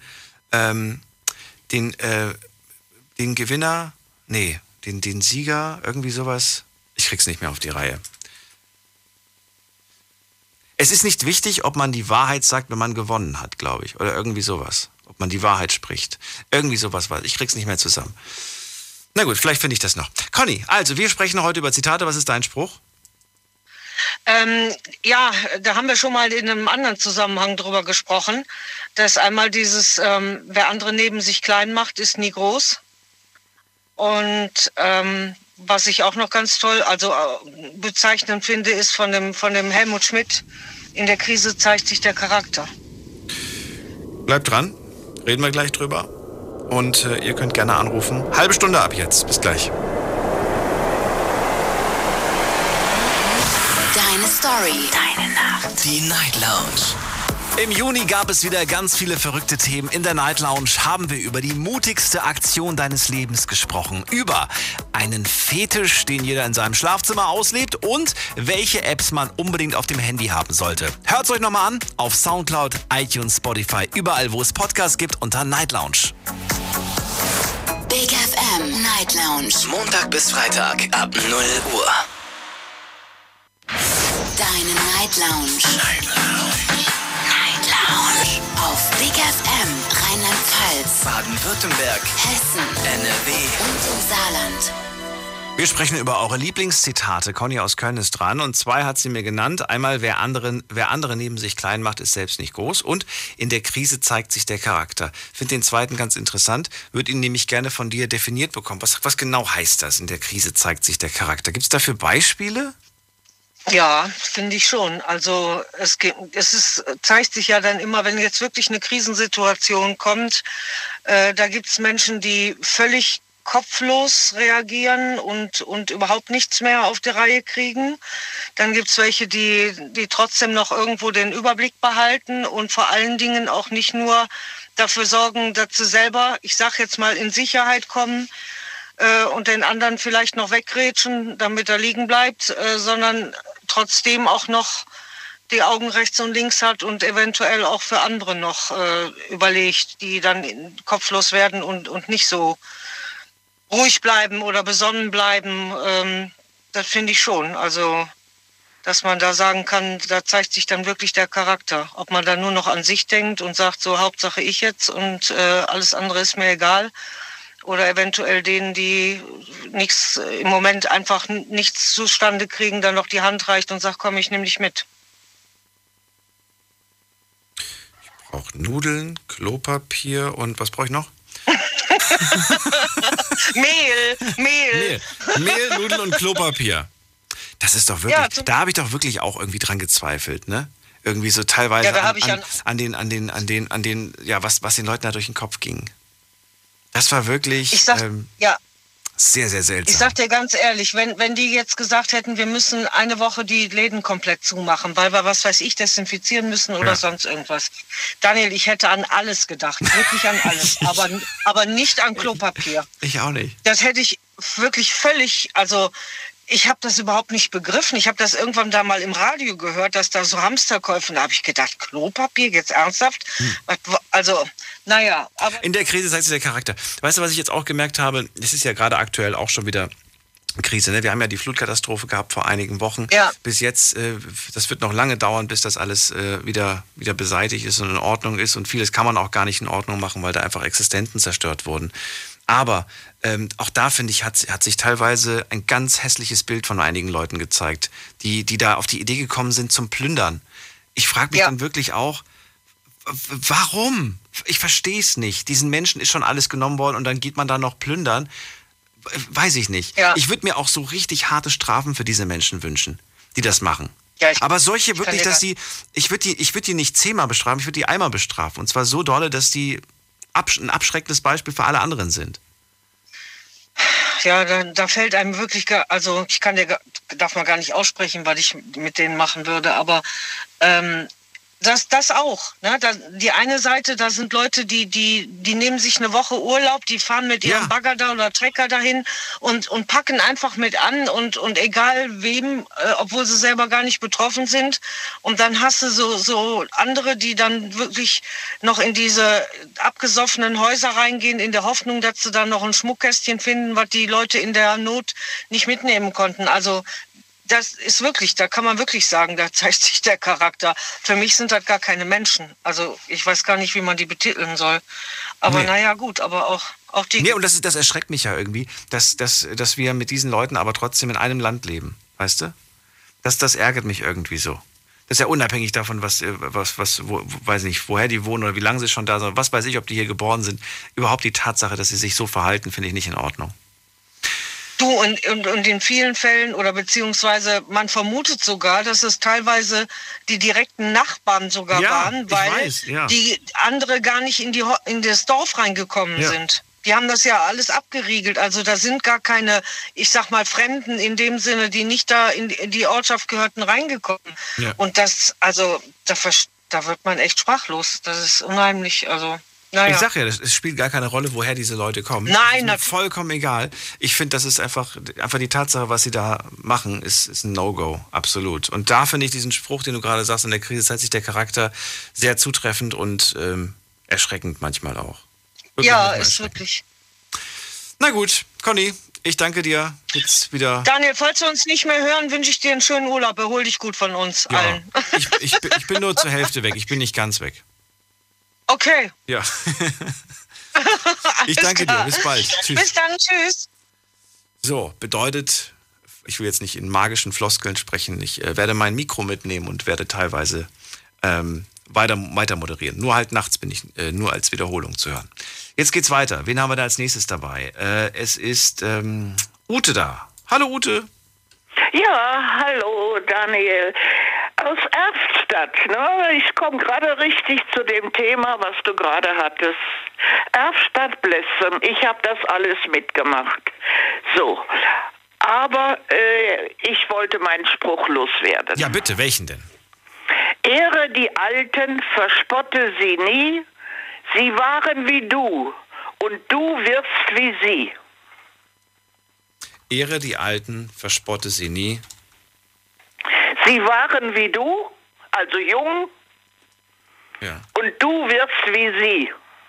den Gewinner, den Sieger, irgendwie sowas. Ich krieg's nicht mehr auf die Reihe. Es ist nicht wichtig, ob man die Wahrheit sagt, wenn man gewonnen hat, glaube ich. Oder irgendwie sowas. Ob man die Wahrheit spricht. Irgendwie sowas war. Ich krieg's nicht mehr zusammen. Na gut, vielleicht finde ich das noch. Conny, also wir sprechen heute über Zitate. Was ist dein Spruch? Ja, da haben wir schon mal in einem anderen Zusammenhang drüber gesprochen. Das ist einmal dieses, wer andere neben sich klein macht, ist nie groß. Und was ich auch noch ganz toll, also bezeichnend finde, ist von dem Helmut Schmidt, in der Krise zeigt sich der Charakter. Bleibt dran, reden wir gleich drüber. Und ihr könnt gerne anrufen. Halbe Stunde ab jetzt, bis gleich. Deine Story, deine Nacht. Die Night Lounge. Im Juni gab es wieder ganz viele verrückte Themen. In der Night Lounge haben wir über die mutigste Aktion deines Lebens gesprochen. Über einen Fetisch, den jeder in seinem Schlafzimmer auslebt und welche Apps man unbedingt auf dem Handy haben sollte. Hört's euch nochmal an auf Soundcloud, iTunes, Spotify, überall wo es Podcasts gibt unter Night Lounge. Big FM Night Lounge. Montag bis Freitag ab 0 Uhr. Deine Night Lounge. Night Lounge. Auf Big FM Rheinland-Pfalz, Baden-Württemberg, Hessen, NRW und im Saarland. Wir sprechen über eure Lieblingszitate. Conny aus Köln ist dran und 2 hat sie mir genannt. Einmal, wer andere neben sich klein macht, ist selbst nicht groß. Und in der Krise zeigt sich der Charakter. Finde den zweiten ganz interessant. Würde ihn nämlich gerne von dir definiert bekommen. Was genau heißt das? In der Krise zeigt sich der Charakter. Gibt es dafür Beispiele? Ja, finde ich schon. Also zeigt sich ja dann immer, wenn jetzt wirklich eine Krisensituation kommt, da gibt es Menschen, die völlig kopflos reagieren und überhaupt nichts mehr auf die Reihe kriegen. Dann gibt es welche, die trotzdem noch irgendwo den Überblick behalten und vor allen Dingen auch nicht nur dafür sorgen, dass sie selber, ich sag jetzt mal, in Sicherheit kommen und den anderen vielleicht noch weggrätschen, damit er liegen bleibt, sondern trotzdem auch noch die Augen rechts und links hat und eventuell auch für andere noch überlegt, die dann kopflos werden und nicht so ruhig bleiben oder besonnen bleiben. Das finde ich schon. Also, dass man da sagen kann, da zeigt sich dann wirklich der Charakter. Ob man dann nur noch an sich denkt und sagt, so Hauptsache ich jetzt und alles andere ist mir egal. Oder eventuell denen, die nichts im Moment einfach nichts zustande kriegen, dann noch die Hand reicht und sagt, komm, ich nehme dich mit. Ich brauche Nudeln, Klopapier und was brauche ich noch? Mehl, Nudeln und Klopapier. Das ist doch wirklich, ja, da habe ich doch wirklich auch irgendwie dran gezweifelt, ne? Irgendwie so teilweise an den, ja, was den Leuten da durch den Kopf ging. Das war wirklich, ja. Sehr, sehr seltsam. Ich sag dir ganz ehrlich, wenn die jetzt gesagt hätten, wir müssen eine Woche die Läden komplett zumachen, weil wir, was weiß ich, desinfizieren müssen oder sonst irgendwas. Daniel, ich hätte an alles gedacht, wirklich an alles, aber nicht an Klopapier. Ich auch nicht. Das hätte ich wirklich völlig, also ich habe das überhaupt nicht begriffen. Ich habe das irgendwann da mal im Radio gehört, dass da so Hamsterkäufe, da habe ich gedacht, Klopapier, jetzt ernsthaft? Also, naja. Aber in der Krise zeigt sich der Charakter. Weißt du, was ich jetzt auch gemerkt habe? Es ist ja gerade aktuell auch schon wieder Krise. Ne? Wir haben ja die Flutkatastrophe gehabt vor einigen Wochen. Ja. Bis jetzt, das wird noch lange dauern, bis das alles wieder beseitigt ist und in Ordnung ist. Und vieles kann man auch gar nicht in Ordnung machen, weil da einfach Existenzen zerstört wurden. Aber auch da, finde ich, hat sich teilweise ein ganz hässliches Bild von einigen Leuten gezeigt, die da auf die Idee gekommen sind zum Plündern. Ich frage mich dann wirklich auch, warum? Ich verstehe es nicht. Diesen Menschen ist schon alles genommen worden und dann geht man da noch plündern. Weiß ich nicht. Ja. Ich würde mir auch so richtig harte Strafen für diese Menschen wünschen, die das machen. Ja, aber solche wirklich, dass die, ich würde die nicht 10-mal bestrafen, ich würde die einmal bestrafen. Und zwar so dolle, dass die ein abschreckendes Beispiel für alle anderen sind. Ja, da fällt einem wirklich, also ich darf man gar nicht aussprechen, was ich mit denen machen würde, aber das auch. Ne? Die eine Seite, da sind Leute, die nehmen sich eine Woche Urlaub, die fahren mit ihrem Bagger da oder Trecker dahin und packen einfach mit an und egal wem, obwohl sie selber gar nicht betroffen sind. Und dann hast du so andere, die dann wirklich noch in diese abgesoffenen Häuser reingehen, in der Hoffnung, dass sie dann noch ein Schmuckkästchen finden, was die Leute in der Not nicht mitnehmen konnten. Also das ist wirklich, da kann man wirklich sagen, da zeigt sich der Charakter. Für mich sind das gar keine Menschen. Also ich weiß gar nicht, wie man die betiteln soll. Aber naja, gut, aber auch die... Nee, und das erschreckt mich ja irgendwie, dass wir mit diesen Leuten aber trotzdem in einem Land leben, weißt du? Das ärgert mich irgendwie so. Das ist ja unabhängig davon, weiß nicht, woher die wohnen oder wie lange sie schon da sind, was weiß ich, ob die hier geboren sind. Überhaupt die Tatsache, dass sie sich so verhalten, finde ich nicht in Ordnung. Du, und in vielen Fällen oder beziehungsweise man vermutet sogar, dass es teilweise die direkten Nachbarn sogar waren, weil die andere gar nicht in das Dorf reingekommen sind. Die haben das ja alles abgeriegelt. Also da sind gar keine, ich sag mal, Fremden in dem Sinne, die nicht da in die Ortschaft gehörten, reingekommen. Ja. Und das, also da wird man echt sprachlos. Das ist unheimlich, also... Naja. Ich sag ja, es spielt gar keine Rolle, woher diese Leute kommen. Nein, das ist mir vollkommen egal. Ich finde, das ist einfach die Tatsache, was sie da machen, ist ein No-Go, absolut. Und da finde ich diesen Spruch, den du gerade sagst, in der Krise zeigt sich der Charakter sehr zutreffend und erschreckend manchmal auch. Wirklich ist wirklich. Na gut, Conny, ich danke dir. Jetzt wieder. Daniel, falls wir uns nicht mehr hören, wünsche ich dir einen schönen Urlaub. Erhol dich gut von uns allen. Ich bin nur zur Hälfte weg, ich bin nicht ganz weg. Okay. Ja. Ich danke dir. Bis bald. Tschüss. Bis dann. Tschüss. So, bedeutet, ich will jetzt nicht in magischen Floskeln sprechen, ich werde mein Mikro mitnehmen und werde teilweise weiter moderieren. Nur halt nachts bin ich nur als Wiederholung zu hören. Jetzt geht's weiter. Wen haben wir da als nächstes dabei? Es ist Ute da. Hallo Ute. Ja, hallo Daniel. Aus Erftstadt, ne? Ich komme gerade richtig zu dem Thema, was du gerade hattest. Erftstadt-Blessem, ich habe das alles mitgemacht. So, aber ich wollte meinen Spruch loswerden. Ja bitte, welchen denn? Ehre die Alten, verspotte sie nie. Sie waren wie du und du wirst wie sie. Ehre die Alten, verspotte sie nie. Sie waren wie du, also jung, und du wirst wie sie.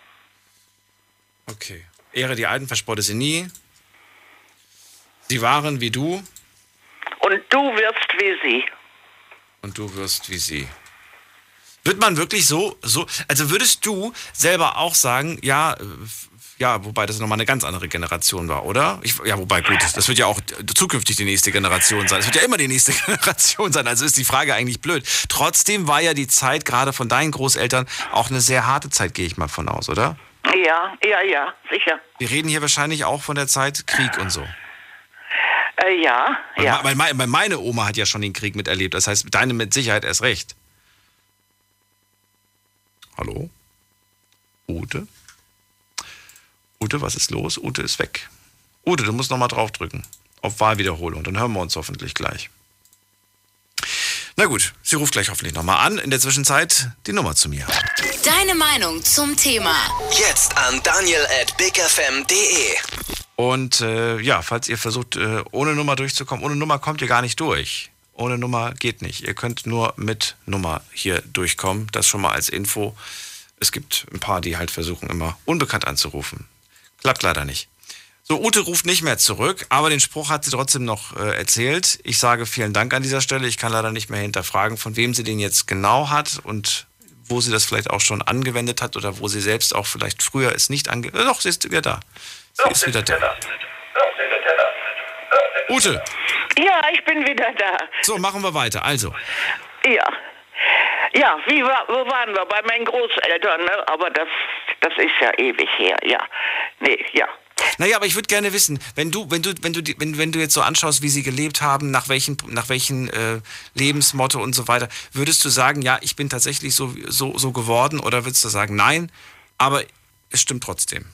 Okay. Ehre die Alten, verspotte sie nie. Sie waren wie du. Und du wirst wie sie. Und du wirst wie sie. Wird man wirklich so, also würdest du selber auch sagen, ja, wobei das nochmal eine ganz andere Generation war, oder? Wobei, gut, das wird ja auch zukünftig die nächste Generation sein. Es wird ja immer die nächste Generation sein, also ist die Frage eigentlich blöd. Trotzdem war ja die Zeit gerade von deinen Großeltern auch eine sehr harte Zeit, gehe ich mal von aus, oder? Ja, sicher. Wir reden hier wahrscheinlich auch von der Zeit Krieg und so. Ja. Weil meine Oma hat ja schon den Krieg miterlebt, das heißt, deine mit Sicherheit erst recht. Hallo? Ute? Ute, was ist los? Ute ist weg. Ute, du musst nochmal draufdrücken. Auf Wahlwiederholung. Dann hören wir uns hoffentlich gleich. Na gut, sie ruft gleich hoffentlich nochmal an. In der Zwischenzeit die Nummer zu mir. Deine Meinung zum Thema. Jetzt an daniel@bigfm.de. Und falls ihr versucht, ohne Nummer durchzukommen, ohne Nummer kommt ihr gar nicht durch. Ohne Nummer geht nicht. Ihr könnt nur mit Nummer hier durchkommen. Das schon mal als Info. Es gibt ein paar, die halt versuchen, immer unbekannt anzurufen. Klappt leider nicht. So, Ute ruft nicht mehr zurück, aber den Spruch hat sie trotzdem noch erzählt. Ich sage vielen Dank an dieser Stelle. Ich kann leider nicht mehr hinterfragen, von wem sie den jetzt genau hat und wo sie das vielleicht auch schon angewendet hat oder wo sie selbst auch vielleicht früher es nicht angewendet hat. Doch, sie ist wieder da. Sie ist wieder da. Ute. Ja, ich bin wieder da. So, machen wir weiter. Also. Ja. Ja, wo waren wir? Bei meinen Großeltern, ne? Aber das ist ja ewig her, ja. Nee, ja. Naja, aber ich würde gerne wissen, wenn du jetzt so anschaust, wie sie gelebt haben, nach welchen Lebensmotto und so weiter, würdest du sagen, ja, ich bin tatsächlich so geworden, oder würdest du sagen, nein, aber es stimmt trotzdem?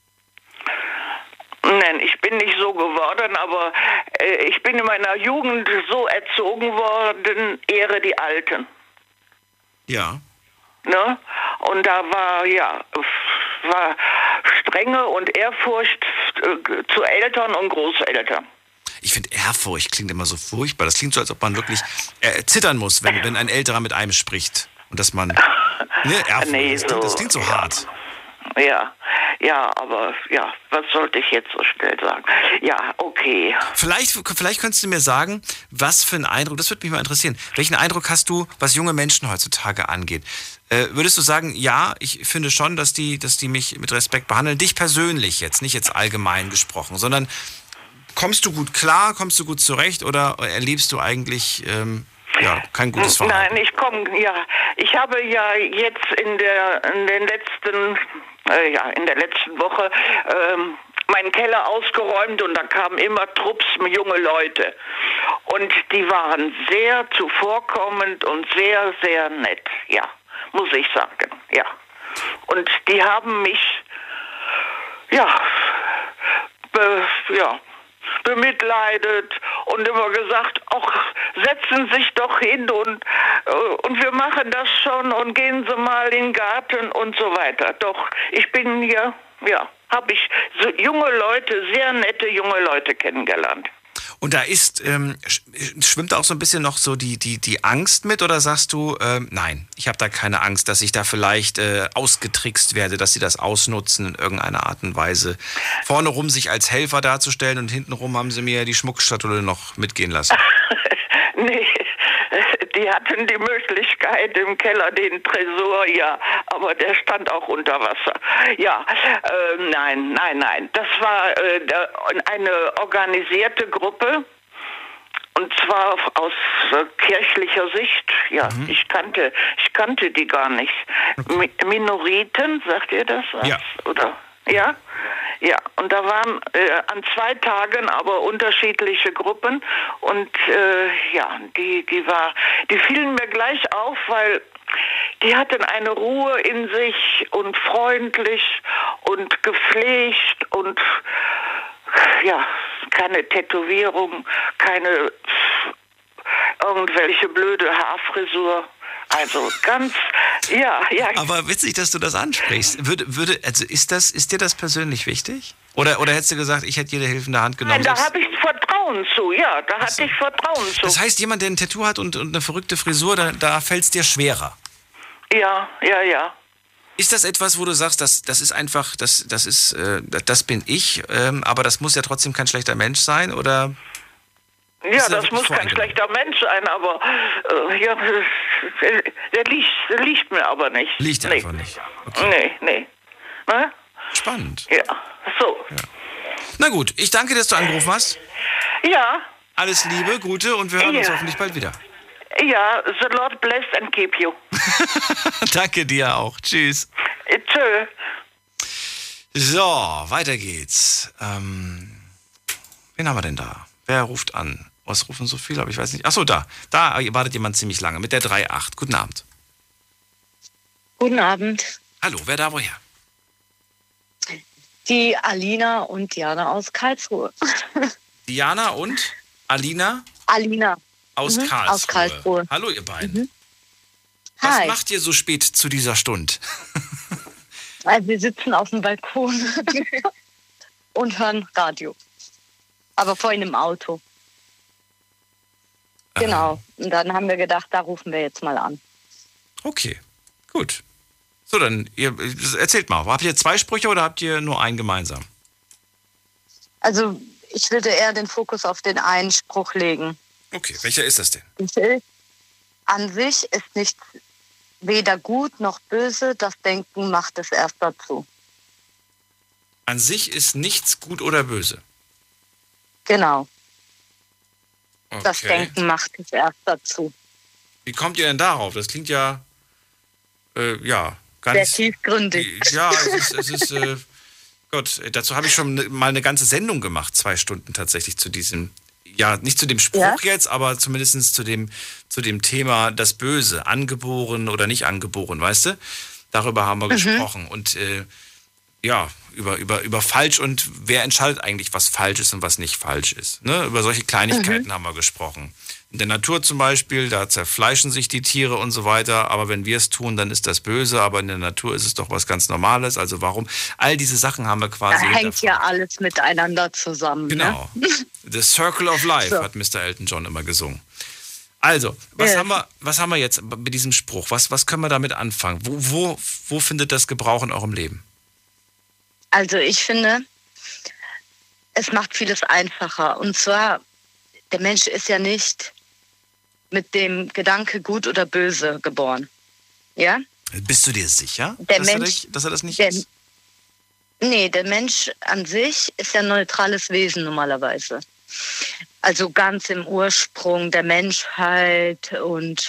Nein, ich bin nicht so geworden, aber ich bin in meiner Jugend so erzogen worden, ehre die Alten. Ja. Ne? Und da war Strenge und Ehrfurcht zu Eltern und Großeltern. Ich finde, Ehrfurcht klingt immer so furchtbar. Das klingt so, als ob man wirklich zittern muss, wenn ein Älterer mit einem spricht. Und dass man... Ehrfurcht, nee, das klingt so hart. Ja, aber ja, was sollte ich jetzt so schnell sagen? Ja, okay. Vielleicht könntest du mir sagen, was für einen Eindruck, das würde mich mal interessieren, welchen Eindruck hast du, was junge Menschen heutzutage angeht? Würdest du sagen, ja, ich finde schon, dass die mich mit Respekt behandeln, dich persönlich jetzt, nicht jetzt allgemein gesprochen, sondern kommst du gut klar, kommst du gut zurecht oder erlebst du eigentlich kein gutes Verhalten? Nein, ich habe ja jetzt in der letzten Woche meinen Keller ausgeräumt und da kamen immer Trupps junge Leute. Und die waren sehr zuvorkommend und sehr, sehr nett, ja, muss ich sagen, ja. Und die haben mich, bemitleidet und immer gesagt, ach, setzen Sie sich doch hin und wir machen das schon und gehen Sie mal in den Garten und so weiter. Doch, ich bin hier, habe ich so junge Leute, sehr nette junge Leute kennengelernt. Und da schwimmt auch so ein bisschen noch so die Angst mit, oder sagst du, nein, ich habe da keine Angst, dass ich da vielleicht ausgetrickst werde, dass sie das ausnutzen in irgendeiner Art und Weise, vorne rum sich als Helfer darzustellen und hintenrum haben sie mir die Schmuckschatulle noch mitgehen lassen? Nee, die hatten die Möglichkeit im Keller, den Tresor, ja, aber der stand auch unter Wasser. Ja, nein. Das war eine organisierte Gruppe, und zwar aus kirchlicher Sicht. Ja, ich kannte die gar nicht. Minoriten, sagt ihr das? Ja. Oder? Ja? Ja, und da waren an 2 Tagen aber unterschiedliche Gruppen und die fielen mir gleich auf, weil die hatten eine Ruhe in sich und freundlich und gepflegt und keine Tätowierung, keine irgendwelche blöde Haarfrisur. Also ganz, ja. Aber witzig, dass du das ansprichst. Ist dir das persönlich wichtig? Oder hättest du gesagt, ich hätte jede helfende Hand genommen? Nein, da habe ich Vertrauen zu, ja. Da hatte ich Vertrauen zu. Das heißt, jemand, der ein Tattoo hat und eine verrückte Frisur, da fällt es dir schwerer? Ja. Ist das etwas, wo du sagst, das ist einfach, das bin ich, aber das muss ja trotzdem kein schlechter Mensch sein, oder? Ja, das muss kein schlechter Mensch sein, aber der liegt mir aber nicht. Liegt einfach nicht. Okay. Nee. Ne? Spannend. Ja, so. Ja. Na gut, ich danke, dass du angerufen hast. Ja. Alles Liebe, Gute und wir hören uns hoffentlich bald wieder. Ja, the Lord bless and keep you. Danke dir auch. Tschüss. Tschö. So, weiter geht's. Wen haben wir denn da? Wer ruft an? Was rufen so viele? Aber ich weiß nicht. Achso, da wartet jemand ziemlich lange mit der 3.8. Guten Abend. Guten Abend. Hallo, wer da woher? Die Alina und Diana aus Karlsruhe. Diana und Alina? Alina. Aus Karlsruhe. Aus Karlsruhe. Hallo ihr beiden. Hi. Was macht ihr so spät zu dieser Stunde? Also wir sitzen auf dem Balkon und hören Radio. Aber vorhin im Auto. Genau. Und dann haben wir gedacht, da rufen wir jetzt mal an. Okay, gut. So, dann ihr erzählt mal. Habt ihr 2 Sprüche oder habt ihr nur einen gemeinsam? Also ich würde eher den Fokus auf den einen Spruch legen. Okay, welcher ist das denn? An sich ist nichts weder gut noch böse, das Denken macht es erst dazu. An sich ist nichts gut oder böse. Genau. Okay. Das Denken macht es erst dazu. Wie kommt ihr denn darauf? Das klingt ja, ganz... Sehr tiefgründig. Ja, es ist Gott, dazu habe ich schon mal eine ganze Sendung gemacht, 2 Stunden tatsächlich zu diesem, ja, nicht zu dem Spruch jetzt, aber zumindest zu dem Thema das Böse, angeboren oder nicht angeboren, weißt du? Darüber haben wir gesprochen und über falsch und wer entscheidet eigentlich, was falsch ist und was nicht falsch ist. Ne? Über solche Kleinigkeiten haben wir gesprochen. In der Natur zum Beispiel, da zerfleischen sich die Tiere und so weiter, aber wenn wir es tun, dann ist das böse, aber in der Natur ist es doch was ganz Normales, also warum? All diese Sachen haben wir quasi... Da hängt ja alles miteinander zusammen. Genau. Ne? The Circle of Life hat Mr. Elton John immer gesungen. Also, was haben wir jetzt mit diesem Spruch? Was können wir damit anfangen? Wo findet das Gebrauch in eurem Leben? Also ich finde, es macht vieles einfacher. Und zwar, der Mensch ist ja nicht mit dem Gedanke gut oder böse geboren. Ja? Bist du dir sicher, dass er das nicht ist? Nee, der Mensch an sich ist ja ein neutrales Wesen normalerweise. Also ganz im Ursprung der Menschheit und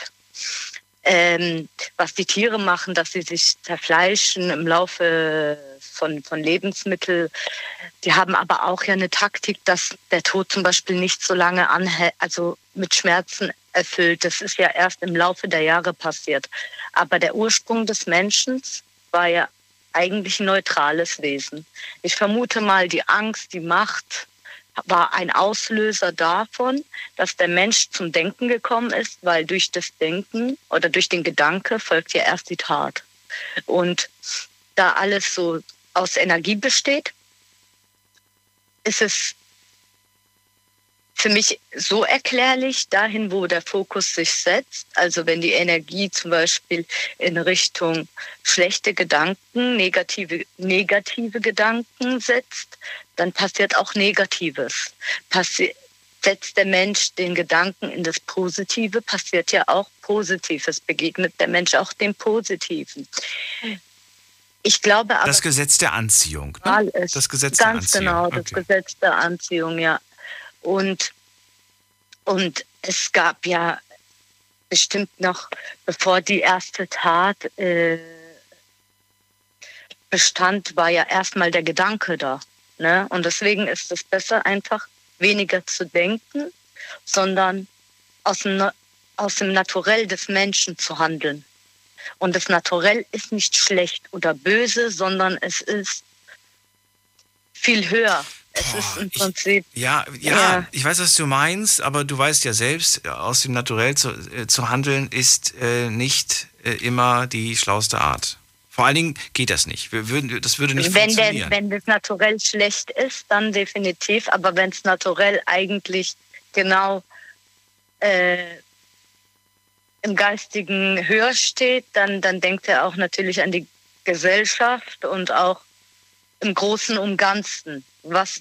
was die Tiere machen, dass sie sich zerfleischen im Laufe von Lebensmitteln. Die haben aber auch ja eine Taktik, dass der Tod zum Beispiel nicht so lange anhält, also mit Schmerzen erfüllt. Das ist ja erst im Laufe der Jahre passiert. Aber der Ursprung des Menschen war ja eigentlich ein neutrales Wesen. Ich vermute mal, die Angst, die Macht war ein Auslöser davon, dass der Mensch zum Denken gekommen ist, weil durch das Denken oder durch den Gedanke folgt ja erst die Tat. Und da alles so aus Energie besteht, ist es für mich so erklärlich, dahin, wo der Fokus sich setzt. Also wenn die Energie zum Beispiel in Richtung schlechte Gedanken, negative Gedanken setzt, dann passiert auch Negatives. Setzt der Mensch den Gedanken in das Positive, passiert ja auch Positives. Begegnet der Mensch auch dem Positiven. Ich glaube aber... Das Gesetz der Anziehung. Ne? Das Gesetz der Anziehung. Ganz genau, das Gesetz der Anziehung, ja. Und es gab ja bestimmt noch, bevor die erste Tat bestand, war ja erstmal der Gedanke da. Ne? Und deswegen ist es besser, einfach weniger zu denken, sondern aus dem Naturell des Menschen zu handeln. Und das Naturell ist nicht schlecht oder böse, sondern es ist viel höher. Es ist im Prinzip... Ja, ich weiß, was du meinst, aber du weißt ja selbst, aus dem Naturell zu handeln ist nicht immer die schlauste Art. Vor allen Dingen geht das nicht. Das würde nicht funktionieren. Wenn das Naturell schlecht ist, dann definitiv. Aber wenn es Naturell eigentlich genau im Geistigen höher steht, dann denkt er auch natürlich an die Gesellschaft und auch im Großen und Ganzen. Was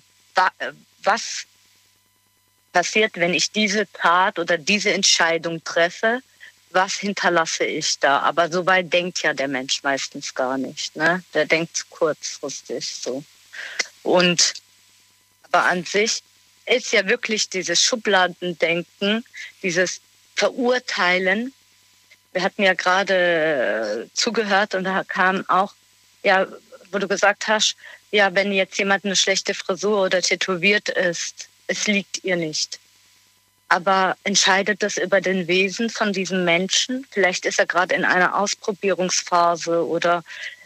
passiert, wenn ich diese Tat oder diese Entscheidung treffe? Was hinterlasse ich da? Aber so weit denkt ja der Mensch meistens gar nicht. Ne? Der denkt kurzfristig so. Aber an sich ist ja wirklich dieses Schubladendenken, dieses Verurteilen. Wir hatten ja gerade zugehört und da kam auch, ja, wo du gesagt hast, ja, wenn jetzt jemand eine schlechte Frisur oder tätowiert ist, es liegt ihr nicht. Aber entscheidet das über den Wesen von diesem Menschen? Vielleicht ist er gerade in einer Ausprobierungsphase oder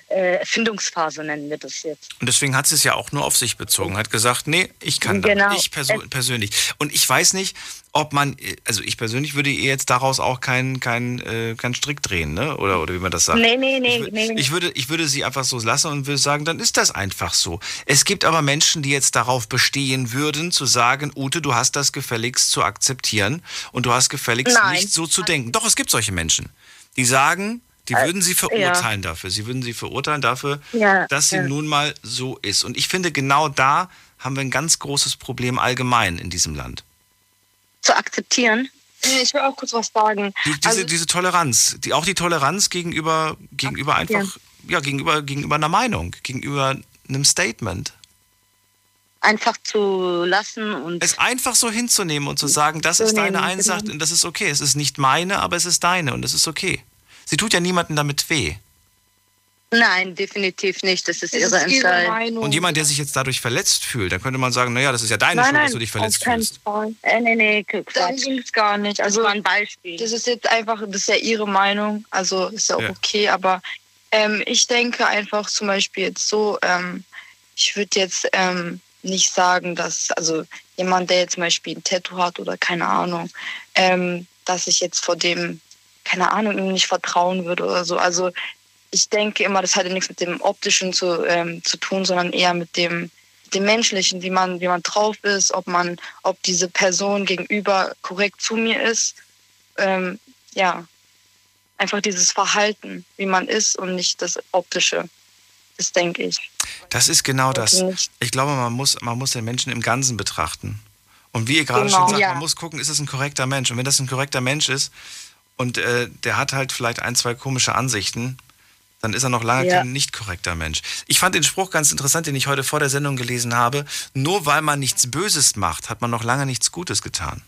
Erfindungsphase nennen wir das jetzt. Und deswegen hat sie es ja auch nur auf sich bezogen. Hat gesagt, nee, ich kann Genau. das. Ich persönlich. Und ich weiß nicht, ob man, also ich persönlich würde ihr jetzt daraus auch keinen Strick drehen, ne? Oder wie man das sagt. Nee. Ich würde sie einfach so lassen und würde sagen, dann ist das einfach so. Es gibt aber Menschen, die jetzt darauf bestehen würden, zu sagen, Ute, du hast das gefälligst zu akzeptieren und du hast gefälligst nicht so zu denken. Doch, es gibt solche Menschen, die sagen, die würden sie verurteilen dafür. Sie würden sie verurteilen dafür, dass sie nun mal so ist. Und ich finde, genau da haben wir ein ganz großes Problem allgemein in diesem Land. Zu akzeptieren? Ich will auch kurz was sagen. Diese Toleranz, die Toleranz gegenüber einfach, gegenüber einer Meinung, gegenüber einem Statement. Einfach zu lassen und... Es einfach so hinzunehmen und zu sagen, das ist deine Einsicht und das ist okay. Es ist nicht meine, aber es ist deine und es ist okay. Sie tut ja niemandem damit weh. Nein, definitiv nicht. Das ist ihre Entscheidung. Und jemand, der sich jetzt dadurch verletzt fühlt, dann könnte man sagen, naja, das ist ja deine Schuld, dass du dich verletzt fühlst. Nee, darum ging es gar nicht. Also, das war ein Beispiel. Das ist jetzt einfach, das ist ja ihre Meinung, also ist ja auch okay, aber ich denke einfach zum Beispiel jetzt so, ich würde jetzt nicht sagen, dass, also jemand, der jetzt zum Beispiel ein Tattoo hat oder keine Ahnung, dass ich jetzt vor dem, keine Ahnung, ihm nicht vertrauen würde oder so. Also ich denke immer, das hat ja nichts mit dem Optischen zu tun, sondern eher mit dem Menschlichen, wie man drauf ist, ob diese Person gegenüber korrekt zu mir ist. Einfach dieses Verhalten, wie man ist und nicht das Optische. Das denke ich. Das ist genau das. Ich glaube, man muss den Menschen im Ganzen betrachten. Und wie ihr gerade schon sagt, man muss gucken, ist es ein korrekter Mensch? Und wenn das ein korrekter Mensch ist und der hat halt vielleicht 1, 2 komische Ansichten, dann ist er noch lange kein nicht korrekter Mensch. Ich fand den Spruch ganz interessant, den ich heute vor der Sendung gelesen habe. Nur weil man nichts Böses macht, hat man noch lange nichts Gutes getan.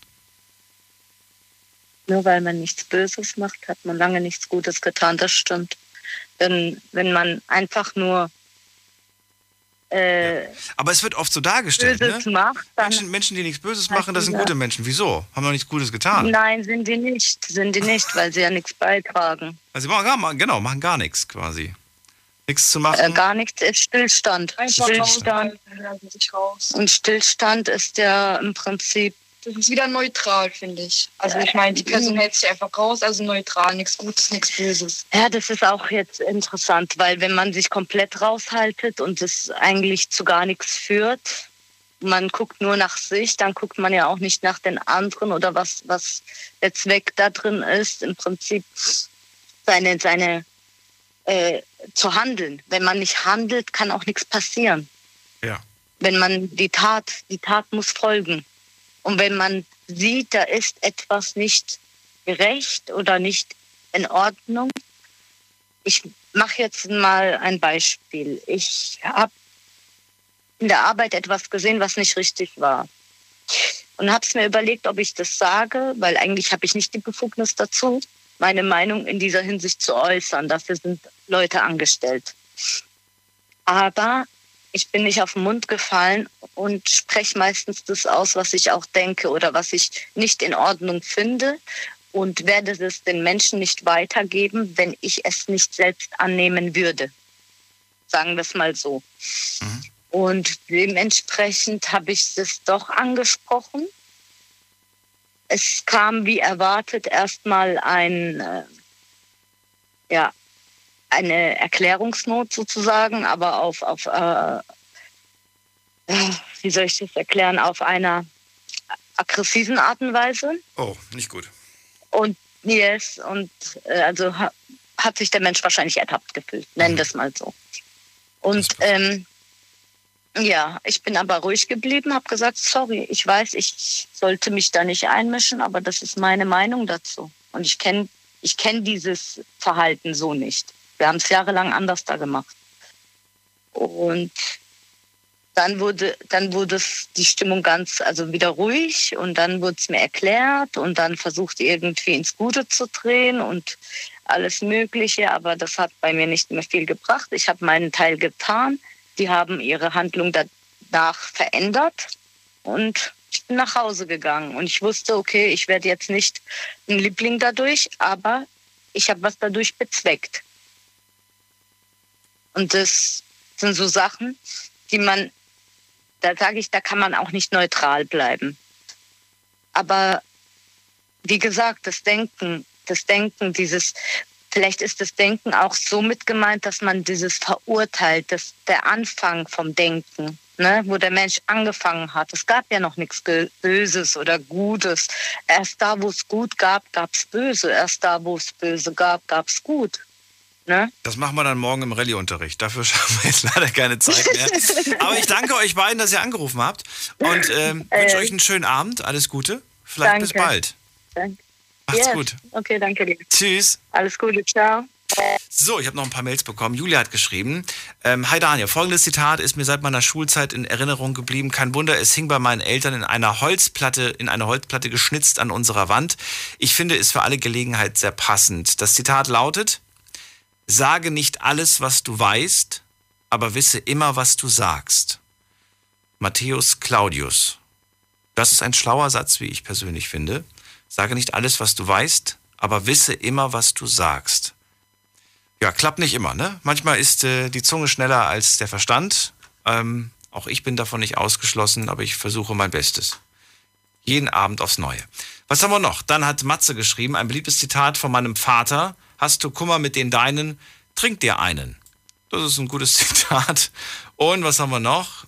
Nur weil man nichts Böses macht, hat man lange nichts Gutes getan. Das stimmt. Denn wenn man einfach nur aber es wird oft so dargestellt, Böses ne? macht, Menschen, die nichts Böses machen, das sind gute Menschen. Wieso? Haben doch nichts Gutes getan. Nein, sind die nicht, weil sie ja nichts beitragen. Also machen gar nichts quasi. Nichts zu machen. Gar nichts ist Stillstand. Stillstand. Und Stillstand ist ja im Prinzip... Das ist wieder neutral, finde ich. Also ich meine, die Person hält sich einfach raus, also neutral, nichts Gutes, nichts Böses. Ja, das ist auch jetzt interessant, weil wenn man sich komplett raushaltet und es eigentlich zu gar nichts führt, man guckt nur nach sich, dann guckt man ja auch nicht nach den anderen oder was der Zweck da drin ist, im Prinzip zu handeln. Wenn man nicht handelt, kann auch nichts passieren. Ja. Wenn man die Tat muss folgen. Und wenn man sieht, da ist etwas nicht gerecht oder nicht in Ordnung. Ich mache jetzt mal ein Beispiel. Ich habe in der Arbeit etwas gesehen, was nicht richtig war. Und habe es mir überlegt, ob ich das sage, weil eigentlich habe ich nicht die Befugnis dazu, meine Meinung in dieser Hinsicht zu äußern. Dafür sind Leute angestellt. Aber ich bin nicht auf den Mund gefallen und spreche meistens das aus, was ich auch denke oder was ich nicht in Ordnung finde und werde es den Menschen nicht weitergeben, wenn ich es nicht selbst annehmen würde. Sagen wir es mal so. Mhm. Und dementsprechend habe ich das doch angesprochen. Es kam wie erwartet erstmal eine Erklärungsnot sozusagen, aber wie soll ich das erklären, auf einer aggressiven Art und Weise. Oh, nicht gut. Und also hat sich der Mensch wahrscheinlich ertappt gefühlt, nennen wir es mal so. Und ich bin aber ruhig geblieben, habe gesagt, sorry, ich weiß, ich sollte mich da nicht einmischen, aber das ist meine Meinung dazu. Und ich kenn dieses Verhalten so nicht. Wir haben es jahrelang anders da gemacht. Und dann wurde die Stimmung wieder ruhig und dann wurde es mir erklärt und dann versucht irgendwie ins Gute zu drehen und alles Mögliche, aber das hat bei mir nicht mehr viel gebracht. Ich habe meinen Teil getan. Die haben ihre Handlung danach verändert und ich bin nach Hause gegangen und ich wusste, okay, ich werde jetzt nicht ein Liebling dadurch, aber ich habe was dadurch bezweckt. Und das sind so Sachen, da sage ich, da kann man auch nicht neutral bleiben. Aber wie gesagt, das Denken, vielleicht ist das Denken auch so mit gemeint, dass man dieses verurteilt, der Anfang vom Denken, ne, wo der Mensch angefangen hat. Es gab ja noch nichts Böses oder Gutes. Erst da, wo es gut gab, gab es Böse. Erst da, wo es Böse gab, gab es gut. Ne? Das machen wir dann morgen im Rallye-Unterricht. Dafür schaffen wir jetzt leider keine Zeit mehr. Aber ich danke euch beiden, dass ihr angerufen habt und wünsche euch einen schönen Abend. Alles Gute. Vielleicht bis bald. Danke. Macht's gut. Okay, danke dir. Tschüss. Alles Gute, ciao. So, ich habe noch ein paar Mails bekommen. Julia hat geschrieben, hi Daniel, folgendes Zitat ist mir seit meiner Schulzeit in Erinnerung geblieben. Kein Wunder, es hing bei meinen Eltern in eine Holzplatte geschnitzt an unserer Wand. Ich finde es für alle Gelegenheit sehr passend. Das Zitat lautet: Sage nicht alles, was du weißt, aber wisse immer, was du sagst. Matthäus Claudius. Das ist ein schlauer Satz, wie ich persönlich finde. Sage nicht alles, was du weißt, aber wisse immer, was du sagst. Ja, klappt nicht immer, ne? Manchmal ist die Zunge schneller als der Verstand. Auch ich bin davon nicht ausgeschlossen, aber ich versuche mein Bestes. Jeden Abend aufs Neue. Was haben wir noch? Dann hat Matze geschrieben, ein beliebtes Zitat von meinem Vater. Hast du Kummer mit den Deinen? Trink dir einen. Das ist ein gutes Zitat. Und was haben wir noch?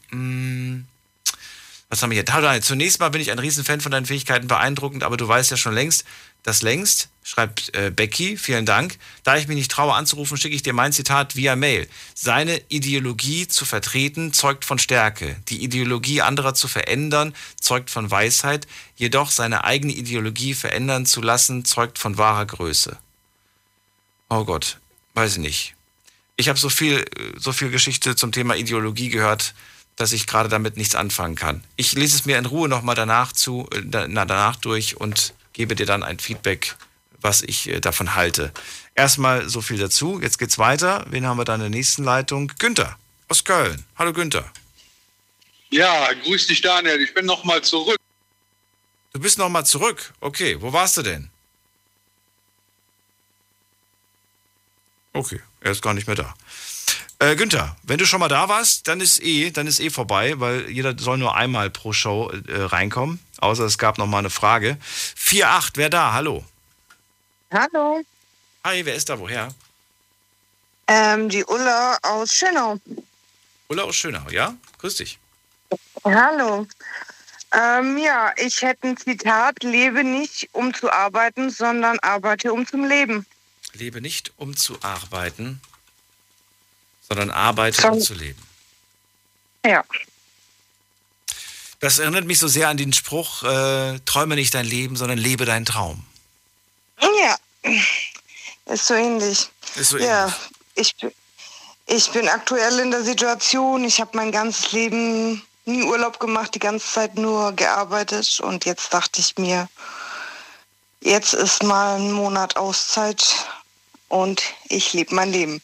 Was haben wir hier? Hallo, zunächst mal bin ich ein Riesenfan von deinen Fähigkeiten, beeindruckend, aber du weißt ja schon längst, schreibt Becky, vielen Dank. Da ich mich nicht traue anzurufen, schicke ich dir mein Zitat via Mail. Seine Ideologie zu vertreten, zeugt von Stärke. Die Ideologie anderer zu verändern, zeugt von Weisheit. Jedoch seine eigene Ideologie verändern zu lassen, zeugt von wahrer Größe. Oh Gott, weiß ich nicht. Ich habe so viel Geschichte zum Thema Ideologie gehört, dass ich gerade damit nichts anfangen kann. Ich lese es mir in Ruhe nochmal danach durch und gebe dir dann ein Feedback, was ich davon halte. Erstmal so viel dazu. Jetzt geht's weiter. Wen haben wir dann in der nächsten Leitung? Günther aus Köln. Hallo Günther. Ja, grüß dich Daniel. Ich bin nochmal zurück. Du bist nochmal zurück? Okay, wo warst du denn? Okay, er ist gar nicht mehr da. Günther, wenn du schon mal da warst, dann ist vorbei, weil jeder soll nur einmal pro Show reinkommen. Außer es gab noch mal eine Frage. 4-8, wer da? Hallo. Hallo. Hi, wer ist da? Woher? Die Ulla aus Schönau. Ulla aus Schönau, ja? Grüß dich. Hallo. Ja, ich hätte ein Zitat: Lebe nicht, um zu arbeiten, sondern arbeite, um zum Leben. Lebe nicht, um zu arbeiten, sondern arbeite, um zu leben. Ja. Das erinnert mich so sehr an den Spruch, träume nicht dein Leben, sondern lebe deinen Traum. Ja, ist so ähnlich. Ja, ich bin aktuell in der Situation, ich habe mein ganzes Leben nie Urlaub gemacht, die ganze Zeit nur gearbeitet. Und jetzt dachte ich mir, jetzt ist mal ein Monat Auszeit und ich lebe mein Leben.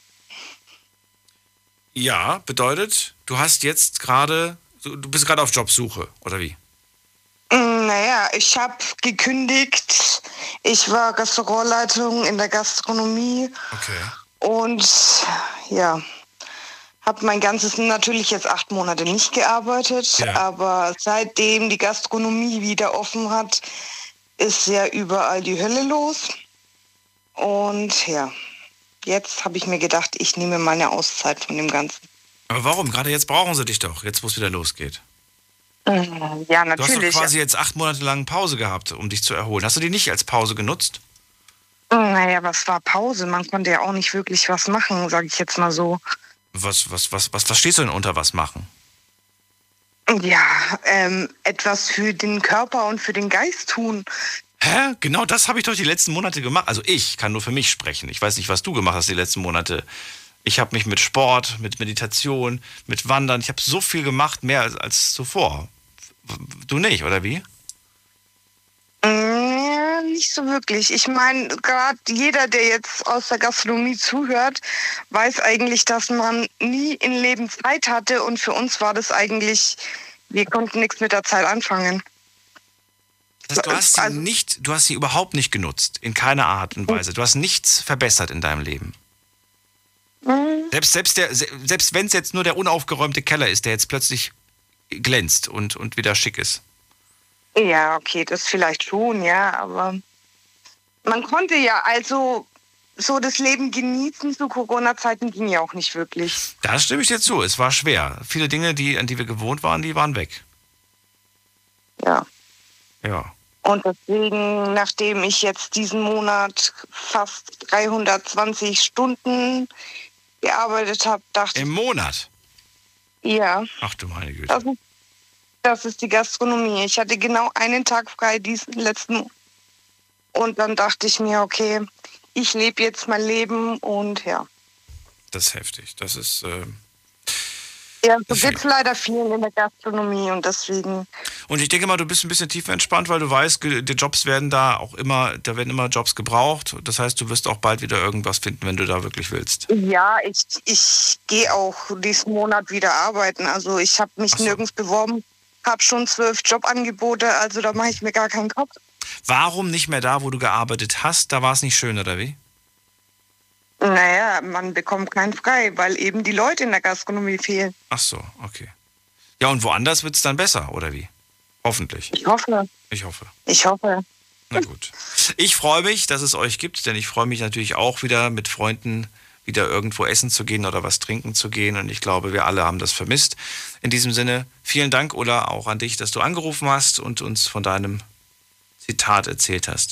Ja, bedeutet, du bist gerade auf Jobsuche, oder wie? Naja, ich habe gekündigt. Ich war Restaurantleitung in der Gastronomie. Okay. Und ja, habe natürlich jetzt 8 Monate nicht gearbeitet. Ja. Aber seitdem die Gastronomie wieder offen hat, ist ja überall die Hölle los. Und ja, jetzt habe ich mir gedacht, ich nehme meine Auszeit von dem Ganzen. Aber warum? Gerade jetzt brauchen sie dich doch, jetzt wo es wieder losgeht. Ja, natürlich. Du hast doch quasi jetzt 8 Monate lang Pause gehabt, um dich zu erholen. Hast du die nicht als Pause genutzt? Naja, was war Pause? Man konnte ja auch nicht wirklich was machen, sage ich jetzt mal so. Was verstehst du denn unter was machen? Ja, etwas für den Körper und für den Geist tun. Hä? Genau das habe ich doch die letzten Monate gemacht. Also ich kann nur für mich sprechen. Ich weiß nicht, was du gemacht hast die letzten Monate. Ich habe mich mit Sport, mit Meditation, mit Wandern, ich habe so viel gemacht, mehr als zuvor. Du nicht, oder wie? Nicht so wirklich. Ich meine, gerade jeder, der jetzt aus der Gastronomie zuhört, weiß eigentlich, dass man nie im Leben Zeit hatte. Und für uns war das eigentlich, wir konnten nichts mit der Zeit anfangen. Das heißt, du hast sie überhaupt nicht genutzt, in keiner Art und Weise. Du hast nichts verbessert in deinem Leben. Selbst wenn es jetzt nur der unaufgeräumte Keller ist, der jetzt plötzlich glänzt und wieder schick ist. Ja, okay, das vielleicht schon, ja, aber man konnte ja also so das Leben genießen zu Corona-Zeiten ging ja auch nicht wirklich. Da stimme ich dir zu, es war schwer. Viele Dinge, an die wir gewohnt waren, die waren weg. Ja. Ja. Und deswegen, nachdem ich jetzt diesen Monat fast 320 Stunden gearbeitet habe, dachte ich... Im Monat? Ja. Ach du meine Güte. Das ist die Gastronomie. Ich hatte genau einen Tag frei diesen letzten. Und dann dachte ich mir, okay, ich lebe jetzt mein Leben und ja. Das ist heftig. Das ist... Ja, so geht es leider vielen in der Gastronomie und deswegen... Und ich denke mal, du bist ein bisschen tiefer entspannt, weil du weißt, die Jobs werden da werden immer Jobs gebraucht. Das heißt, du wirst auch bald wieder irgendwas finden, wenn du da wirklich willst. Ja, ich gehe auch diesen Monat wieder arbeiten. Also ich habe mich nirgends beworben, habe schon 12 Jobangebote, also da mache ich mir gar keinen Kopf. Warum nicht mehr da, wo du gearbeitet hast? Da war es nicht schön, oder wie? Naja, man bekommt keinen frei, weil eben die Leute in der Gastronomie fehlen. Ach so, okay. Ja, und woanders wird es dann besser, oder wie? Hoffentlich. Ich hoffe. Ich hoffe. Na gut. Ich freue mich, dass es euch gibt, denn ich freue mich natürlich auch wieder mit Freunden wieder irgendwo essen zu gehen oder was trinken zu gehen. Und ich glaube, wir alle haben das vermisst. In diesem Sinne, vielen Dank, Ulla, auch an dich, dass du angerufen hast und uns von deinem Zitat erzählt hast.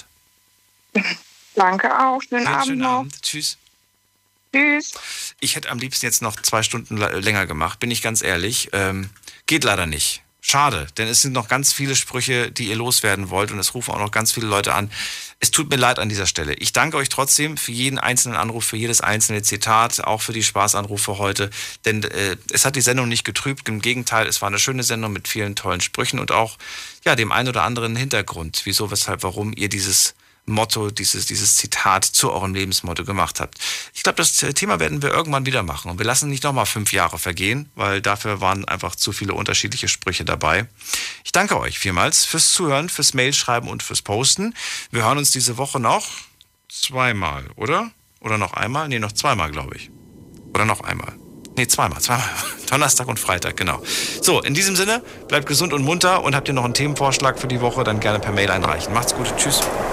Danke auch. Schönen Abend noch. Tschüss. Tschüss. Ich hätte am liebsten jetzt noch 2 Stunden länger gemacht, bin ich ganz ehrlich. Geht leider nicht. Schade, denn es sind noch ganz viele Sprüche, die ihr loswerden wollt und es rufen auch noch ganz viele Leute an. Es tut mir leid an dieser Stelle. Ich danke euch trotzdem für jeden einzelnen Anruf, für jedes einzelne Zitat, auch für die Spaßanrufe heute, denn es hat die Sendung nicht getrübt. Im Gegenteil, es war eine schöne Sendung mit vielen tollen Sprüchen und auch dem einen oder anderen Hintergrund, wieso, weshalb, warum ihr dieses Motto, dieses Zitat zu eurem Lebensmotto gemacht habt. Ich glaube, das Thema werden wir irgendwann wieder machen. Und wir lassen nicht nochmal 5 Jahre vergehen, weil dafür waren einfach zu viele unterschiedliche Sprüche dabei. Ich danke euch vielmals fürs Zuhören, fürs Mailschreiben und fürs Posten. Wir hören uns diese Woche noch 2-mal, oder? Oder noch einmal? Nee, noch 2-mal, glaube ich. Oder noch einmal. Nee, 2-mal. Donnerstag und Freitag, genau. So, in diesem Sinne, bleibt gesund und munter und habt ihr noch einen Themenvorschlag für die Woche, dann gerne per Mail einreichen. Macht's gut, tschüss.